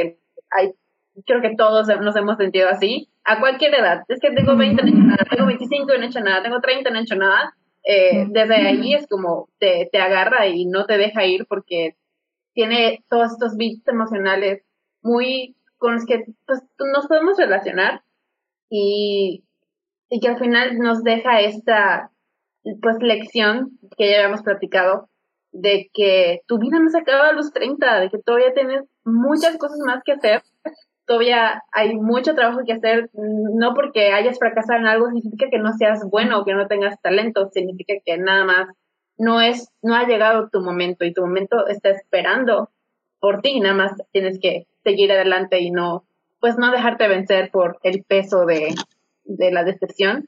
que todos nos hemos sentido así, a cualquier edad. Es que tengo 20 y no he hecho nada, tengo 25 y no he hecho nada, tengo 30 y no he hecho nada. Desde ahí es como te agarra y no te deja ir, porque tiene todos estos beats emocionales muy con los que pues nos podemos relacionar, y que al final nos deja esta pues lección que ya habíamos platicado, de que tu vida no se acaba a los 30, de que todavía tienes muchas cosas más que hacer, todavía hay mucho trabajo que hacer. No porque hayas fracasado en algo significa que no seas bueno o que no tengas talento, significa que nada más no ha llegado tu momento, y tu momento está esperando por ti, y nada más tienes que seguir adelante y no dejarte vencer por el peso de la decepción,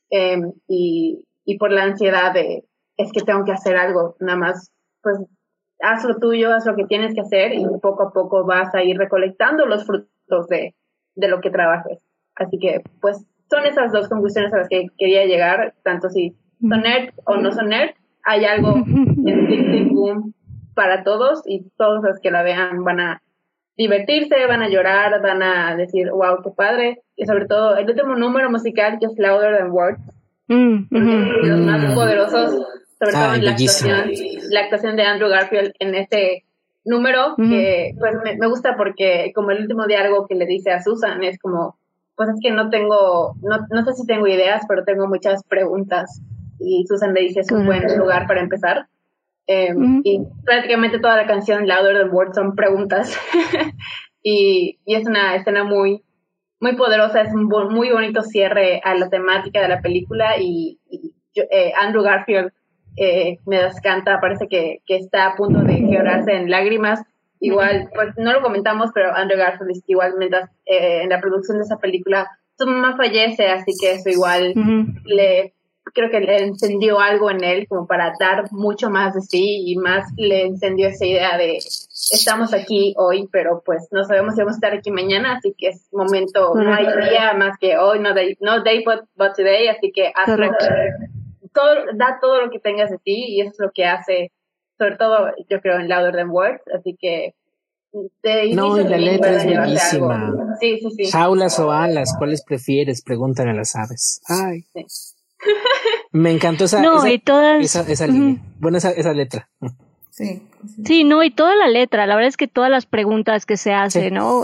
y por la ansiedad de es que tengo que hacer algo. Nada más pues haz lo tuyo, haz lo que tienes que hacer, y poco a poco vas a ir recolectando los frutos de lo que trabajes. Así que pues son esas dos conclusiones a las que quería llegar, tanto si son nerd o no son nerd, hay algo en Tic Tic Boom para todos, y todos los que la vean van a divertirse, van a llorar, van a decir wow, qué padre. Y sobre todo el último número musical, que es Louder Than Words, los más poderosos, sobre todo en la actuación de Andrew Garfield en ese número, que pues me gusta porque como el último diálogo que le dice a Susan es como, pues es que no sé si tengo ideas, pero tengo muchas preguntas, y Susan le dice es un buen lugar para empezar. Y prácticamente toda la canción Louder Than Words son preguntas y es una escena muy muy poderosa, es un muy bonito cierre a la temática de la película, y Andrew Garfield me descanta, parece que está a punto de quebrarse en lágrimas. Igual, pues no lo comentamos, pero Andrew Garfield igual mientras en la producción de esa película su mamá fallece, así que eso igual le creo que le encendió algo en él como para dar mucho más de sí y más le encendió esa idea de estamos aquí hoy, pero pues no sabemos si vamos a estar aquí mañana, así que es momento, no hay día más que hoy, no day but today, así que hazlo. Da todo lo que tengas de ti y eso es lo que hace, sobre todo yo creo en Louder Than Words, así que no, y la letra es bellísima. Sí. Jaulas o alas, ¿cuáles prefieres? Preguntan a las aves. Ay. Sí. Me encantó esa línea. Bueno, esa letra. Sí. Sí, no, y toda la letra, la verdad es que todas las preguntas que se hacen, ¿no?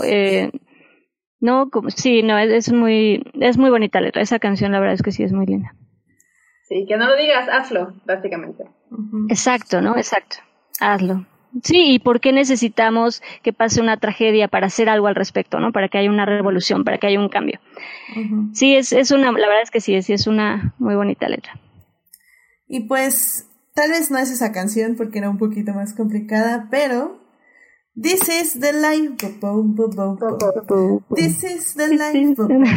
Es muy bonita la letra. Esa canción, la verdad es que sí es muy linda. Sí, que no lo digas, hazlo, básicamente. Exacto, ¿no? Exacto. Hazlo. Sí, ¿y por qué necesitamos que pase una tragedia para hacer algo al respecto, ¿no? Para que haya una revolución, para que haya un cambio. Sí, la verdad es que sí es una muy bonita letra. Y pues, tal vez no es esa canción porque era un poquito más complicada, pero This is the life, This is the life,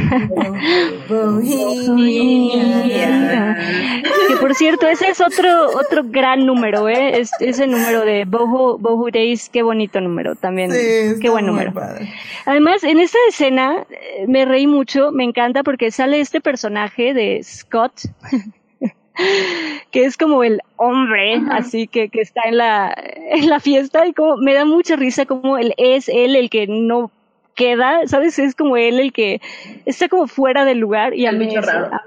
Que por cierto, ese es otro gran número, ese número de Boho Days, qué bonito número también, sí, qué buen número. Padre. Además, en esta escena me reí mucho, me encanta porque sale este personaje de Scott, que es como el hombre, así que está en la fiesta, y como me da mucha risa como él es el que no queda, ¿sabes? Es como él el que está como fuera del lugar, y a mí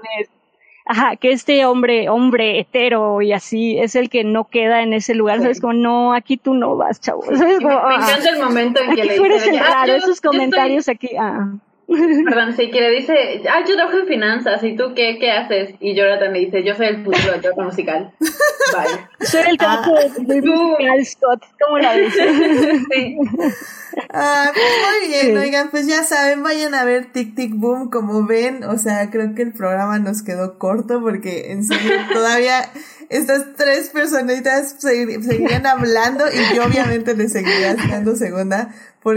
que este hombre hetero y así es el que no queda en ese lugar, ¿sabes? Como, no, aquí tú no vas, chavo, ¿sabes? Como, me encanta el momento en que le dice, claro, esos comentarios aquí, Perdón, sí, que le dice, yo trabajo en finanzas, ¿y tú qué haces? Y Jonathan me dice, yo soy el futuro del teatro musical. Vale. Soy el teatro musical, Scott, ¿cómo la dices? Sí. Muy bien, oigan, pues ya saben, vayan a ver Tic Tic Boom, como ven, o sea, creo que el programa nos quedó corto porque en serio todavía estas tres personitas seguirían hablando y yo obviamente les seguiría dando segunda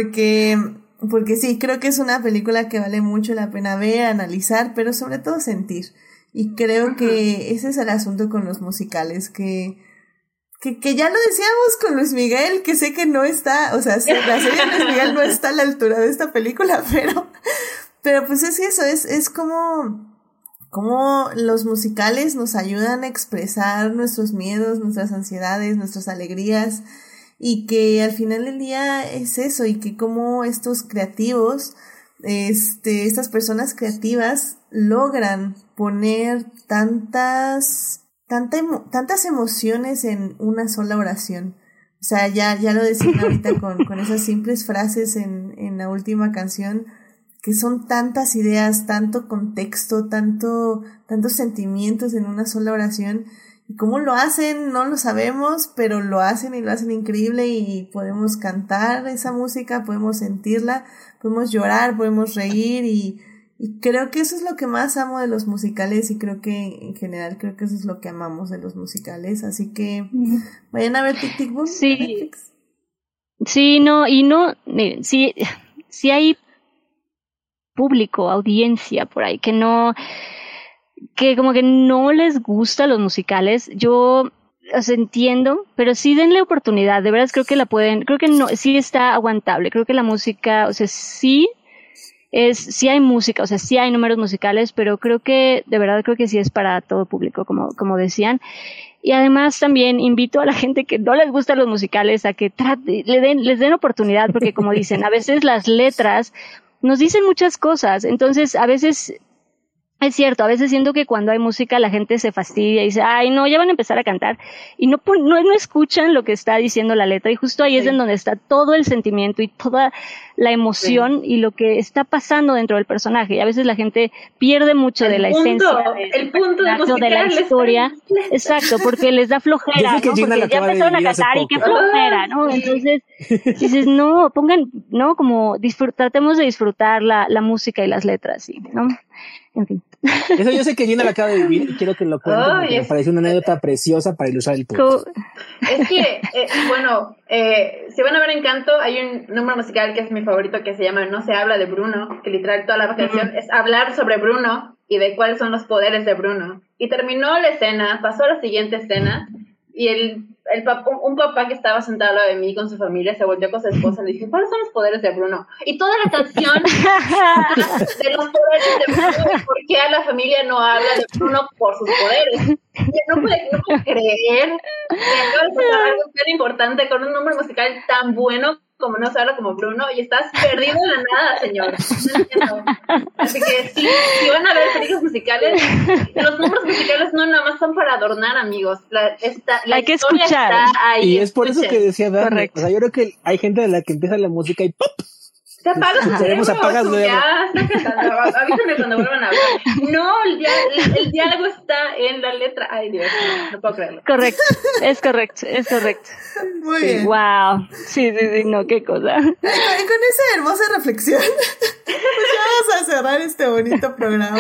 porque sí, creo que es una película que vale mucho la pena ver, analizar, pero sobre todo sentir. Y creo que ese es el asunto con los musicales, que ya lo decíamos con Luis Miguel, que sé que no está, o sea, la serie de Luis Miguel no está a la altura de esta película, pero pues es eso, es como los musicales nos ayudan a expresar nuestros miedos, nuestras ansiedades, nuestras alegrías, y que al final del día es eso, y que como estos creativos, estas personas creativas logran poner tantas emociones en una sola oración. O sea, ya lo decían ahorita con esas simples frases en la última canción, que son tantas ideas, tanto contexto, tantos sentimientos en una sola oración. Y cómo lo hacen, no lo sabemos, pero lo hacen y lo hacen increíble, y podemos cantar esa música, podemos sentirla, podemos llorar, podemos reír, y creo que eso es lo que más amo de los musicales, y creo que en general creo que eso es lo que amamos de los musicales, así que vayan a ver Tic Tic Boom. Sí, sí hay público, audiencia por ahí que como que no les gusta los musicales. Yo entiendo, pero sí denle oportunidad, de verdad creo que creo que no, sí está aguantable, creo que la música, o sea, sí hay música, o sea, sí hay números musicales, pero de verdad creo que sí es para todo público, como decían. Y además también invito a la gente que no les gustan los musicales a que les den oportunidad, porque como dicen, a veces las letras nos dicen muchas cosas, entonces a veces es cierto, a veces siento que cuando hay música la gente se fastidia y dice, ay no, ya van a empezar a cantar, y no escuchan lo que está diciendo la letra, y justo ahí es en donde está todo el sentimiento y toda la emoción y lo que está pasando dentro del personaje, y a veces la gente pierde mucho de la esencia de la historia, exacto, porque les da flojera, ¿no? Porque ya empezaron a cantar y qué flojera, ¿no? Entonces dices, como tratemos de disfrutar la música y las letras, ¿sí? ¿No? En fin. Eso yo sé que Gina lo acaba de vivir y quiero que lo cuente porque me pareció una anécdota preciosa para ilustrar el punto. Es que, si van a ver Encanto, hay un número musical que es mi favorito que se llama No se habla de Bruno, que literal toda la canción es hablar sobre Bruno y de cuáles son los poderes de Bruno. Y terminó la escena, pasó a la siguiente escena y un papá que estaba sentado al lado de mí con su familia se volteó con su esposa y le dije, ¿cuáles son los poderes de Bruno? Y toda la canción de los poderes de Bruno, ¿por qué a la familia no habla de Bruno por sus poderes? Y no puedo creer que acaba de pasar algo tan importante con un número musical tan bueno como No se habla como Bruno, y estás perdido en la nada, señor. No entiendo. Así que si van a ver películas musicales, los números musicales no nada más son para adornar, amigos. La hay que historia escuchar. Está ahí. Y es por eso que decía Dani, correcto. o sea, yo creo que hay gente de la que empieza la música y ¡pop! Se apaga su cerebro, ya está cantando. Avísame cuando vuelvan a hablar. No, el diálogo está en la letra. Ay, Dios, no puedo creerlo. Correcto, es correcto. Muy bien. Wow. Sí, no, qué cosa. Con esa hermosa reflexión, pues ya vamos a cerrar este bonito programa.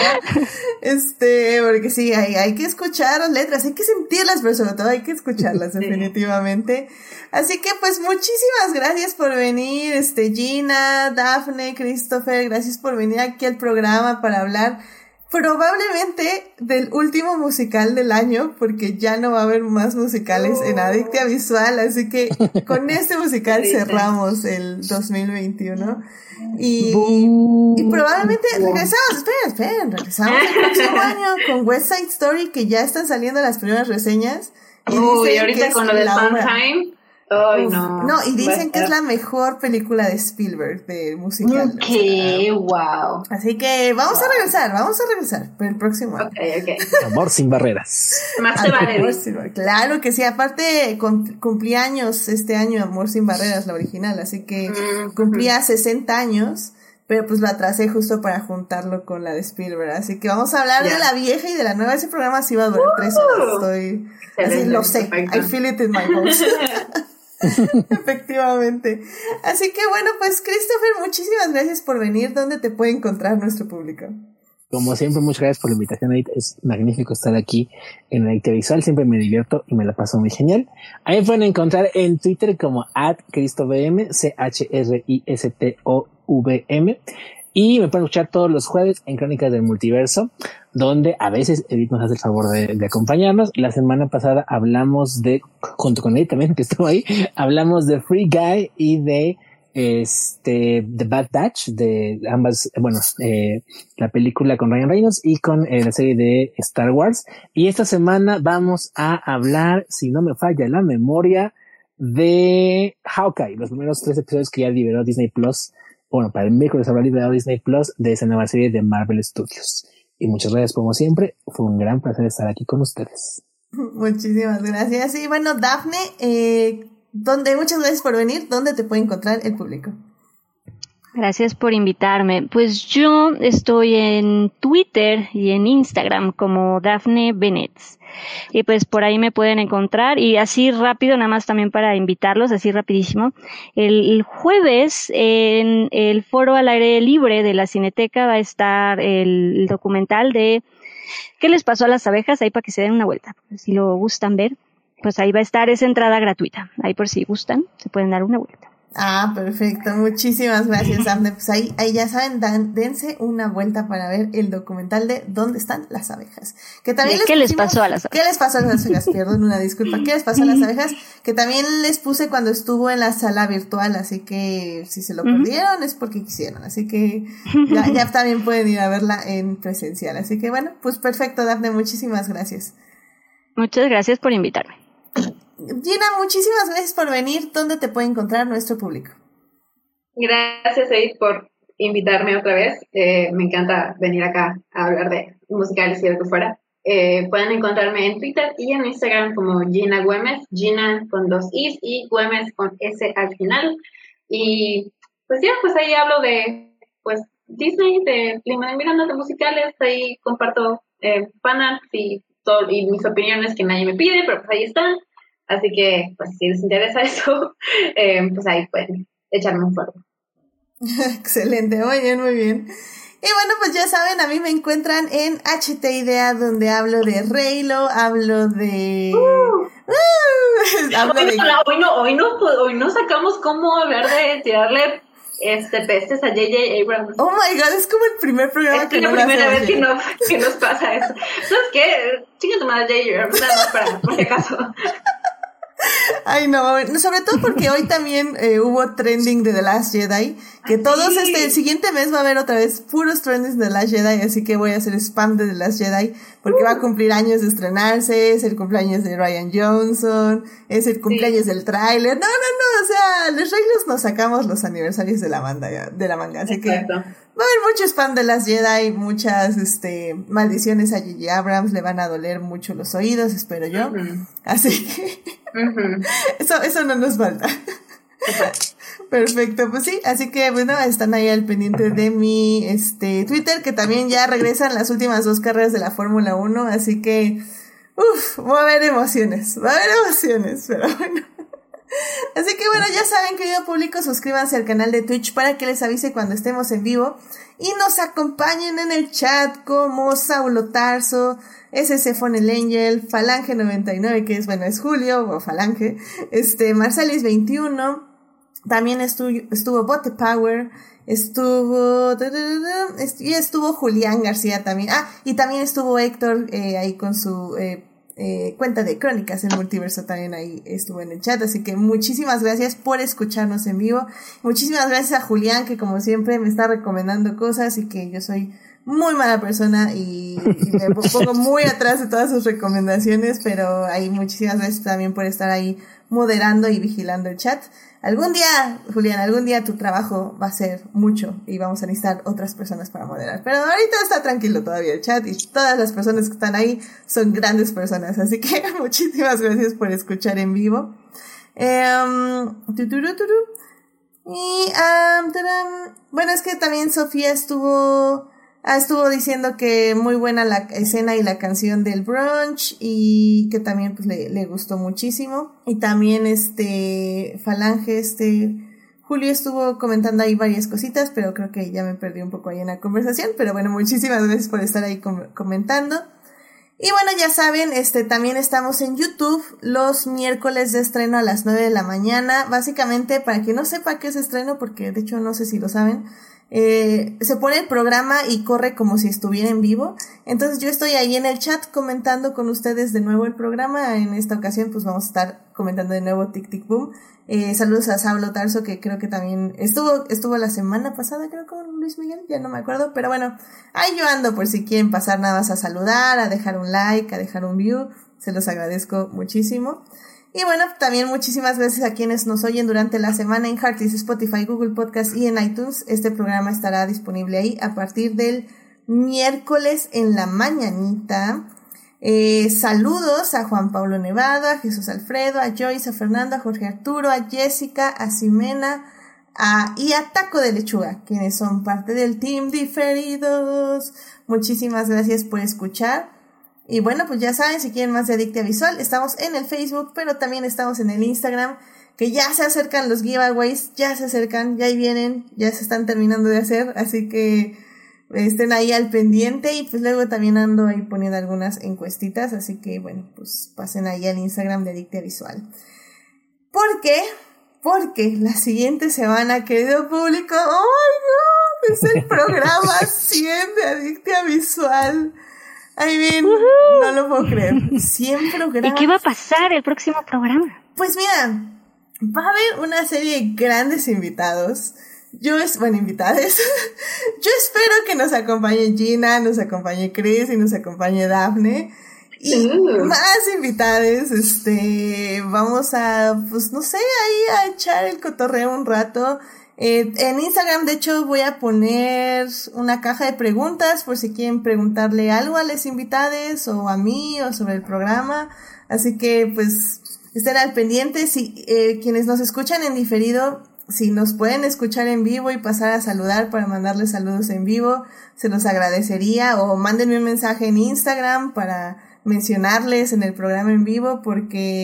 Porque sí, hay que escuchar las letras, hay que sentirlas, pero sobre todo hay que escucharlas, definitivamente. Así que pues muchísimas gracias por venir, Gina, Dafne, Christopher, gracias por venir aquí al programa para hablar probablemente del último musical del año, porque ya no va a haber más musicales en Adictia Visual, así que con este musical cerramos el 2021. Y probablemente regresamos el próximo año con West Side Story, que ya están saliendo las primeras reseñas. Y ahorita con lo del Sondheim. Ay, no. No, y dicen que es la mejor película de Spielberg, de musical. ¡Qué wow! Así que vamos a regresar por el próximo año. Okay. Amor sin barreras. Más te vale. Claro que sí, aparte cumplí años este año Amor sin barreras, la original, así que cumplía 60 años, pero pues lo atrasé justo para juntarlo con la de Spielberg, así que vamos a hablar de la vieja y de la nueva. Ese programa sí va a durar 3 horas, así lo sé, perfecto. I feel it in my bones. Efectivamente. Así que bueno, pues Christopher, muchísimas gracias por venir. ¿Dónde te puede encontrar nuestro público? Como siempre, muchas gracias por la invitación, Edith. Es magnífico estar aquí en Adictia Visual. Siempre me divierto y me la paso muy genial. Ahí me pueden encontrar en Twitter como @ChristoVM, CHRISTOVM. Y me pueden escuchar todos los jueves en Crónicas del Multiverso, donde a veces Edith nos hace el favor de acompañarnos. La semana pasada hablamos junto con Edith también, que estuvo ahí, hablamos de Free Guy y de The Bad Batch, de ambas, la película con Ryan Reynolds y con la serie de Star Wars. Y esta semana vamos a hablar, si no me falla la memoria, de Hawkeye, los primeros 3 episodios que ya liberó Disney Plus. Bueno, para el miércoles habrá liberado Disney Plus de esa nueva serie de Marvel Studios. Y muchas gracias como siempre. Fue un gran placer estar aquí con ustedes. Muchísimas gracias. Y bueno, Dafne, muchas gracias por venir. ¿Dónde te puede encontrar el público? Gracias por invitarme. Pues yo estoy en Twitter y en Instagram como Dafne Bennett. Y pues por ahí me pueden encontrar. Y así rápido, nada más también para invitarlos, así rapidísimo. El jueves en el foro al aire libre de la Cineteca va a estar el documental de ¿Qué les pasó a las abejas? Ahí para que se den una vuelta. Si lo gustan ver, pues ahí va a estar esa entrada gratuita. Ahí por si gustan, se pueden dar una vuelta. Ah, perfecto. Muchísimas gracias, Dafne. Pues ahí ya saben, dense una vuelta para ver el documental de ¿Dónde están las abejas? Que también ¿Qué les pasó a las abejas? ¿Qué les pasó a las abejas? Perdón, una disculpa. ¿Qué les pasó a las abejas? Que también les puse cuando estuvo en la sala virtual, así que si se lo perdieron es porque quisieron. Así que ya también pueden ir a verla en presencial. Así que bueno, pues perfecto, Dafne. Muchísimas gracias. Muchas gracias por invitarme. Gina, muchísimas gracias por venir. ¿Dónde te puede encontrar nuestro público? Gracias, Edith, por invitarme otra vez. Me encanta venir acá a hablar de musicales y de lo que fuera. Pueden encontrarme en Twitter y en Instagram como Gina Güemes, Gina con 2 Is y Güemes con S al final. Y pues ahí hablo de Disney, de Lin-Manuel de musicales. Ahí comparto fanarts y mis opiniones que nadie me pide, pero pues ahí están. Así que, pues, si les interesa eso, pues ahí pueden echarme un fuego. Excelente, muy bien. Y bueno, pues ya saben, a mí me encuentran en HT Idea, donde hablo de Reylo, hablo de... Hoy no sacamos cómo hablar de tirarle pestes a J.J. Abrams. Oh my god, es como el primer programa que no lo hacemos. Es la primera vez que nos pasa eso. ¿Sabes qué? Chinga tu madre, J.J. Abrams, nada más por si acaso. Ay, no, sobre todo porque hoy también hubo trending de The Last Jedi, que todos el siguiente mes va a haber otra vez puros trendings de The Last Jedi, así que voy a hacer spam de The Last Jedi, porque va a cumplir años de estrenarse, es el cumpleaños de Rian Johnson, es el cumpleaños del tráiler, no, o sea, los Reylos nos sacamos los aniversarios de la manga, así que va a haber mucho spam de Last Jedi, muchas maldiciones a J.J. Abrams, le van a doler mucho los oídos, espero yo, así que eso no nos falta. Perfecto, pues sí, así que bueno, están ahí al pendiente de mi Twitter, que también ya regresan las últimas 2 carreras de la Fórmula 1, así que va a haber emociones, pero bueno. Así que bueno, ya saben, querido público, suscríbanse al canal de Twitch para que les avise cuando estemos en vivo y nos acompañen en el chat como Saulo Tarso, SC Fonel Angel, Falange 99, que es Julio, o Falange, Marcelis 21, también estuvo Bote Power, estuvo Julián García también, y también estuvo Héctor, ahí con su, cuenta de Crónicas en Multiverso, también ahí estuvo en el chat, así que muchísimas gracias por escucharnos en vivo, muchísimas gracias a Julián, que como siempre me está recomendando cosas y que yo soy muy mala persona y me pongo muy atrás de todas sus recomendaciones, pero ahí muchísimas gracias también por estar ahí moderando y vigilando el chat. Algún día, Julián, tu trabajo va a ser mucho y vamos a necesitar otras personas para moderar. Pero ahorita está tranquilo todavía el chat y todas las personas que están ahí son grandes personas. Así que muchísimas gracias por escuchar en vivo. Bueno, es que también Sofía estuvo diciendo que muy buena la escena y la canción del brunch y que también pues le gustó muchísimo. Y también Falange, Julio estuvo comentando ahí varias cositas, pero creo que ya me perdí un poco ahí en la conversación. Pero bueno, muchísimas gracias por estar ahí comentando. Y bueno, ya saben, también estamos en YouTube los miércoles de estreno a las 9 de la mañana. Básicamente, para quien no sepa qué es estreno, porque de hecho no sé si lo saben, se pone el programa y corre como si estuviera en vivo. Entonces yo estoy ahí en el chat comentando con ustedes de nuevo el programa. En esta ocasión pues vamos a estar comentando de nuevo Tic Tic Boom. Saludos a Saulo Tarso, que creo que también estuvo la semana pasada, creo, con Luis Miguel, ya no me acuerdo, pero bueno, ahí yo ando por si quieren pasar nada más a saludar, a dejar un like, a dejar un view, se los agradezco muchísimo. Y bueno, también muchísimas gracias a quienes nos oyen durante la semana en Heartless, Spotify, Google Podcast y en iTunes. Este programa estará disponible ahí a partir del miércoles en la mañanita. Saludos a Juan Pablo Nevado, a Jesús Alfredo, a Joyce, a Fernando, a Jorge Arturo, a Jessica, a Ximena, y a Taco de Lechuga, quienes son parte del Team Diferidos. Muchísimas gracias por escuchar. Y bueno, pues ya saben, si quieren más de Adictia Visual, estamos en el Facebook, pero también estamos en el Instagram, que ya se acercan los giveaways, ya se acercan, ya ahí vienen, ya se están terminando de hacer, así que estén ahí al pendiente. Y pues luego también ando ahí poniendo algunas encuestitas, así que bueno, pues pasen ahí al Instagram de Adictia Visual. ¿Por qué? Porque la siguiente semana, querido público, ¡oh my God! Es el programa 100 de Adictia Visual. Ay, bien, no lo puedo creer. 100 programas. ¿Y qué va a pasar el próximo programa? Pues mira, va a haber una serie de grandes invitados. Invitados. Yo espero que nos acompañe Gina, nos acompañe Chris y nos acompañe Dafne. Y más invitados. Vamos a, pues no sé, ahí a echar el cotorreo un rato. En Instagram, de hecho, voy a poner una caja de preguntas por si quieren preguntarle algo a los invitados o a mí o sobre el programa. Así que, pues, estén al pendiente. Si quienes nos escuchan en diferido, si nos pueden escuchar en vivo y pasar a saludar para mandarles saludos en vivo, se los agradecería. O mándenme un mensaje en Instagram para mencionarles en el programa en vivo, porque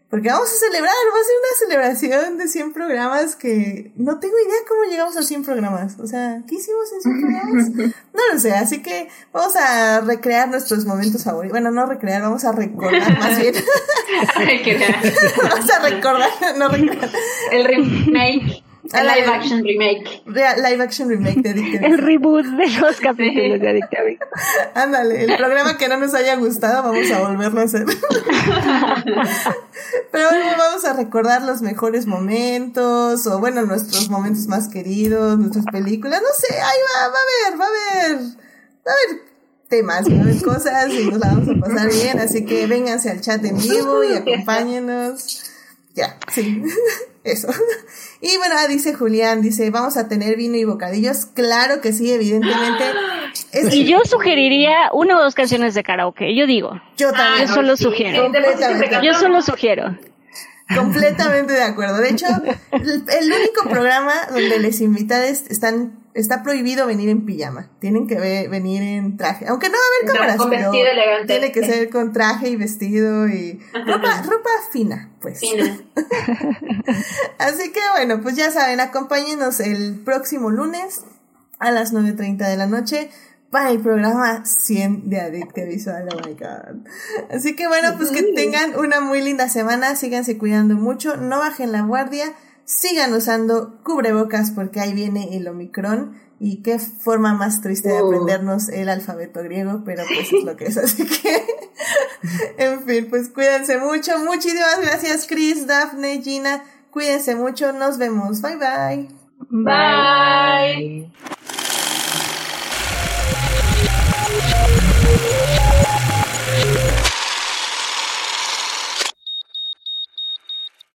porque vamos a celebrar, va a ser una celebración de 100 programas que no tengo idea cómo llegamos a 100 programas. O sea, ¿qué hicimos en 100 programas? No lo sé, así que vamos a recrear nuestros momentos favoritos. Bueno, no recrear, vamos a recordar más bien. Vamos a recordar, no recordar. El remake. El live action remake. Live action remake de Adicta. El reboot de los capítulos de Adicta. Ándale, el programa que no nos haya gustado vamos a volverlo a hacer. Pero bueno, vamos a recordar los mejores momentos, o bueno, nuestros momentos más queridos, nuestras películas, no sé, ahí va a haber temas, va a haber cosas y nos la vamos a pasar bien, así que vénganse al chat en vivo y acompáñenos. Ya, sí, eso. Y bueno, dice Julián, vamos a tener vino y bocadillos. Claro que sí, evidentemente. Y yo sugeriría 1 o 2 canciones de karaoke, yo digo. Yo también. Yo solo sugiero. Yo solo sugiero. Completamente de acuerdo. De hecho, el único programa donde les invitados está prohibido venir en pijama. Tienen que venir en traje. Aunque no va a haber cámaras, con pero vestido elegante. Tiene que ser con traje y vestido y ropa fina, pues. Fina. Así que bueno, pues ya saben, acompáñenos el próximo lunes a las 9:30 de la noche para el programa 100 de Adicta Visual. Oh my God. Así que bueno, pues que tengan una muy linda semana, síganse cuidando mucho, no bajen la guardia, sigan usando cubrebocas porque ahí viene el Omicron y qué forma más triste de aprendernos el alfabeto griego, pero pues es lo que es, así que en fin, pues cuídense mucho, muchísimas gracias Chris, Daphne, Gina, cuídense mucho, nos vemos, bye bye. Bye.